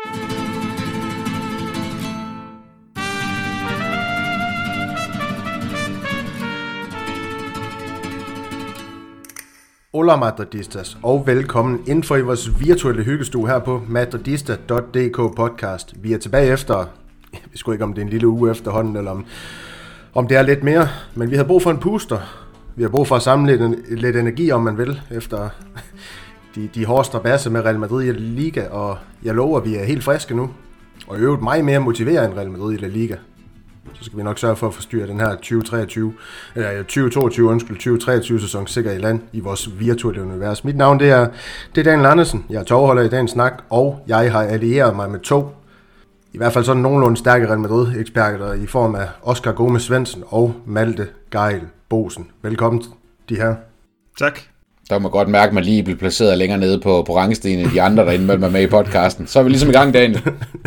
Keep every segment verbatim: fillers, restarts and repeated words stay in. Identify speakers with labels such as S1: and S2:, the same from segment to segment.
S1: Hola Madridistas, og velkommen inden for i vores virtuelle hyggestue her på madridista punktum d k podcast. Vi er tilbage efter, vi skulle ikke om det er en lille uge efterhånden, eller om, om det er lidt mere, men vi har brug for en puster. Vi har brug for at samle lidt, lidt energi, om man vil, efter de, de hårde strabasser med Real Madrid i La Liga, og jeg lover, at vi er helt friske nu, og i øvrigt meget mere motiveret end Real Madrid i La Liga. Så skal vi nok sørge for at forstyrre den her tyve treogtyve, eller tyve toogtyve, undskyld, tyve treogtyve sæson sikkert i land i vores virtuelle univers. Mit navn det er, det er Daniel Andersen, jeg er tovholder i dagens snak, og jeg har allieret mig med to, i hvert fald sådan nogenlunde stærke Real Madrid-eksperter i form af Oscar Gomes Svendsen og Malte Geil Bosen. Velkommen de her.
S2: Tak.
S3: Der må godt mærke, at man lige bliver placeret længere nede på, på rangstigen end de andre, der indmelder mig med i podcasten. Så er vi ligesom i gang, Daniel.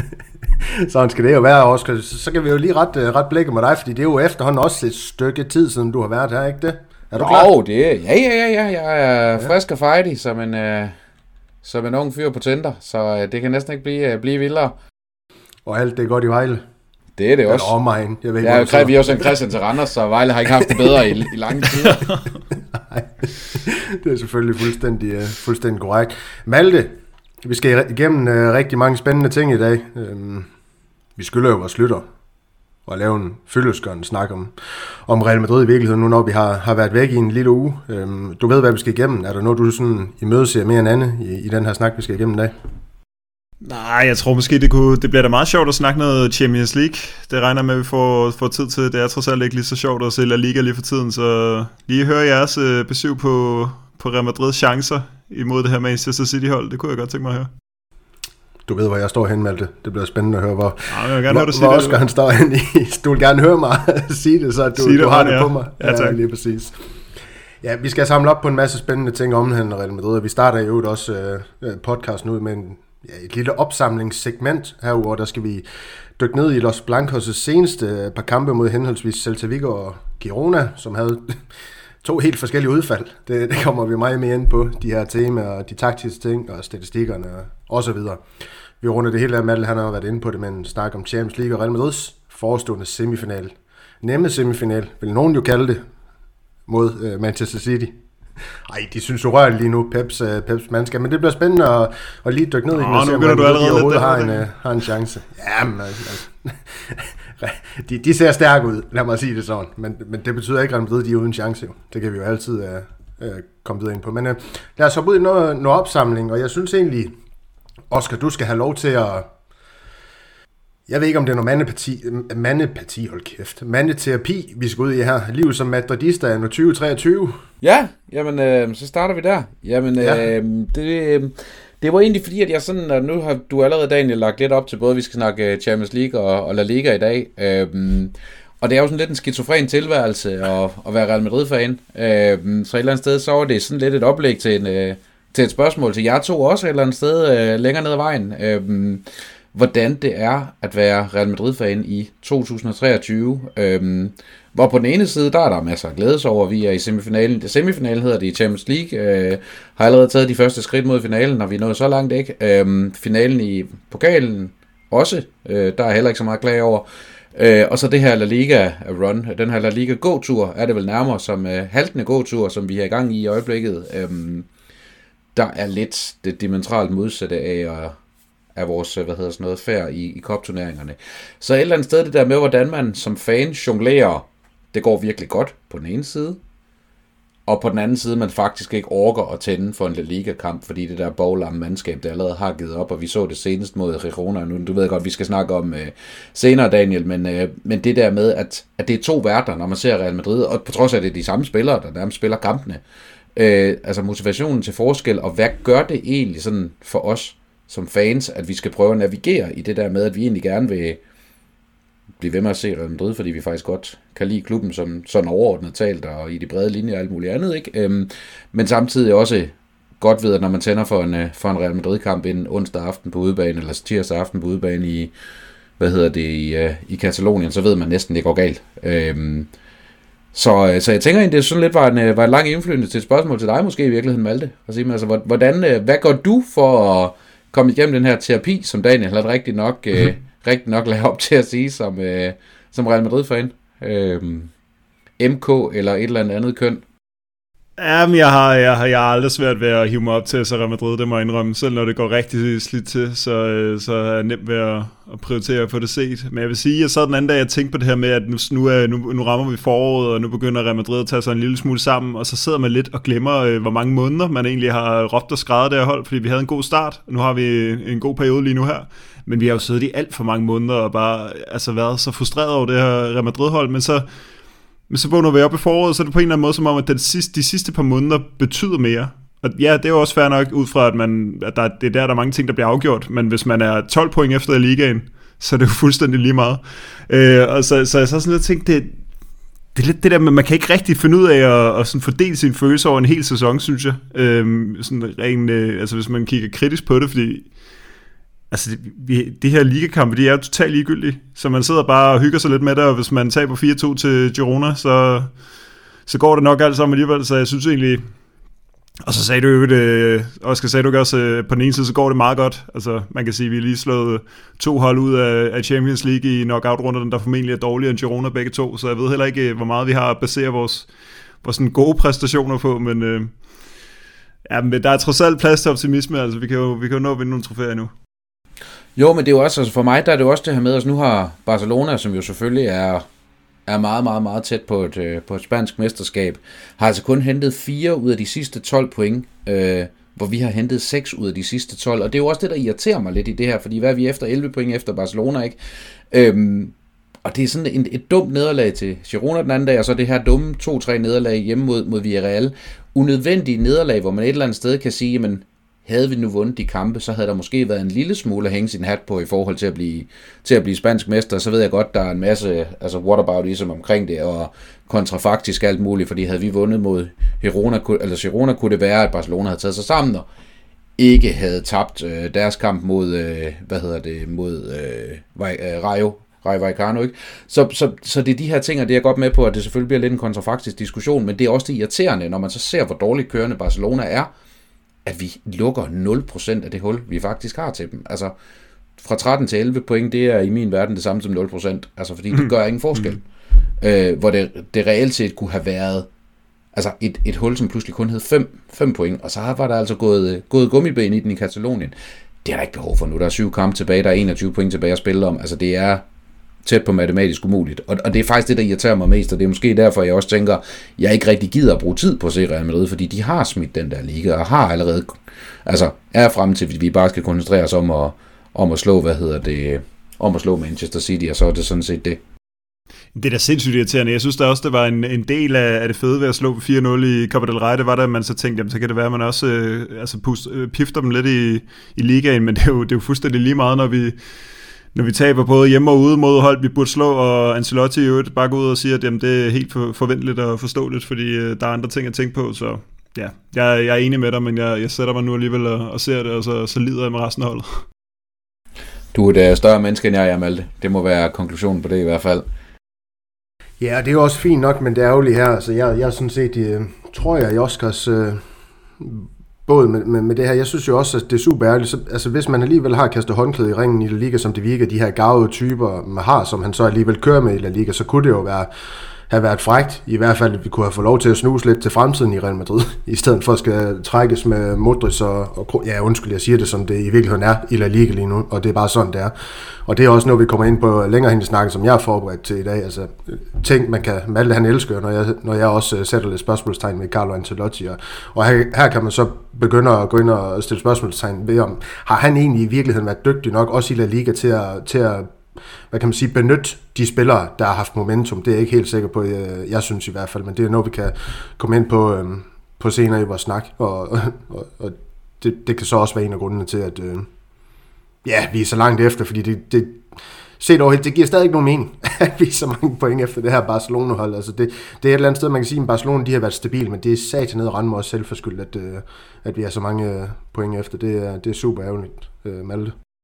S1: Sådan skal det jo være, Oscar. Så kan vi jo lige ret, ret blikket med dig, fordi det er jo efterhånden også et stykke tid siden, du har været her, ikke det? Er du klar?
S3: Åh, oh, det er... Ja, ja, ja, ja. Jeg er ja. frisk og fejdig som en, uh, som en ung fyr på Tinder, så uh, det kan næsten ikke blive, uh, blive vildere.
S1: Og alt det er godt i Vejle.
S3: Det er det også.
S1: Eller omegn. Jeg ved ikke,
S3: ja, jeg kræver vi også en Christian til Randers, så Vejle har ikke haft det bedre i, i lange tider.
S1: Nej, det er selvfølgelig fuldstændig, uh, fuldstændig korrekt. Malte, vi skal igennem uh, rigtig mange spændende ting i dag. Um, Vi skylder jo vores lytter og lave en fyldestgørende snak om, om Real Madrid i virkeligheden, nu når vi har, har været væk i en lille uge. Øhm, du ved, hvad vi skal igennem. Er der noget, du sådan imødeser mere end andet i, i den her snak, vi skal igennem i dag?
S2: Nej, jeg tror måske, det, kunne, det bliver da meget sjovt at snakke noget Champions League. Det regner med, at vi får, får tid til. Det er trods alt ikke lige så sjovt at se La Liga lige for tiden, så lige høre jeres øh, besøg på, på Real Madrids chancer imod det her Manchester City-hold. Det kunne jeg godt tænke mig at høre.
S1: Du ved, hvor jeg står hen, Malte. Det bliver spændende at høre, hvor,
S2: ja, jeg vil gerne
S1: hvor,
S2: høre, du
S1: hvor
S2: det,
S1: Oscar han står hen i. Du vil gerne høre mig sige det, så du,
S2: det,
S1: du har
S2: man,
S1: det
S2: ja.
S1: på mig.
S2: Ja, tak.
S1: Ja, lige præcis. Ja, vi skal samle op på en masse spændende ting om den Real Madrid, og vi starter jo også uh, podcasten ud med en, ja, et lille opsamlingssegment her, hvor der skal vi dykke ned i Los Blancos' seneste par kampe mod henholdsvis Celta Vigo og Girona, som havde to helt forskellige udfald. Det, det kommer vi meget mere ind på, de her temaer, de taktiske ting og statistikkerne og så videre. Vi runder det hele af, Malte, han har været inde på det, men snak om Champions League og Real Madrids forestående semifinal. Nemme semifinal, vil nogen jo kalde det, mod uh, Manchester City. Ej, de synes urørligt lige nu, Peps, uh, Peps mandskab, men det bliver spændende at, at lige dykke ned i den, og se om de overhovedet har en, uh, har en chance. Jamen, altså, de, de ser stærke ud, lad mig sige det sådan, men, men det betyder ikke, at Real Madrid de er uden chance. Det kan vi jo altid uh, uh, komme videre ind på. Men uh, lad os hoppe ud i noget, noget opsamling, og jeg synes egentlig, Oscar, du skal have lov til at... Jeg ved ikke, om det er noget mandepati, mandepati, hold kæft, mandeterapi, vi skal ud i her. Livet som madridista er nu tyve treogtyve.
S3: Ja, jamen, øh, så starter vi der. Jamen, ja. øh, det, det var egentlig fordi, at jeg sådan, at nu har du allerede, Daniel, lagt lidt op til både, vi skal snakke Champions League og, og La Liga i dag. Øh, og det er jo sådan lidt en skizofren tilværelse at, at være Real Madrid-fan. Øh, så et eller andet sted, så var det sådan lidt et oplæg til en... Øh, til et spørgsmål til jer to også et eller andet sted øh, længere ned ad vejen. Øhm, hvordan det er at være Real Madrid-fan i to tusind treogtyve. Øhm, hvor på den ene side, der er der masser af glædes over, vi er i semifinalen. Det semifinalen hedder det i Champions League. Øh, har allerede taget de første skridt mod finalen, og vi er nået så langt, ikke? Øhm, finalen i pokalen også. Øh, der er heller ikke så meget klage over. Øh, og så det her La Liga run, den her La Liga gåtur, er det vel nærmere som øh, haltende gåtur, som vi er i gang i i øjeblikket. Øhm, der er lidt det diametralt modsatte af, af vores, hvad hedder sådan noget, færd i, i cup-turneringerne. Så et eller andet sted det der med, hvordan man som fan jonglerer, det går virkelig godt på den ene side, og på den anden side, man faktisk ikke orker at tænde for en La Liga-kamp, fordi det der boglamme mandskab, det allerede har givet op, og vi så det senest mod Girona. Nu, du ved godt, vi skal snakke om øh, senere, Daniel, men, øh, men det der med, at, at det er to værter, når man ser Real Madrid, og på trods af, at det er de samme spillere, der nærmest spiller kampene, øh, altså motivationen til forskel, og hvad gør det egentlig sådan for os som fans, at vi skal prøve at navigere i det der med, at vi egentlig gerne vil blive ved med at se Real Madrid, fordi vi faktisk godt kan lide klubben som sådan overordnet talt, og i de brede linjer og alt muligt andet, ikke? Øhm, men samtidig også godt ved, at når man tænder for en, for en Real Madrid-kamp en onsdag aften på udebane, eller tirsdag aften på udebane i, hvad hedder det, i, uh, i Katalonien, så ved man næsten, det går galt. Øhm, så, så jeg tænker egentlig, det sådan lidt var en, var en lang indflydelse til et spørgsmål til dig måske i virkeligheden, Malte, og sige mig, altså, hvordan, hvad gør du for at komme igennem den her terapi, som Daniel havde rigtig nok, mm-hmm. øh, rigtig nok lagt op til at sige, som, øh, som Real Madrid-fan. Øh, M K eller et eller andet andet køn.
S2: Jamen, jeg har, jeg, har, jeg har aldrig svært ved at hive mig op til så Real Madrid, det må jeg indrømme. Selv når det går rigtig slidt til, så, så er jeg nemt ved at, at prioritere at få det set. Men jeg vil sige, at så den anden dag, jeg tænkte på det her med, at nu, nu, er, nu, nu rammer vi foråret, og nu begynder Real Madrid at tage sig en lille smule sammen, og så sidder man lidt og glemmer, hvor mange måneder man egentlig har råbt og skrevet det her hold, fordi vi havde en god start. Nu har vi en god periode lige nu her. Men vi har jo siddet i alt for mange måneder og bare altså, været så frustreret over det her Real Madrid-hold, men så Men så vågner vi op i foråret, så er det på en eller anden måde som om, at den sidste, de sidste par måneder betyder mere. Og ja, det er jo også fair nok ud fra, at, man, at der, det er der, der er mange ting, der bliver afgjort. Men hvis man er tolv point efter i ligaen, så er det jo fuldstændig lige meget. Øh, og så, så jeg så sådan lidt tænkt, det, det er lidt det der, men man kan ikke rigtig finde ud af at, at sådan fordele sine følelser over en hel sæson, synes jeg. Øh, sådan ren, øh, altså hvis man kigger kritisk på det, fordi altså, vi, de her ligakampe, de er jo totalt ligegyldige, så man sidder bare og hygger sig lidt med det, og hvis man taber fire to til Girona, så, så går det nok alt sammen alligevel, så jeg synes egentlig, og så sagde du jo, det, Oscar, sagde du også, på den ene side, så går det meget godt, altså man kan sige, at vi lige slået to hold ud af, af Champions League i knockout-runderne, der formentlig er dårligere end Girona begge to, så jeg ved heller ikke, hvor meget vi har at basere vores, vores sådan gode præstationer på, men, øh, ja, men der er trods alt plads til optimisme, altså vi kan jo, vi kan jo nå at vinde nogle trofæer nu.
S3: Jo, men det er jo også, altså for mig, der er det jo også det her med, altså nu har Barcelona, som jo selvfølgelig er, er meget, meget, meget tæt på et, på et spansk mesterskab, har altså kun hentet fire ud af de sidste tolv point, øh, hvor vi har hentet seks ud af de sidste tolv, og det er jo også det, der irriterer mig lidt i det her, fordi hvad er vi efter elleve point efter Barcelona, ikke? Øhm, og det er sådan et, et dumt nederlag til Girona den anden dag, og så det her dumme to tre nederlag hjemme mod, mod Villarreal. Unødvendige nederlag, hvor man et eller andet sted kan sige, men havde vi nu vundet de kampe, så havde der måske været en lille smule at hænge sin hat på i forhold til at blive, til at blive spansk mester. Så ved jeg godt, der er en masse altså whataboutism omkring det, og kontrafaktisk alt muligt, fordi havde vi vundet mod Girona, eller Girona, kunne det være, at Barcelona havde taget sig sammen, og ikke havde tabt øh, deres kamp mod, øh, hvad hedder det, mod øh, Rayo, Rayo Vallecano, ikke? Så, så, så det er de her ting, og det er jeg godt med på, at det selvfølgelig bliver lidt en kontrafaktisk diskussion, men det er også det irriterende, når man så ser, hvor dårligt kørende Barcelona er, at vi lukker nul procent af det hul, vi faktisk har til dem. Altså, fra tretten til elleve point, det er i min verden det samme som nul procent. Altså, fordi det gør ingen forskel. Mm. Øh, hvor det, det reelt set kunne have været altså et, et hul, som pludselig kun hed fem point, og så var der altså gået, gået gummiben i den i Katalonien. Det er der ikke behov for nu. Der er syv kampe tilbage, der er enogtyve point tilbage at spille om. Altså, det er tæt på matematisk umuligt. Og, og det er faktisk det, der irriterer mig mest, og det er måske derfor, jeg også tænker, jeg ikke rigtig gider at bruge tid på at se Real Madrid, fordi de har smidt den der liga, og har allerede, altså er frem til, at vi bare skal koncentrere os om at, om at slå, hvad hedder det, om at slå Manchester City, og så er det sådan set det.
S2: Det er da sindssygt irriterende. Jeg synes da også, det var en, en del af, af det fede ved at slå fire nul i Copa del Rey. Det var da, man så tænkte, jamen, så kan det være, at man også øh, altså pust, øh, pifter dem lidt i, i ligaen, men det er, jo, det er jo fuldstændig lige meget, når vi Når vi taber både hjemme og ude mod hold, vi burde slå, og Ancelotti i øvrigt bare går ud og siger, at jamen, det er helt forventeligt og forståeligt, fordi øh, der er andre ting at tænke på, så ja, jeg, jeg er enig med dig, men jeg, jeg sætter mig nu alligevel og, og ser det, og så, så lider jeg med resten af holdet.
S3: Du er et større menneske, end jeg er, Malte. Det må være konklusionen på det i hvert fald.
S1: Ja, det er jo også fint nok, men det er ærgerligt her. Altså, jeg, jeg sådan set, jeg, tror jeg, i Oscars øh, både med, med, med det her, jeg synes jo også, at det er super ærgerligt. Så, altså, hvis man alligevel har kastet håndklæde i ringen i La Liga, som det virker, de her garvede typer, man har, som han så alligevel kører med i La Liga, så kunne det jo være, have været frækt. I hvert fald, at vi kunne have fået lov til at snuse lidt til fremtiden i Real Madrid, i stedet for at skal trækkes med Modric og, og ja, undskyld, jeg siger det, som det i virkeligheden er i La Liga lige nu, og det er bare sådan, det er. Og det er også noget, vi kommer ind på længere hen i snakken, som jeg er forberedt til i dag. Altså, ting, man kan, Malte han elsker, når jeg, når jeg også sætter lidt spørgsmålstegn med Carlo Ancelotti. Og, og her, her kan man så begynde at gå ind og stille spørgsmålstegn ved, om har han egentlig i virkeligheden været dygtig nok, også i La Liga, til at, til at hvad kan man sige, benytte de spillere, der har haft momentum. Det er jeg ikke helt sikker på, jeg, jeg synes i hvert fald, men det er noget, vi kan komme ind på, øhm, på senere i vores snak, og, og, og det, det kan så også være en af grundene til, at øh, ja, vi er så langt efter, fordi det, det set over helt, det giver stadig ikke nogen mening, at vi er så mange point efter det her Barcelona-hold. Altså det, det er et eller andet sted, man kan sige, at Barcelona de har været stabil, men det er sat ned og rende mig også selvforskyldt, at, øh, at vi har så mange point efter. Det er, det er super ærgerligt, øh, Malte.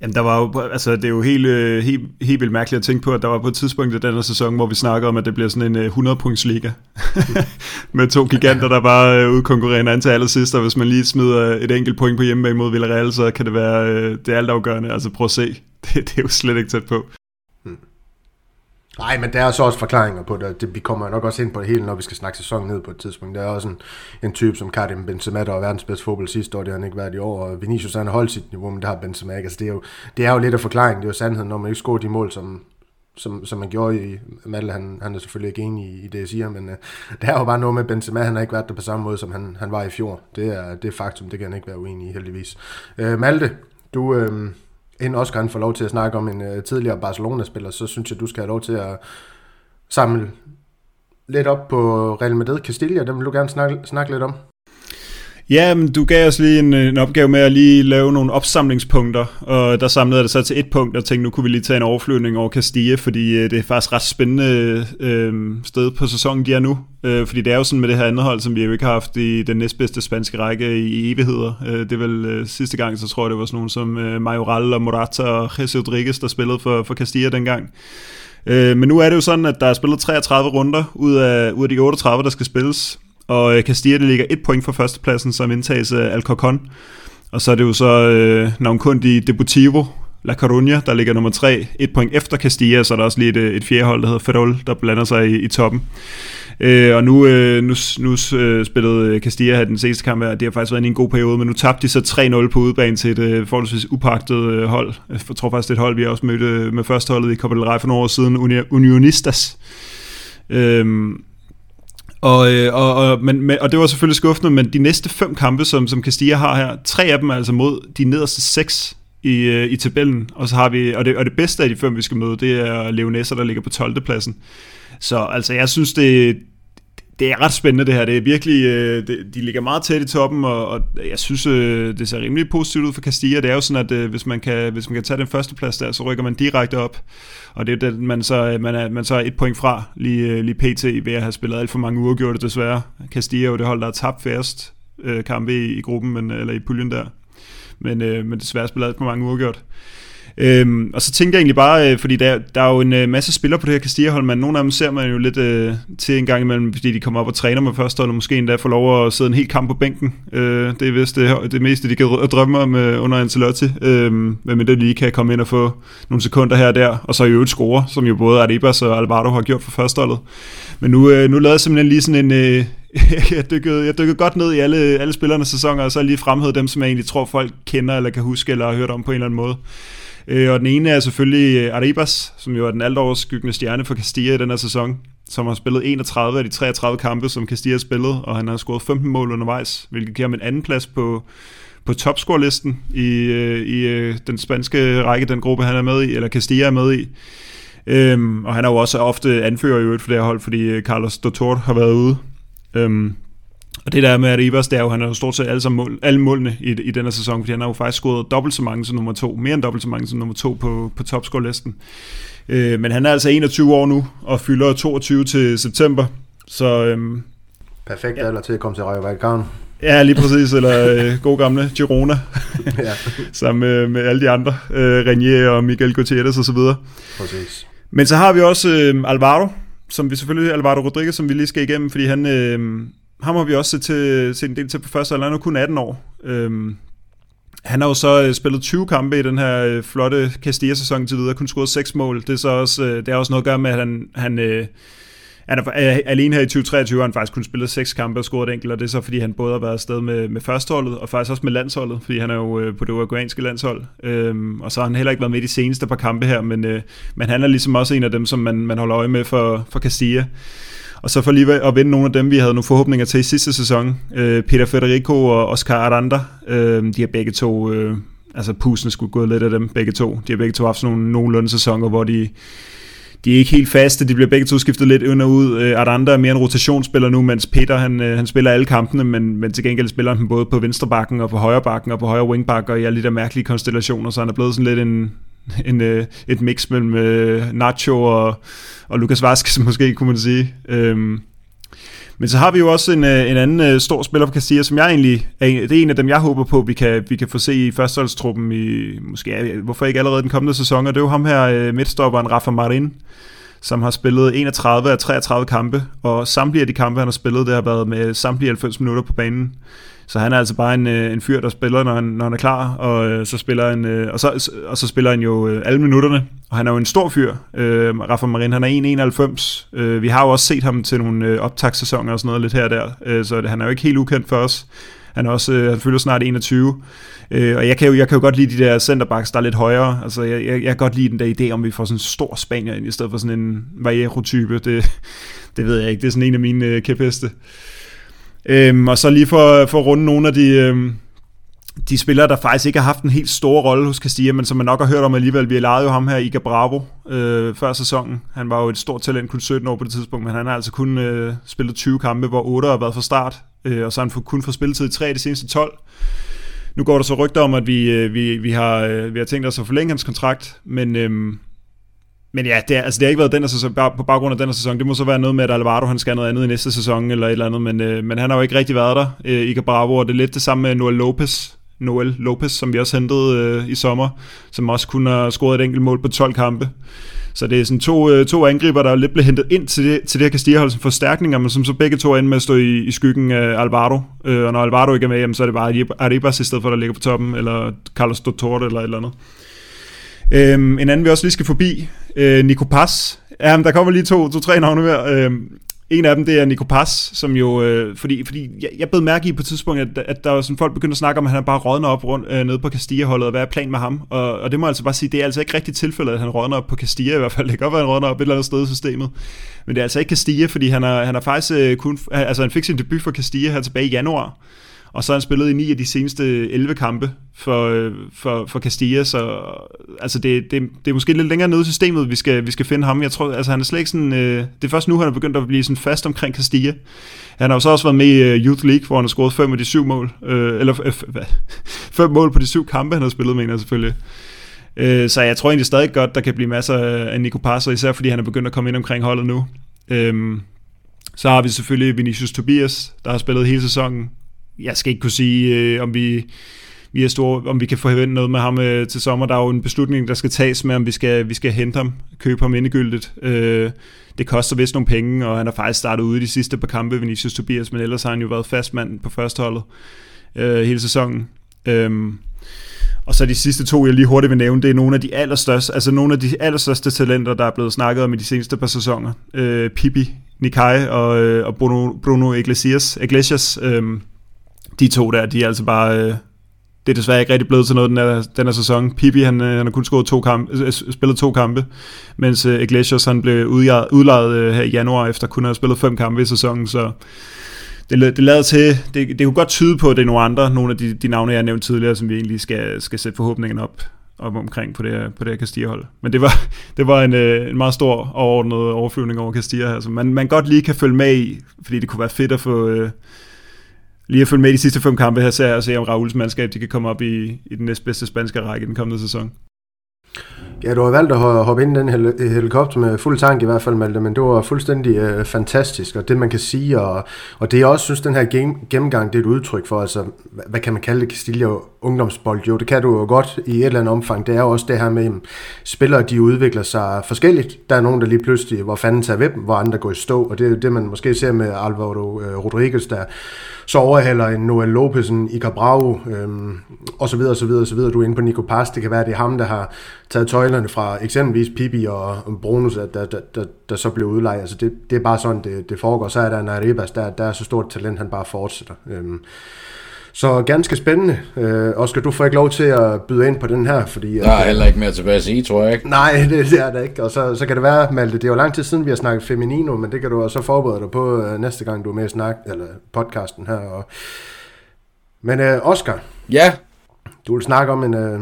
S2: Jamen, der var jo, altså, det er jo helt, helt, helt vildt mærkeligt at tænke på, at der var på et tidspunkt i denne sæson, hvor vi snakker om, at det bliver sådan en hundrede-punkts liga med to giganter, der bare udkonkurrerer hinanden til allersidst, og hvis man lige smider et enkelt point på hjemmebane mod Villarreal, så kan det være det er altafgørende. Altså, prøv at se. Det, det er jo slet ikke tæt på.
S1: Hmm. Nej, men der er så også forklaringer på det. det. Vi kommer nok også ind på det hele, når vi skal snakke sæsonen ned på et tidspunkt. Der er også en, en type som Karim Benzema, der var verdens bedste fodbold sidste år, det har han ikke været i år, og Vinicius han har holdt sit niveau, men det har Benzema ikke. Altså, det, er jo, det er jo lidt af forklaringen, det er jo sandheden, når man ikke scorer de mål, som, som, som man gjorde i Malle. Han, han er selvfølgelig ikke enig i, i det, jeg siger, men uh, det er jo bare noget med Benzema, han har ikke været der på samme måde, som han, han var i fjor. Det er, det er faktum, det kan han ikke være uenig i, heldigvis. Uh, Malte, du... Uh, inden Oscar han får lov til at snakke om en uh, tidligere Barcelona-spiller, så synes jeg, du skal have lov til at samle lidt op på Real Madrid Castilla. Dem vil du gerne snakke, snakke lidt om.
S2: Ja, men du gav os lige en, en opgave med at lige lave nogle opsamlingspunkter, og der samlede jeg det så til et punkt, og tænkte, nu kunne vi lige tage en overflyvning over Castilla, fordi øh, det er faktisk ret spændende øh, sted på sæsonen, de er nu. Øh, fordi det er jo sådan med det her andet hold, som vi jo ikke har haft i den næstbedste spanske række i evigheder. Øh, det er vel øh, sidste gang, så tror jeg, det var sådan nogen som øh, Mayoral og Morata og Jesus Rodriguez, der spillede for, for Castilla dengang. Øh, men nu er det jo sådan, at der er spillet treogtredive runder ud af, ud af de otteogtredive, der skal spilles. Og Castilla, det ligger et point for førstepladsen, som indtages af Alcorcón. Og så er det jo så øh, navnkundige Deportivo La Coruña, der ligger nummer tre, et point efter Castilla, så er der også lige et, et fjerde hold, der hedder Ferrol, der blander sig i, i toppen. Øh, og nu, øh, nu, nu øh, spillede Castilla her den seneste kamp her, det har faktisk været en god periode, men nu tabte de så tre nul på udebane til et øh, forholdsvis upagtet øh, hold. Jeg tror faktisk, det er et hold, vi også mødte med førsteholdet i Copa del Rey for nogle år siden, Unionistas. Øh, Og, og, og, men, og det var selvfølgelig skuffende, men de næste fem kampe, som, som Castilla har her, tre af dem er altså mod de nederste seks i, i tabellen, og så har vi, og det, og det bedste af de fem, vi skal møde, det er Leonesa, der ligger på tolvte pladsen. Så altså, jeg synes, det, det er ret spændende det her. Det er virkelig, det, de ligger meget tæt i toppen, og, og jeg synes, det ser rimelig positivt ud for Castilla. Det er jo sådan, at hvis man kan, hvis man kan tage den første plads der, så rykker man direkte op. Og det er det, man så, man er, man så er et point fra, lige, lige pt. Ved at have spillet alt for mange uafgjorte, desværre. Castilla er jo det hold, der har tabt færrest øh, kampe i, i gruppen, men, eller i puljen der. Men, øh, men desværre spillet alt for mange uafgjorte. Øhm, og så tænker jeg egentlig bare, øh, fordi der, der er jo en øh, masse spillere på det her Castilla-hold, men nogle af dem ser man jo lidt øh, til en gang imellem, fordi de kommer op og træner med førstehold, og måske endda får lov at sidde en hel kamp på bænken. Øh, det er vist det, det meste, de kan drømme om øh, under Ancelotti, øh, men det lige kan komme ind og få nogle sekunder her og der, og så i øvrigt score, som jo både Arribas og Alvaro har gjort for førsteholdet. Men nu, øh, nu lavede jeg simpelthen lige sådan en... Øh, jeg, dykkede, jeg dykkede godt ned i alle, alle spillernes sæsoner, og så lige fremhævet dem, som jeg egentlig tror, folk kender, eller kan huske, eller har hørt om på en eller anden måde. Og den ene er selvfølgelig Arribas, som jo er den altoverskyggende stjerne for Castilla i den her sæson, som har spillet enogtredive af de treogtredive kampe, som Castilla har spillet, og han har scoret femten mål undervejs, hvilket giver ham en anden plads på, på topscore-listen i, i den spanske række, den gruppe han er med i, eller Castilla er med i. Øhm, og han er jo også ofte anfører i øvrigt for det her hold, fordi Carlos Dotor har været ude. Øhm, Og det der med Arribas, det er jo, han har jo stort set alle, mål, alle målene i, i denne sæson, fordi han har jo faktisk scoret dobbelt så mange som nummer to, mere end dobbelt så mange som nummer to på, på topscore-listen. Øh, men han er altså enogtyve år nu, og fylder toogtyve til september, så... Øhm,
S1: Perfekt ja. Alder til at komme til Rayo Vallecano.
S2: Ja, lige præcis, eller øh, god gamle Girona, ja. Sammen med, med alle de andre, øh, Renier og Miguel Gutierrez og så videre.
S1: Præcis.
S2: Men så har vi også øh, Alvaro, som vi selvfølgelig, Alvaro Rodriguez, som vi lige skal igennem, fordi han... Øh, Ham har vi også set, til, set en del til på første, eller han er kun atten år. Øhm, han har jo så spillet tyve kampe i den her flotte Castilla-sæson til videre, kun scoret seks mål. Det er så også, det er også noget at gøre med, at han, han, han er alene her i tyve treogtyve, har han faktisk kun spillet seks kampe og scoret et enkelt, og det er så fordi han både har været afsted med, med førsteholdet, og faktisk også med landsholdet, fordi han er jo på det uruguayanske landshold. Øhm, og så har han heller ikke været med i de seneste par kampe her, men, men han er ligesom også en af dem, som man, man holder øje med for, for Castilla. Og så for lige at vinde nogle af dem, vi havde nogle forhåbninger til i sidste sæson. Øh, Peter Federico og Oscar Aranda, øh, de har begge to, øh, altså pusen skulle gå lidt af dem, begge to. De har begge to haft sådan nogle nogenlunde sæsoner, hvor de, de er ikke helt faste, de bliver begge to skiftet lidt ind og ud. Øh, Aranda er mere en rotationsspiller nu, mens Peter han, øh, han spiller alle kampene, men, men til gengæld spiller han både på venstre bakken og på højre bakken og på højre wingback og i alle de der mærkelige konstellationer, så han er blevet sådan lidt en... En, øh, et mix mellem øh, Nacho og, og Lucas Vázquez, måske kunne man sige. Øhm, Men så har vi jo også en, en anden stor spiller på Castilla, som jeg egentlig, det er en af dem, jeg håber på, vi kan, vi kan få se i førsteholdstruppen i, måske, hvorfor ikke allerede den kommende sæson, og det er jo ham her, midtstopperen Rafa Marin, som har spillet enogtredive af treogtredive kampe, og samtlige af de kampe, han har spillet, det har været med samtlige halvfems minutter på banen. Så han er altså bare en, en fyr, der spiller, når han, når han er klar, og så spiller han, og så, og så spiller han jo alle minutterne, og han er jo en stor fyr. Øh, Rafa Marin, han er en komma enoghalvfems. Øh, vi har jo også set ham til nogle optagssæsoner og sådan noget lidt her og der, øh, så han er jo ikke helt ukendt for os. Han er også, han fylder snart enogtyve, øh, og jeg kan, jo, jeg kan jo godt lide de der centerbacks, der er lidt højere. Altså, jeg, jeg, jeg kan godt lide den der idé, om vi får sådan en stor spanier ind, i stedet for sådan en Vallejo-type. Det, det ved jeg ikke, det er sådan en af mine øh, kæpheste. Øhm, og så lige for, for at runde nogle af de, øhm, de spillere, der faktisk ikke har haft en helt stor rolle hos Castilla, men som man nok har hørt om alligevel. Vi lejede jo ham her, Iker Bravo, øh, før sæsonen. Han var jo et stort talent, kun sytten år på det tidspunkt, men han har altså kun øh, spillet tyve kampe, hvor otte har været fra start, øh, og så har han kun fået spilletid i tre af de seneste tolv. Nu går der så rygter om, at vi, øh, vi, vi, har, øh, vi har tænkt os at forlænge hans kontrakt, men... Øh, Men ja, det, er, altså det har ikke været den sæson, på baggrund af den sæson. Det må så være noget med, at Alvaro han skal noget andet i næste sæson, eller et eller andet, men, øh, men han har jo ikke rigtig været der, øh, Iker Bravo, og det er lidt det samme med Noel Lopez, Noel Lopez, som vi også hentede øh, i sommer, som også kunne have scoret et enkelt mål på tolv kampe. Så det er sådan to, øh, to angriber, der lidt blev hentet ind til det, til det her Castilla-hold som forstærkninger, men som så begge to er inde med at stå i, i skyggen af Alvaro. Øh, og når Alvaro ikke er med, jamen, så er det bare Arribas i stedet for, der ligger på toppen, eller Carlos Dottore, eller et eller andet. Øhm, en anden vi også lige skal forbi, øh, Nico Paz. Ja, der kommer lige to, to tre navne mere. Øhm, en af dem, det er Nico Paz, som jo, øh, fordi, fordi jeg, jeg blev mærke i på et tidspunkt, at, at der var sådan folk begyndte at snakke om, at han bare rådner op rundt øh, nede på Castilla-holdet, og hvad er planen med ham? Og, og det må jeg altså bare sige, det er altså ikke rigtigt tilfældet, at han rådner op på Castilla i hvert fald. Det kan godt være, at han rådner op et eller andet sted i systemet. Men det er altså ikke Castilla, fordi han har, han har faktisk øh, kun, altså han fik sin debut for Castilla her tilbage i januar. Og så har han spillet i ni af de seneste elleve kampe for, for, for Castilla, så altså det, det, det er måske lidt længere nede i systemet, vi skal, vi skal finde ham. Jeg tror, altså han er slet ikke sådan, øh, det er først nu, han er begyndt at blive sådan fast omkring Castilla. Han har jo så også været med i uh, Youth League, hvor han har scoret fem af de syv mål, øh, eller øh, hvad? fem mål på de syv kampe, han har spillet, mener jeg selvfølgelig. Øh, så jeg tror egentlig stadig godt, der kan blive masser af Nico Paz, især fordi han er begyndt at komme ind omkring holdet nu. Øh, så har vi selvfølgelig Vinicius Tobias, der har spillet hele sæsonen. Jeg skal ikke kunne sige, øh, om vi vi er store, om vi kan forvente noget med ham øh, til sommer. Der er jo en beslutning, der skal tages med, om vi skal vi skal hente ham, købe ham endegyldigt. Øh, det koster vist nogle penge, og han har faktisk startet ude i de sidste par kampe, Vinicius Tobias, men ellers har han jo været fastmand på førsteholdet øh, hele sæsonen. Øh, og så de sidste to, jeg lige hurtigt vil nævne, det er nogle af de allerstørste, altså nogle af de allerstørste talenter, der er blevet snakket om i de seneste par sæsoner. Øh, Pipi, Nikai og, øh, og Bruno, Bruno Iglesias. Iglesias øh, de to der, de er altså bare... Øh, det er desværre ikke rigtig blevet til noget den her, den her sæson. Pipi, han, han har kun scoret to kampe, spillet to kampe, mens uh, Iglesias, han blev udlejet uh, her i januar, efter kun at have spillet fem kampe i sæsonen, så det, det lader til, det, det kunne godt tyde på, at det er nogle andre, nogle af de, de navne, jeg har nævnt tidligere, som vi egentlig skal, skal sætte forhåbningen op, op omkring på det her, på det her Castilla-hold. Men det var, det var en, en meget stor overordnet overflyvning over Castilla her, som man, man godt lige kan følge med i, fordi det kunne være fedt at få... Uh, lige at følge med i de sidste fem kampe her, så jeg se om Rauls mandskab de kan komme op i, i den næstbedste spanske række i den kommende sæson.
S1: Ja, du har valgt at hoppe ind i den hel- helikopter med fuld tank i hvert fald, Malte, men det var fuldstændig øh, fantastisk, og det man kan sige, og, og det jeg også synes, den her game- gennemgang, det er et udtryk for, altså, hvad, hvad kan man kalde det, Castilla ungdomsbold? Jo, det kan du jo godt i et eller andet omfang. Det er jo også det her med, at spillere, de udvikler sig forskelligt. Der er nogen, der lige pludselig, hvor fanden tager ved dem, hvor andre går i stå, og det er jo det, man måske ser med Alvaro øh, Rodriguez, der så overhælder en Noel Lopez, en Iker Bravo, øhm, og så videre, og så videre, og så videre. Du er inde på Nico Paz. Det kan være, det er ham, der har taget tøjlerne fra eksempelvis Pipi og Bruno, der, der, der, der så blev udlejet. Altså det, det er bare sådan, det, det foregår. Så er der en Arribas, der, der er så stort talent, han bare fortsætter. Øhm, så ganske spændende. Øh, Oscar, du får ikke lov til at byde ind på den her, fordi...
S3: Der er heller ikke mere tilbage at sige, tror jeg ikke.
S1: Nej, det, det er der ikke. Og så, så kan det være, Malte, det er jo lang tid siden, vi har snakket Feminino, men det kan du også forberede dig på øh, næste gang, du er med at snakke, eller podcasten her. Og... Men øh, Oscar,
S3: ja,
S1: du vil snakke om en øh,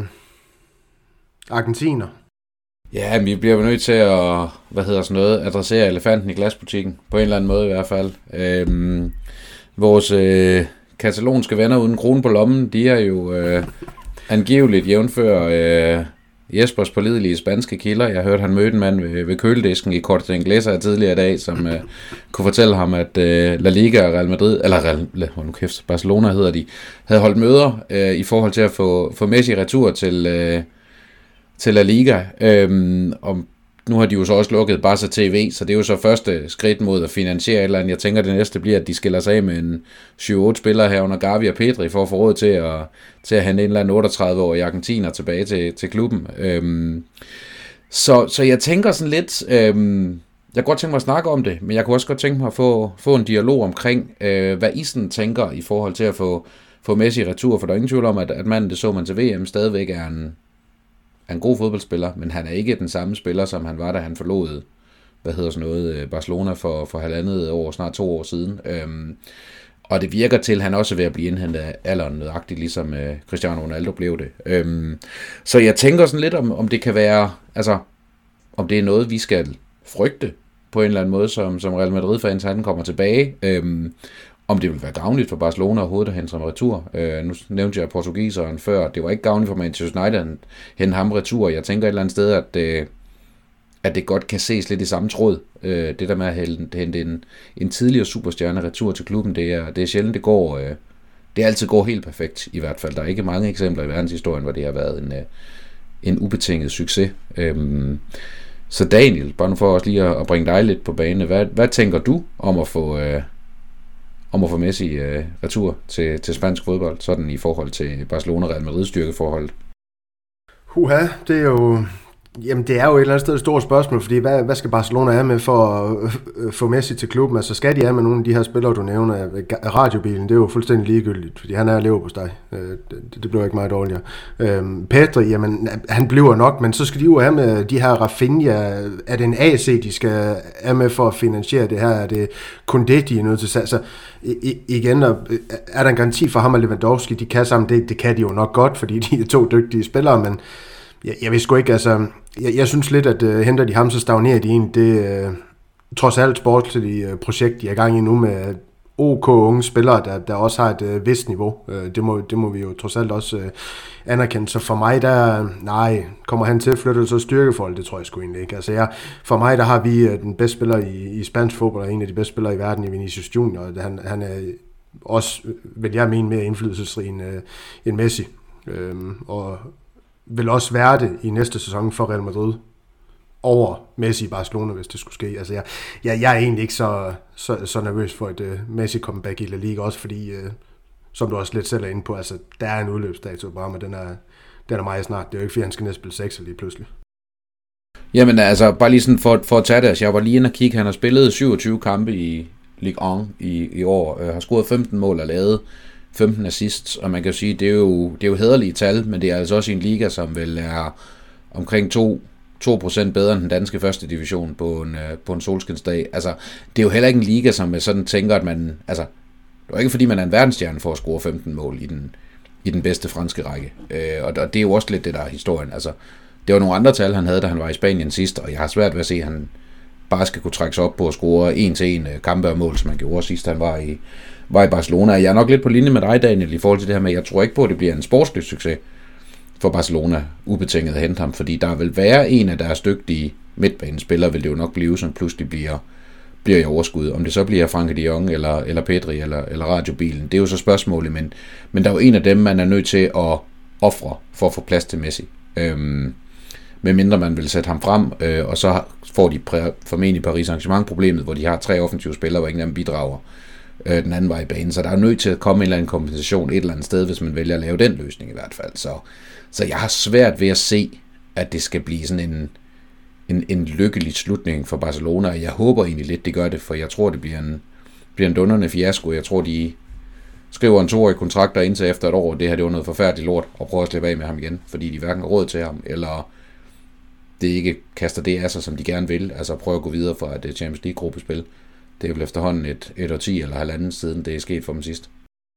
S1: argentiner.
S3: Ja, men vi bliver jo nødt til at, hvad hedder sådan noget, adressere elefanten i glasbutikken, på en eller anden måde i hvert fald. Øhm, vores øh, katalonske venner uden krone på lommen, de er jo øh, angiveligt jævnfør øh, Jespers pålidelige spanske kilder. Jeg hørte, han mødte en mand ved, ved køledisken i Corte Inglesa tidligere i dag, som uh, kunne fortælle ham, at uh, La Liga og Real Madrid, eller Real, nu kæft, Barcelona hedder de, havde holdt møder uh, i forhold til at få, få Messi retur til, uh, til La Liga. Um, og nu har de jo så også lukket Barca T V, så det er jo så første skridt mod at finansiere et eller andet. Jeg tænker, det næste bliver, at de skiller sig af med en syv otte spillere her under Gavi og Pedri, for at få råd til at, til at hente en eller anden otteogtredive-årig argentiner tilbage til, til klubben. Øhm, så, så jeg tænker sådan lidt, øhm, jeg kunne godt tænke mig at snakke om det, men jeg kunne også godt tænke mig at få, få en dialog omkring, øh, hvad I sådan tænker i forhold til at få, få Messi retur, for der er ingen tvivl om, at, at manden, det så man til V M, stadigvæk er en en god fodboldspiller, men han er ikke den samme spiller, som han var, da han forlod, hvad hedder sådan noget, Barcelona for, for halvandet år, snart to år siden. Øhm, og det virker til, at han også er ved at blive indhentet af alderen nødagtigt, ligesom øh, Cristiano Ronaldo blev det. Øhm, så jeg tænker sådan lidt, om, om det kan være, altså, om det er noget, vi skal frygte på en eller anden måde, som, som Real Madrid-fans, han kommer tilbage. Øhm, om det vil være gavnligt for Barcelona overhovedet at hente ham retur. Øh, nu nævnte jeg portugiseren før. Det var ikke gavnligt for Manchester United at hente ham retur. Jeg tænker et eller andet sted, at, øh, at det godt kan ses lidt i samme tråd. Øh, det der med at hente en, en tidligere superstjerne retur til klubben, det er, det er sjældent, det går... Øh, det altid går helt perfekt, i hvert fald. Der er ikke mange eksempler i verdenshistorien, hvor det har været en, øh, en ubetinget succes. Øh, så Daniel, bare nu for også lige at, at bringe dig lidt på bane. Hvad, hvad tænker du om at få... Øh, om at få Messi øh, retur til, til spansk fodbold, sådan i forhold til Barcelona-Real Madrid-styrkeforholdet?
S1: Huha, det er jo... Jamen, det er jo et eller andet sted et stort spørgsmål, fordi hvad, hvad skal Barcelona have med for at øh, få Messi til klubben? Altså, skal de have med nogle af de her spillere, du nævner? Radiobilen, det er jo fuldstændig ligegyldigt, fordi han er leverpostej. Øh, det, det bliver ikke meget dårligere. Øh, Pedri, jamen, han bliver nok, men så skal de jo have med de her Rafinha. Er det en A C, de skal have med for at finansiere det her? Er det kun det, de er nødt til? Så i, igen, er der en garanti for ham og Lewandowski? De kan sammen, det, det kan de jo nok godt, fordi de er to dygtige spillere, men Jeg, jeg ved sgu ikke, altså, jeg, jeg synes lidt, at uh, henter de ham, så stagnerer de en. Det uh, trods alt sportslige uh, projekt, de er i gang i nu med OK unge spillere, der, der også har et uh, vist niveau. Uh, det, må, det må vi jo trods alt også uh, anerkende. Så for mig, der, nej, kommer han til at flytte så styrkeforhold, det tror jeg sgu egentlig ikke. Altså jeg, for mig, der har vi uh, den bedste spiller i, i spansk fodbold, og en af de bedste spillere i verden, i Vinicius Junior Han, han er også, vil jeg mene, mere indflydelsesrig end, uh, end Messi. Uh, og vil også være det i næste sæson for Real Madrid over Messi i Barcelona, hvis det skulle ske. Altså jeg, jeg, jeg er egentlig ikke så, så, så nervøs for et uh, Messi comeback i La Liga, også fordi, uh, som du også lidt selv er inde på, altså der er en udløbsdato bare, men den er, den er meget snart. Det er jo ikke, fordi han skal næste spille seks lige pludselig.
S3: Jamen altså, bare lige sådan for, for at tage det, altså jeg var lige inde og kigge, han har spillet syvogtyve kampe i Ligue et i, i år, øh, har scoret femten mål og lavet femten assists, og man kan jo sige, det er jo, det er jo hæderlige tal, men det er altså også en liga, som vel er omkring to procent bedre end den danske første division på en, på en solskinsdag. Altså, det er jo heller ikke en liga, som man sådan tænker, at man, altså, det er ikke fordi, man er en verdensstjerne for at score femten mål i den, i den bedste franske række, øh, og, og det er jo også lidt det, der er historien. Altså, det var nogle andre tal, han havde, da han var i Spanien sidst, og jeg har svært ved at se, at han bare skal kunne trække sig op på at score en til en kampe og mål, som han gjorde sidst, han var i var i Barcelona. Jeg er nok lidt på linje med dig, Daniel, i forhold til det her med, jeg tror ikke på, at det bliver en sportslig succes for Barcelona, ubetinget at hente ham, fordi der vil være en af deres dygtige midtbanespillere, vil det jo nok blive, som pludselig bliver, bliver i overskud. Om det så bliver Frenkie de Jong, eller, eller Pedri, eller, eller radiobilen, det er jo så spørgsmålet, men, men der er jo en af dem, man er nødt til at ofre for at få plads til Messi. Øhm, medmindre man vil sætte ham frem, øh, og så får de præ- formentlig Paris Saint-Germain-problemet, hvor de har tre offensive spillere, hvor ingen af dem bidrager øh, den anden vej i banen. Så der er nødt til at komme en eller anden kompensation et eller andet sted, hvis man vælger at lave den løsning i hvert fald. Så, så jeg har svært ved at se, at det skal blive sådan en, en, en lykkelig slutning for Barcelona. Jeg håber egentlig lidt, det gør det, for jeg tror, det bliver en, bliver en dundrende fiasko. Jeg tror, de skriver en toårig kontrakt der indtil efter et år. Det her, det var noget forfærdeligt lort, og prøver at slippe af med ham igen, fordi de hverken har råd til ham, eller det ikke kaster det af sig, som de gerne vil. Altså prøve at gå videre fra et Champions League-gruppespil. Det er vel efterhånden et, et årti eller halvanden siden, det er sket for dem sidst.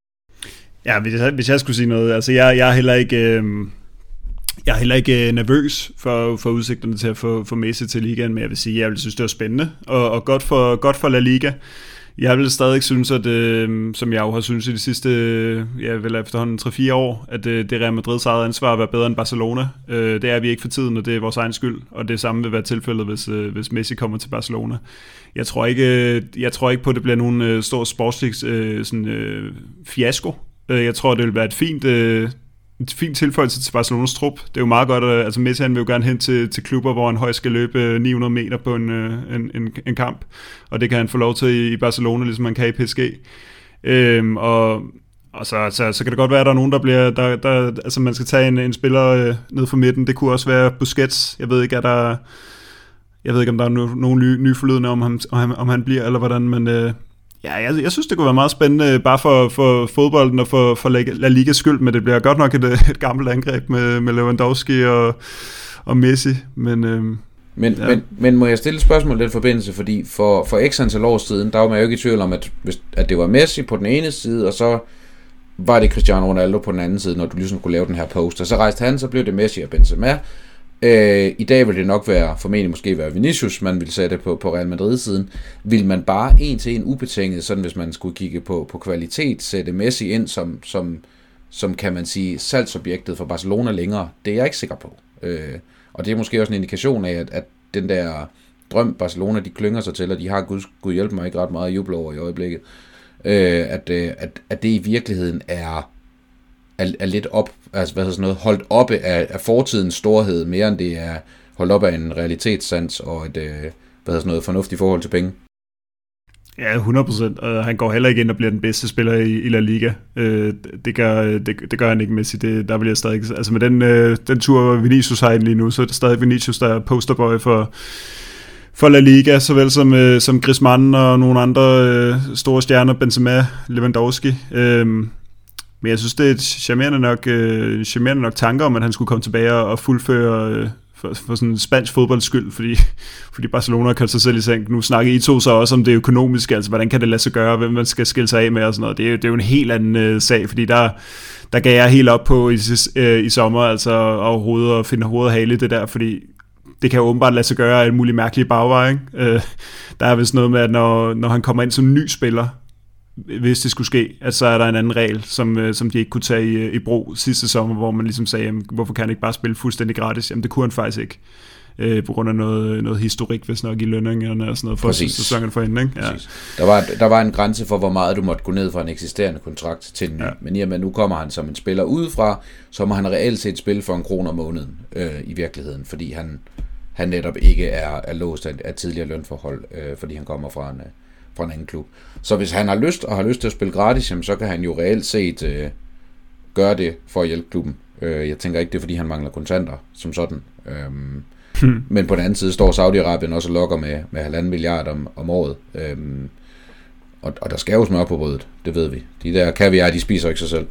S2: Ja, hvis jeg, hvis jeg skulle sige noget, altså jeg, jeg er heller ikke, øh, jeg er heller ikke nervøs for, for udsigterne til at få, få Messi til ligaen, men jeg vil sige, jeg vil synes, det var spændende, og, og godt, for, godt for La Liga. Jeg vil stadig synes, at øh, som jeg jo har synes i de sidste, øh, ja, vel efterhånden tre fire år, at øh, det Real Madrids eget ansvar at være bedre end Barcelona. Øh, det er vi ikke for tiden, og det er vores egen skyld, og det samme vil være tilfældet, hvis, øh, hvis Messi kommer til Barcelona. Jeg tror ikke, jeg tror ikke på, at det bliver nogen øh, stor sportslig øh, sådan, øh, fiasko. Jeg tror, det vil være et fint... Øh, en fin tilføjelse til Barcelonas trup. Det er jo meget godt, at altså Messi han vil jo gerne hen til, til klubber, hvor han højst skal løbe ni hundrede meter på en, en, en, en kamp, og det kan han få lov til i Barcelona, ligesom man kan i P S G. Øhm, og og så, så, så kan det godt være, at der er nogen, der bliver, der, der, altså man skal tage en, en spiller øh, ned fra midten. Det kunne også være Busquets. Jeg ved ikke, er der, jeg ved ikke, om der er no, nogen nye, nye forlydende om, ham, om, om han bliver, eller hvordan, men øh, ja, jeg, jeg synes, det kunne være meget spændende, bare for, for fodbolden og for, for La Ligas skyld, men det bliver godt nok et, et gammelt angreb med, med Lewandowski og, og Messi. Men, øhm,
S3: men, ja. men, men må jeg stille et spørgsmål i den forbindelse, fordi for, for x antal år siden, der var man jo ikke i tvivl om, at, hvis, at det var Messi på den ene side, og så var det Cristiano Ronaldo på den anden side, når du ligesom kunne lave den her post, og så rejste han, så blev det Messi og Benzema. Øh, I dag vil det nok være, formentlig måske være Vinicius, man vil sætte på, på Real Madrid-siden. Vil man bare en til en ubetinget, sådan hvis man skulle kigge på, på kvalitet, sætte Messi ind som, som, som, kan man sige, salgsobjektet for Barcelona længere? Det er jeg ikke sikker på. Øh, og det er måske også en indikation af, at, at den der drøm Barcelona, de klynger sig til, og de har Gud, Gud hjælpe mig ikke ret meget at juble over i øjeblikket, øh, at, at, at det i virkeligheden er Er, er lidt op, altså hvad hedder sådan noget, holdt oppe af, af fortidens storhed, mere end det er holdt op af en realitetssans og et, øh, hvad hedder sådan noget, fornuftigt forhold til penge.
S2: Ja, hundrede procent. Og han går heller ikke ind og bliver den bedste spiller i, i La Liga. Øh, det, gør, det, det gør han ikke, Messi. Det, der vil jeg stadig, altså med den, øh, den tur, Vinicius har lige nu, så er det stadig Vinicius, der er posterboy for, for La Liga, såvel som, øh, som Griezmann og nogle andre øh, store stjerner, Benzema, Lewandowski. Øh, Men jeg synes, det er et charmerende nok, øh, charmerende nok tanker om, at han skulle komme tilbage og fuldføre øh, for, for sådan en spansk fodbolds skyld, fordi, fordi Barcelona kan sig selv i seng. Nu snakker I to så også om det økonomiske, altså hvordan kan det lade sig gøre, hvem man skal skille sig af med og sådan noget. Det er, det er jo en helt anden øh, sag, fordi der, der gav jeg helt op på i, øh, i sommer, altså overhovedet at finde hovedet og hale i det der, fordi det kan jo åbenbart lade sig gøre af en mulig mærkelig bagvej. Ikke? Øh, der er vist noget med, at når, når han kommer ind som ny spiller, hvis det skulle ske, at så er der en anden regel, som, som de ikke kunne tage i, i brug sidste sommer, hvor man ligesom sagde, jamen, hvorfor kan han ikke bare spille fuldstændig gratis? Jamen det kunne han faktisk ikke, øh, på grund af noget, noget historik, hvis nok i lønningerne og sådan noget, for sæsonen for hende. Ikke? Ja.
S3: Der, var, der var en grænse for, hvor meget du måtte gå ned fra en eksisterende kontrakt til en ny, ja. Men i og med, nu kommer han som en spiller udefra, så må han reelt set spille for en krone om måneden øh, i virkeligheden, fordi han, han netop ikke er, er låst af, af tidligere lønforhold, øh, fordi han kommer fra en... Øh, fra en anden klub. Så hvis han har lyst og har lyst til at spille gratis, jamen, så kan han jo reelt set øh, gøre det for at hjælpe klubben. Øh, jeg tænker ikke, det er fordi han mangler kontanter som sådan. Øhm, hmm. Men på den anden side står Saudi-Arabien også og lokker med, med halvanden milliard om, om året. Øhm, og, og der skal jo smør på brødet, det ved vi. De der kaviar, de spiser ikke sig selv.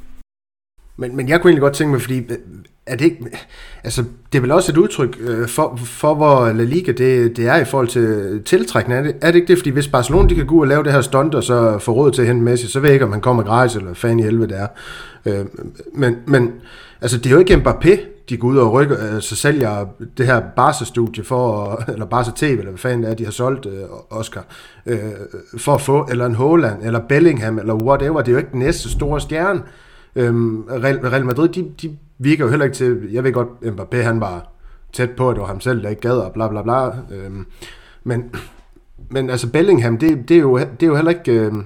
S1: Men, men jeg kunne egentlig godt tænke mig, fordi er det ikke, altså det er vel også et udtryk øh, for, for hvor La Liga det, det er i forhold til tiltrækning. Er det, er det ikke det, fordi hvis Barcelona de kan gå ud og lave det her stunt og så få råd til at hente Messi, så ved jeg ikke, om han kommer gratis eller fan i helvede det er. Øh, men, men altså det er jo ikke Mbappé, de går ud og rykker, altså sælger det her Barca-studie for, eller Barca T V, eller hvad fanden det er, de har solgt øh, Oscar, øh, for at få, eller en Haaland, eller Bellingham, eller whatever. Det er jo ikke den næste store stjerne. Øhm, Real Madrid, de, de virker jo heller ikke til, jeg ved godt, Mbappé han var tæt på, at det var ham selv, der ikke gad, og bla bla bla, øhm, men, men altså Bellingham, det, det, er, jo, det er jo heller ikke, øhm,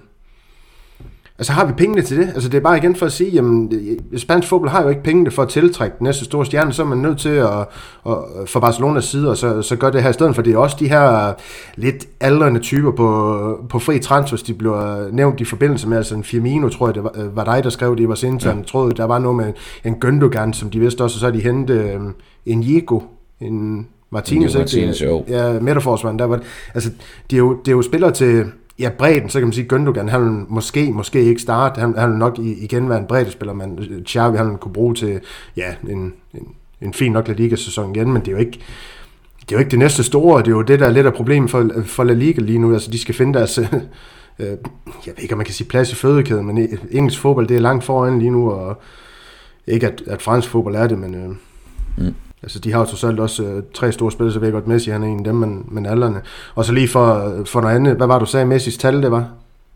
S1: altså har vi pengene til det? Altså det er bare igen for at sige, jamen spansk fodbold har jo ikke pengene for at tiltrække den næste store stjerne, så er man nødt til at, at fra Barcelonas side, og så, så gør det her i stedet, for det er også de her lidt aldrende typer på, på fri transfers, de bliver nævnt i forbindelse med, altså en Firmino, tror jeg, det var, var dig, der skrev det i vores intern, ja. Troede, der var noget med en Gündogan, som de vidste også, og så har de hentet um, en Diego, en Martinez,
S3: Martinez
S1: ikke? Ja, midterforsvaren, der var, altså det er jo, det er jo spillere til, ja, bredden, så kan man sige, Gündogan, han vil måske, måske ikke starte, han, han vil nok igen være en breddespiller, men Xavi, han vil kunne bruge til, ja, en, en, en fin nok La Liga-sæson igen, men det er jo ikke, det er jo ikke det næste store, det er jo det, der er lidt af problemet for, for La Liga lige nu, altså de skal finde deres, øh, jeg ved ikke, om man kan sige plads i fødekæden, men engelsk fodbold, det er langt foran lige nu, og ikke at, at fransk fodbold er det, men øh, mm. altså, de har jo trods alt også øh, tre store spillere, så ved jeg godt, Messi han er en af dem, men, men alderne. Og så lige for, for noget andet, hvad var du sagde, Messis tal, det var?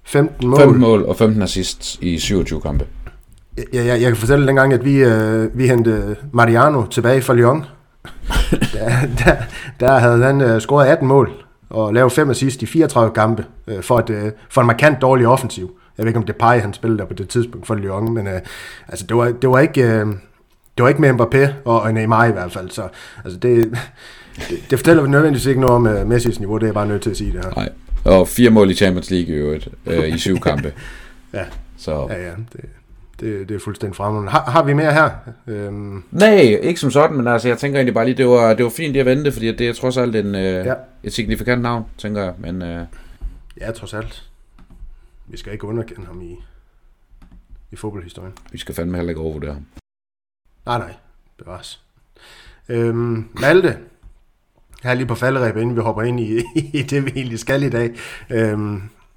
S1: femten mål.
S3: femten mål og femten assists i syvogtyve kampe.
S1: Ja, jeg, jeg kan fortælle dengang, at vi, øh, vi hentede Mariano tilbage fra Lyon. der, der, der havde han øh, scoret atten mål og lavet fem assist i fireogtredive kampe øh, for, et, øh, for en markant dårlig offensiv. Jeg ved ikke, om Depay han spillede der på det tidspunkt for Lyon, men øh, altså, det, var, det, var ikke, øh, det var ikke med Mbappé og Neymar i hvert fald. Så altså, det, det, det fortæller nødvendigvis ikke noget om uh, Messis niveau, det er jeg bare nødt til at sige det her.
S3: Nej, og fire mål i Champions League i øvrigt, øh, i syv kampe.
S1: ja.
S3: Så.
S1: ja, ja, det, det, det er fuldstændig fremragende. Har, har vi mere her? Øhm.
S3: Nej, ikke som sådan, men altså, jeg tænker egentlig bare lige, det var, det var fint lige at vente, fordi det er trods alt en, øh, ja. et signifikant navn, tænker jeg. Men, øh...
S1: ja, trods alt. Vi skal ikke underkende ham i, i fodboldhistorien.
S3: Vi skal fandme heller ikke overvurdere ham.
S1: Nej, nej. Bevares. Øhm, Malte. Her lige på falderæb, inden vi hopper ind i, i det, vi egentlig skal i dag. Øhm,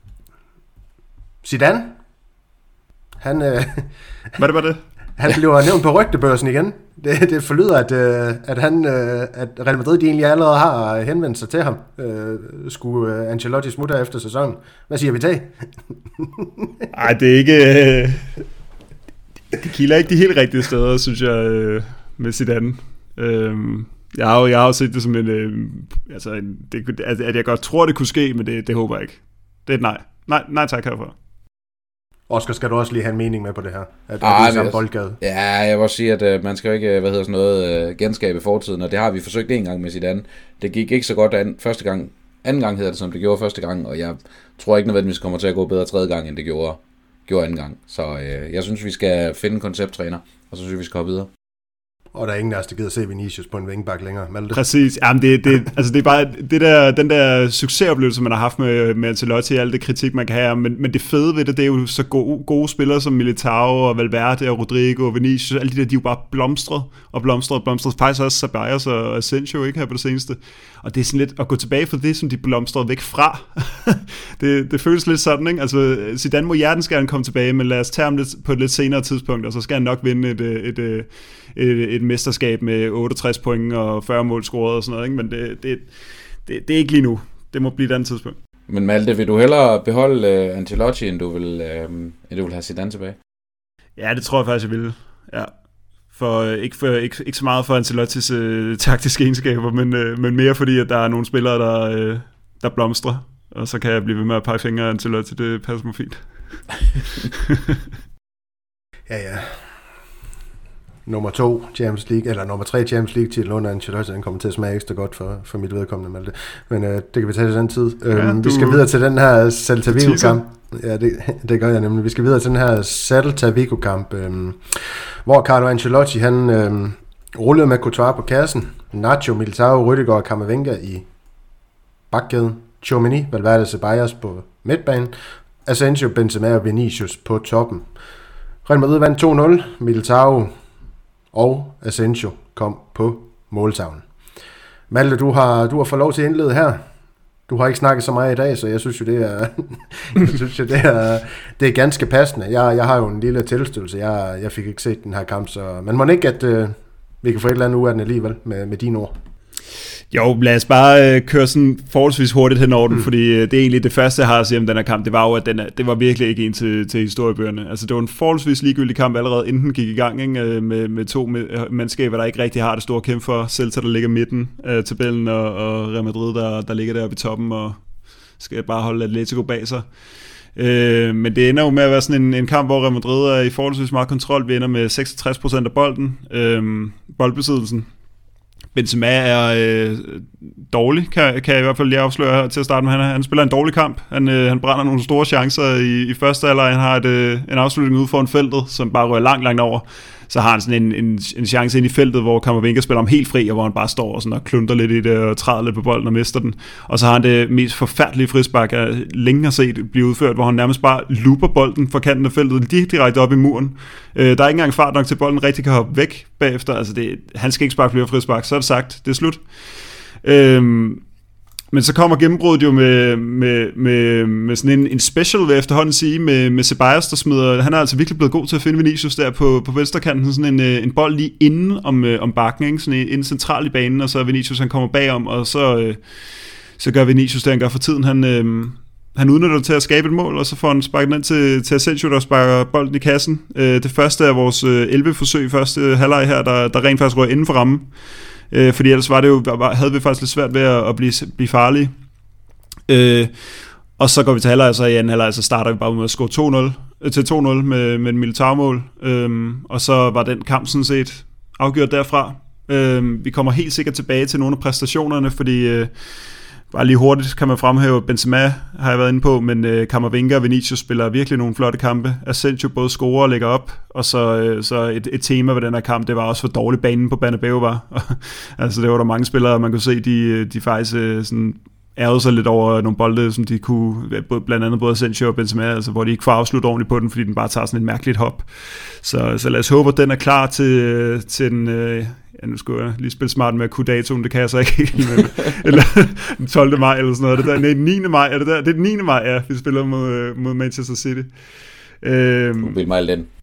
S1: Zidane. Han, øh,
S2: Hvad det var det?
S1: Han bliver nævnt på rygtebørsen igen. Det, det forlyder, at, øh, at, han, øh, at Real Madrid de egentlig allerede har henvendt sig til ham. Øh, skulle øh, Ancelotti smutte efter sæsonen. Hvad siger vi til?
S2: Ej, det er ikke... Øh, det kilder ikke de helt rigtige steder, synes jeg, øh, med Zidane. Øh, jeg, har jo, jeg har jo set det som en... Øh, altså, en, det, at, at jeg godt tror, det kunne ske, men det, det håber jeg ikke. Det er et nej. Nej, nej tak herfra.
S1: Oscar, skal du også lige have en mening med på det her? At
S3: Ej,
S1: det er samme boldgade?
S3: Ja, jeg vil også sige, at uh, man skal jo ikke, hvad hedder sådan noget, uh, genskabe fortiden, og det har vi forsøgt en gang med Zidane. Det gik ikke så godt an, første gang. Anden gang hedder det, som det gjorde første gang, og jeg tror ikke nødvendigvis kommer til at gå bedre tredje gang, end det gjorde, gjorde anden gang. Så uh, jeg synes, vi skal finde en koncepttræner, og så synes vi, vi skal hoppe videre.
S1: Og der er ingen af os, der gider se Vinicius på en vingbak længere. Malte.
S2: Præcis. Jamen, det, det, altså, det er bare det der, den der succesoplevelse, man har haft med, med Ancelotti og alt det kritik, man kan have. Men, men det fede ved det, det er jo så gode, gode spillere som Militao og Valverde og Rodrigo og Vinicius. Alle de der, de er jo bare blomstret og blomstret og blomstret. Faktisk også Ceballos og Asensio, ikke her på det seneste. Og det er sådan lidt at gå tilbage fra det, som de blomstrede væk fra. det, det føles lidt sådan, ikke? Altså, Zidane må hjertens gerne komme tilbage, men lad os tage ham lidt på et lidt senere tidspunkt, og så skal han nok vinde et, et, et, et, et mesterskab med otteogtres point og fyrre mål scoret og sådan noget, ikke? Men det, det, det, det er ikke lige nu. Det må blive et andet tidspunkt.
S3: Men Malte, vil du hellere beholde uh, Ancelotti, end du vil, uh, end du vil have Zidane tilbage?
S2: Ja, det tror jeg faktisk, jeg vil. Ja. For, øh, ikke, for, ikke, ikke så meget for Ancelottis øh, taktiske egenskaber, men, øh, men mere fordi, at der er nogle spillere, der, øh, der blomstrer. Og så kan jeg blive ved med at pege fingre af Ancelotti. Det passer mig fint.
S1: ja, ja. Nummer to Champions League, eller nummer tre Champions League til under Ancelotti, den kommer til at smage ekstra godt for, for mit vedkommende, Malte. Men øh, det kan vi tage til den tid. Ja, øhm, du... Vi skal videre til den her Celta Vigo-kamp. Ja, det, det gør jeg nemlig. Vi skal videre til den her Celta Vigo-kamp, øhm, hvor Carlo Ancelotti, han øhm, rullede med Courtois på kassen, Nacho, Militao, Rüdiger og Camavinga i bakkæden, Tchouaméni, Valverde, Ceballos på midtbanen, Asensio, Benzema og Vinicius på toppen. Real Madrid vandt to nul, Militao og Asensio kom på måltavlen. Malte, du har, du har fået lov til at indlede her. Du har ikke snakket så meget i dag, så jeg synes jo, det er, jeg synes jo, det er, det er ganske passende. Jeg, jeg har jo en lille tilståelse. Jeg, jeg fik ikke set den her kamp, så man må ikke, at øh, vi kan få et eller andet ud af den alligevel med, med dine ord.
S2: Jo, lad os bare øh, køre sådan forholdsvis hurtigt hen over den, mm. fordi øh, det er egentlig det første, jeg har at sige om den her kamp, det var jo, at den er, det var virkelig ikke en til, til historiebøgerne. Altså, det var en forholdsvis ligegyldig kamp allerede, inden den gik i gang, ikke? Med, med to med, mandskaber, der ikke rigtig har det store kæmpe for. Celta, der ligger midten af tabellen, og, og Real Madrid, der, der ligger deroppe i toppen, og skal bare holde Atletico bag sig. Øh, men det ender jo med at være sådan en, en kamp, hvor Real Madrid er i forholdsvis meget kontrol. Vi ender med seksogtres procent af bolden, øh, boldbesiddelsen. Benzema er øh, dårlig, kan, kan jeg i hvert fald lige afsløre her til at starte med. Han, han spiller en dårlig kamp. Han, øh, han brænder nogle store chancer i, i første halvleg. Han har et, øh, en afslutning ude foran feltet, som bare rører langt, langt over. Så har han sådan en, en, en chance ind i feltet, hvor Camavinga spiller ham helt fri, og hvor han bare står og, sådan, og klunter lidt i det, og træder lidt på bolden og mister den. Og så har han det mest forfærdelige frispark, jeg længe har set blive udført, hvor han nærmest bare looper bolden fra kanten af feltet, direkte op i muren. Øh, der er ikke engang fart nok til, bolden rigtig kan hoppe væk bagefter. Altså det, han skal ikke sparke flere frispark, så er det sagt. Det er slut. Øh, Men så kommer gennembruddet jo med, med, med, med sådan en, en special, vil jeg efterhånden sige, med, med Ceballos, der smider. Han er altså virkelig blevet god til at finde Vinicius der på, på venstrekanten, sådan en, en bold lige inden om, om bakken, ikke? Sådan en, en central i banen, og så Vinicius han kommer bagom, og så, så gør Vinicius det, han gør for tiden. Han, han udnytter det til at skabe et mål, og så får han sparket ned til, til Asensio, der sparker bolden i kassen. Øh, det første af vores elleve forsøg, første halvleg her, der, der rent faktisk røg inden for rammen. Øh, fordi ellers var det jo, havde vi faktisk lidt svært ved at, at blive, blive farlige. Øh, og så går vi til halvleg, så i anden halvleg, så starter vi bare med at score to nul til to nul med, med en Militao-mål. Øh, og så var den kamp sådan set afgjort derfra. Øh, vi kommer helt sikkert tilbage til nogle af præstationerne, fordi... Øh, Bare lige hurtigt kan man fremhæve, Benzema har jeg været inde på, men øh, Camavinga og Vinicius spiller virkelig nogle flotte kampe. Asensio både scorer og lægger op, og så, øh, så et, et tema ved den her kamp, det var også, hvor dårlig banen på Bernabeu var. Altså det var der mange spillere, man kunne se, de, de faktisk øh, sådan ærgede sig lidt over nogle bolde, som de kunne, blandt andet både Asensio og Benzema, altså, hvor de ikke får afslutte ordentligt på den, fordi den bare tager sådan et mærkeligt hop. Så, så lad os håbe, at den er klar til, til den... Øh, ja, nu skulle jeg lige spille smart med at kunne datoen, det kan jeg så ikke helt, men, eller den tolvte maj eller sådan noget, det der, nej, den niende maj, er det der? Det er den niende maj, ja, vi spiller mod, mod Manchester City. Øhm,
S3: du vil mig den.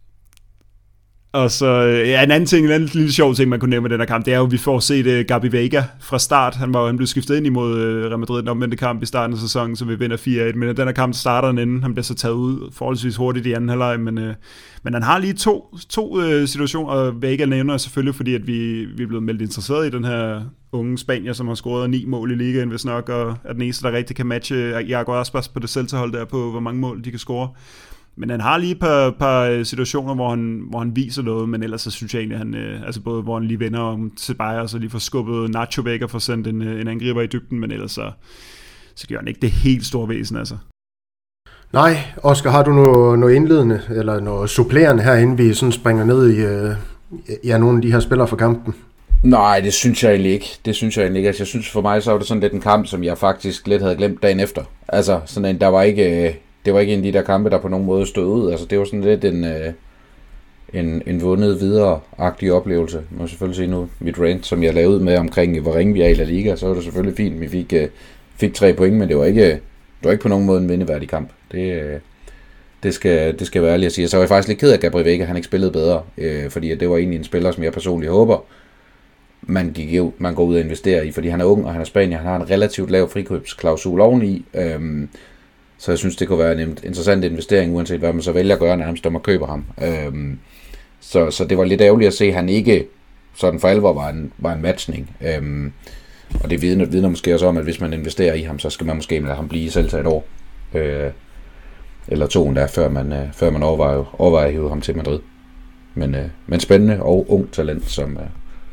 S2: Og så, ja, en anden ting, en anden lille sjov ting, man kunne nævne med den her kamp, det er jo, at vi får set uh, Gabi Veiga fra start. Han var han blev skiftet ind imod uh, Real Madrid, den omvendte kamp i starten af sæsonen, så vi vinder fire et. Men den her kamp starter den inden. Han bliver så taget ud forholdsvis hurtigt i anden halvleg, men, uh, men han har lige to, to uh, situationer, og Veiga nævner selvfølgelig, fordi at vi, vi er blevet meldt interesseret i den her unge spanier, som har scoret ni mål i ligaen, hvis nok, og er den eneste, der rigtig kan matche Iago Aspas på det Celta-hold der, på hvor mange mål de kan score. Men han har lige et par, par situationer, hvor han, hvor han viser noget, men ellers så synes jeg egentlig, han, øh, altså både hvor han lige vender om Ceballos og lige får skubbet Nacho væk og får sendt en, en angriber i dybden, men ellers så, så gør han ikke det helt store væsen, altså.
S1: Nej, Oscar, har du noget, noget indledende eller noget supplerende her, inden vi sådan springer ned i øh, ja, nogle af de her spillere for kampen?
S3: Nej, det synes jeg egentlig ikke. Det synes jeg egentlig ikke. Altså, jeg synes for mig, så var det sådan lidt en kamp, som jeg faktisk lidt havde glemt dagen efter. Altså, sådan en, der var ikke... Øh, Det var ikke en af de der kampe, der på nogen måde stod ud. Altså, det var sådan lidt en, øh, en, en vundet videre-agtig oplevelse. Man må selvfølgelig sige nu, mit rant, som jeg lavede med omkring, hvor ringe vi er i La Liga, så var det selvfølgelig fint. Vi fik, øh, fik tre point, men det var ikke, det var ikke på nogen måde en vindeværdig kamp. Det, øh, det, skal, det skal være ærligt at sige. Så var jeg faktisk lidt ked af, at Gabriel Veiga, han ikke spillede bedre, øh, fordi det var egentlig en spiller, som jeg personligt håber, man, gik, man går ud og investerer i, fordi han er ung, og han er spanier. Han har en relativt lav frikøbsklausul oveni, øh, så jeg synes, det kunne være en interessant investering, uanset hvad man så vælger at gøre nærmest, om at købe ham. Øhm, så, så det var lidt ærgerligt at se, at han ikke sådan for alvor var en, var en matchning. Øhm, og det vidner, vidner måske også om, at hvis man investerer i ham, så skal man måske lade ham blive selv til et år. Øh, eller to endda, før man, øh, før man overvejer, overvejer at hive ham til Madrid. Men, øh, men spændende og ung talent, som øh,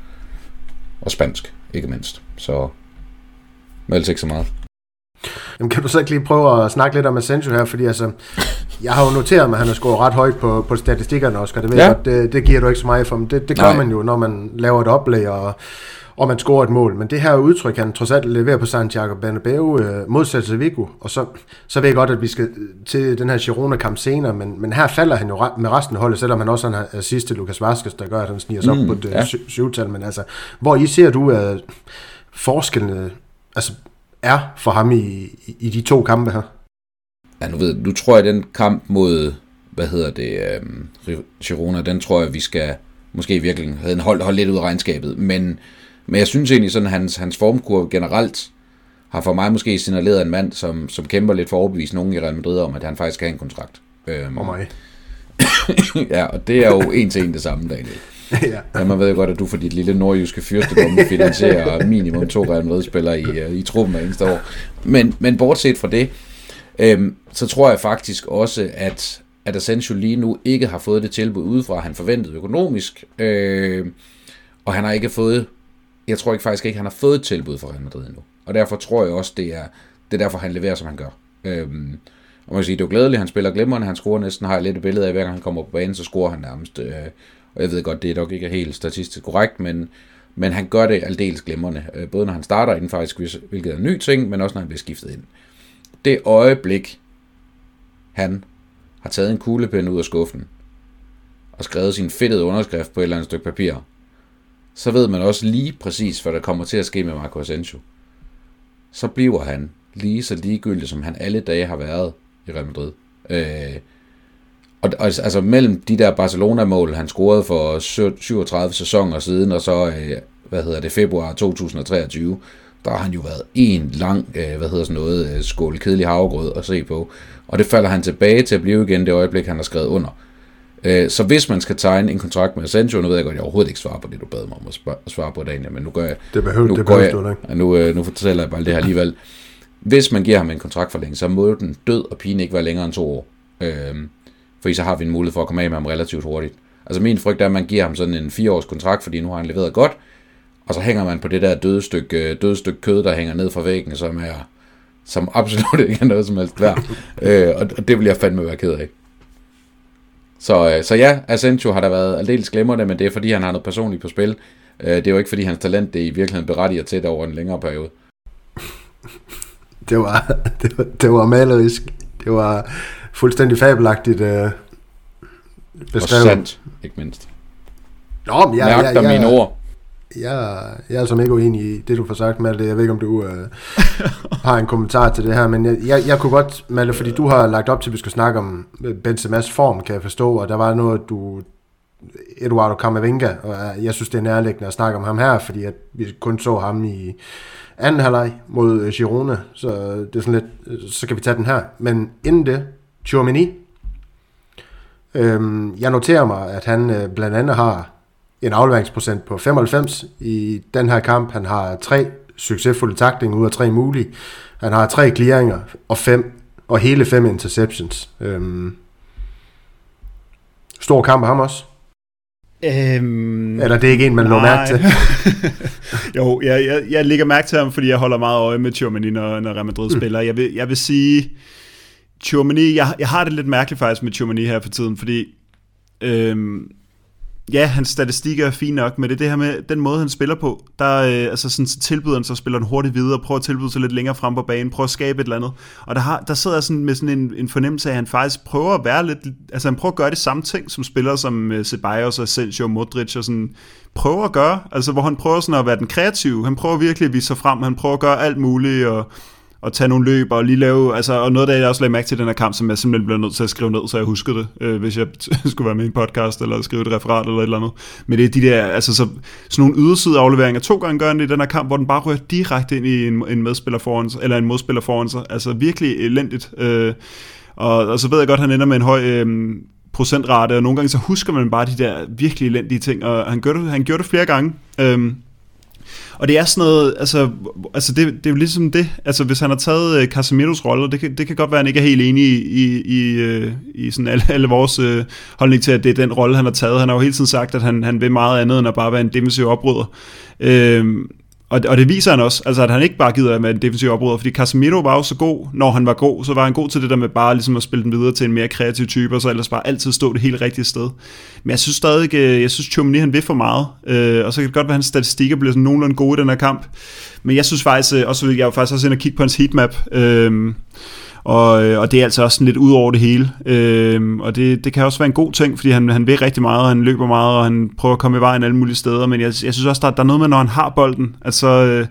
S3: og spansk, ikke mindst. Så men ellers ikke så meget.
S1: Jamen, kan du så ikke lige prøve at snakke lidt om Asensio her, fordi altså, jeg har jo noteret mig, at han har scoret ret højt på, på statistikkerne, Oscar, det ved ja. jeg, det, det giver du ikke så meget for, men det, det gør man jo, når man laver et oplæg, og, og man scorer et mål, men det her udtryk, han trods alt leverer på Santiago Bernabeu, øh, modsat til Vigo, og så, så ved jeg godt, at vi skal til den her Girona-kamp senere, men, men her falder han jo med resten af holdet, selvom han også har assist til Lucas Vazquez, der gør, at han sniger sig mm, op på et ja. sy- syvtal, men altså, hvor I ser du, at forskellene, altså, er for ham i, i, i de to kampe her?
S3: Ja, nu ved nu tror jeg, den kamp mod, hvad hedder det, øh, Girona, den tror jeg, vi skal måske virkelig have holdt hold lidt ud af regnskabet, men, men jeg synes egentlig sådan, hans, hans formkurve generelt har for mig måske signaleret en mand, som, som kæmper lidt for at overbevise nogen i Real Madrid om, at han faktisk skal have en kontrakt. Øhm,
S1: og mig.
S3: Ja, og det er jo en til en det samme, Daniel. Ja. Ja, man ved jo godt, at du for dit lille nordjyske fyrstedomme finansierer minimum to Real Madrid-spillere i, i truppen hver eneste år. Men, men bortset fra det, øhm, så tror jeg faktisk også, at, at Asensio lige nu ikke har fået det tilbud udefra, han forventede økonomisk, øh, og han har ikke fået, jeg tror ikke faktisk ikke, han har fået et tilbud fra Real Madrid endnu. Og derfor tror jeg også, det er, det er derfor, han leverer, som han gør. Øhm, og man kan sige, det er jo glædeligt, han spiller glimrende, han scorer næsten, har jeg lidt et billede af, hver gang han kommer på banen, så scorer han nærmest. Øh, og jeg ved godt, det er nok ikke helt statistisk korrekt, men, men han gør det aldeles glimrende. Øh, både når han starter inden faktisk, hvilket er en ny ting, men også når han bliver skiftet ind. Det øjeblik, han har taget en kuglepen ud af skuffen, og skrevet sin fedtede underskrift på et eller andet stykke papir, så ved man også lige præcis, hvad der kommer til at ske med Marco Asensio. Så bliver han lige så ligegyldig, som han alle dage har været i Real Madrid. Øh, og, og altså mellem de der Barcelona-mål, han scorede for syvogtredive sæsoner siden, og så, øh, hvad hedder det, februar to tusind treogtyve, der har han jo været en lang, øh, hvad hedder sådan noget, øh, skål kedelig havregrød at se på. Og det falder han tilbage til at blive igen det øjeblik, han har skrevet under. Øh, så hvis man skal tegne en kontrakt med Asensio, nu ved jeg godt, jeg overhovedet ikke svarer på det, du bad mig om at spørge, svare på, Daniel, men nu gør jeg...
S1: Det behøver,
S3: nu
S1: det behøver du
S3: ikke. Nu, øh, nu fortæller jeg bare det her alligevel. Hvis man giver ham en kontraktforlængning, så må den død og pine ikke være længere end to år. Øh, fordi så har vi en mulighed for at komme af med ham relativt hurtigt. Altså min frygt er, at man giver ham sådan en fire års kontrakt, fordi nu har han leveret godt, og så hænger man på det der døde stykke, døde stykke kød, der hænger ned fra væggen, som er som absolut ikke er noget som helst værd. øh, og det vil jeg fandme være ked af. Så, øh, så ja, Asensio har der været aldeles glemrende, men det er fordi, han har noget personligt på spil. Øh, det er jo ikke fordi, hans talent det i virkeligheden berettiger til det over en længere periode.
S1: Det var, det var, det var malerisk. Det var fuldstændig fabelagtigt øh, beskrevet.
S3: Og sandt, ikke mindst.
S1: Nå, men jeg,
S3: Mærk
S1: jeg,
S3: dig
S1: jeg,
S3: mine ord.
S1: Jeg, jeg er altså ikke uenig i det, du får sagt, Malte. Jeg ved ikke, om du øh, har en kommentar til det her, men jeg, jeg, jeg kunne godt, Malte, fordi du har lagt op til, at vi skal snakke om Benzemas form, kan jeg forstå, og der var noget, du... Eduardo Camavinga, og jeg synes, det er nærliggende at snakke om ham her, fordi at vi kun så ham i anden halvleg mod Girona, så det er sådan lidt, så kan vi tage den her. Men inden det, Tchouaméni, øhm, jeg noterer mig, at han øh, blandt andet har en afleveringsprocent på femoghalvfems i den her kamp. Han har tre succesfulde tacklinger ud af tre mulige. Han har tre clearinger og fem og hele fem interceptions. Øhm, stor kamp af ham også.
S2: Øhm,
S1: Eller det er ikke en, man lå mærke til?
S2: Jo, jeg, jeg, jeg lægger mærke til ham, fordi jeg holder meget øje med Tchouaméni, når, når Real Madrid mm. spiller. Jeg vil, jeg vil sige, Tchouaméni, jeg, jeg har det lidt mærkeligt faktisk med Tchouaméni her for tiden, fordi øhm, ja, hans statistikker er fine nok, men det er det her med den måde, han spiller på. Der øh, altså sådan, så tilbyder han, så spiller han hurtigt videre, prøver at tilbyde sig lidt længere frem på banen, prøver at skabe et eller andet. Og der, har, der sidder jeg sådan med sådan en, en fornemmelse af, at han faktisk prøver at være lidt, altså han prøver at gøre det samme ting, som spillere som uh, Ceballos og Asensio og Modric og sådan prøver at gøre, altså hvor han prøver sådan at være den kreative. Han prøver virkelig at vise sig frem, han prøver at gøre alt muligt og og tage nogle løb og lige lave, altså, og noget af det, jeg også lagde mærke til den her kamp, som jeg simpelthen blev nødt til at skrive ned, så jeg huskede det, øh, hvis jeg skulle være med i en podcast, eller skrive et referat, eller et eller andet. Men det er de der, altså, så, sådan nogle yderside afleveringer, to gange gør han det i den her kamp, hvor den bare rører direkte ind i en, en medspiller foran sig, eller en modspiller foran sig, altså virkelig elendigt. Øh, og, og så ved jeg godt, at han ender med en høj øh, procentrate, og nogle gange så husker man bare de der virkelig elendige ting, og han gjorde det, han gjorde det flere gange. Øh, Og det er sådan noget, altså, altså det, det er jo ligesom det, altså hvis han har taget uh, Casemiros rolle, det kan, det kan godt være, at han ikke er helt enig i, i, i, uh, i sådan alle, alle vores uh, holdning til, at det er den rolle, han har taget. Han har jo hele tiden sagt, at han, han vil meget andet, end at bare være en defensiv opbryder. Uh, Og, og det viser han også, altså at han ikke bare gider at være en defensiv opbryder, fordi Casemiro var jo så god, når han var god, så var han god til det der med bare ligesom at spille den videre til en mere kreativ type, og så ellers bare altid stå det helt rigtige sted. Men jeg synes stadig, jeg synes Tchouaméni han vil for meget, øh, og så kan det godt være, at hans statistikker bliver sådan nogenlunde gode i den her kamp. Men jeg synes faktisk, også vil jeg jo faktisk også ind og kigge på hans heatmap, øh, Og, og det er altså også sådan lidt ud over det hele, øhm, og det, det kan også være en god ting, fordi han, han vil rigtig meget, og han løber meget, og han prøver at komme i vejen alle mulige steder, men jeg, jeg synes også, der, der er noget med, når han har bolden, altså, øh,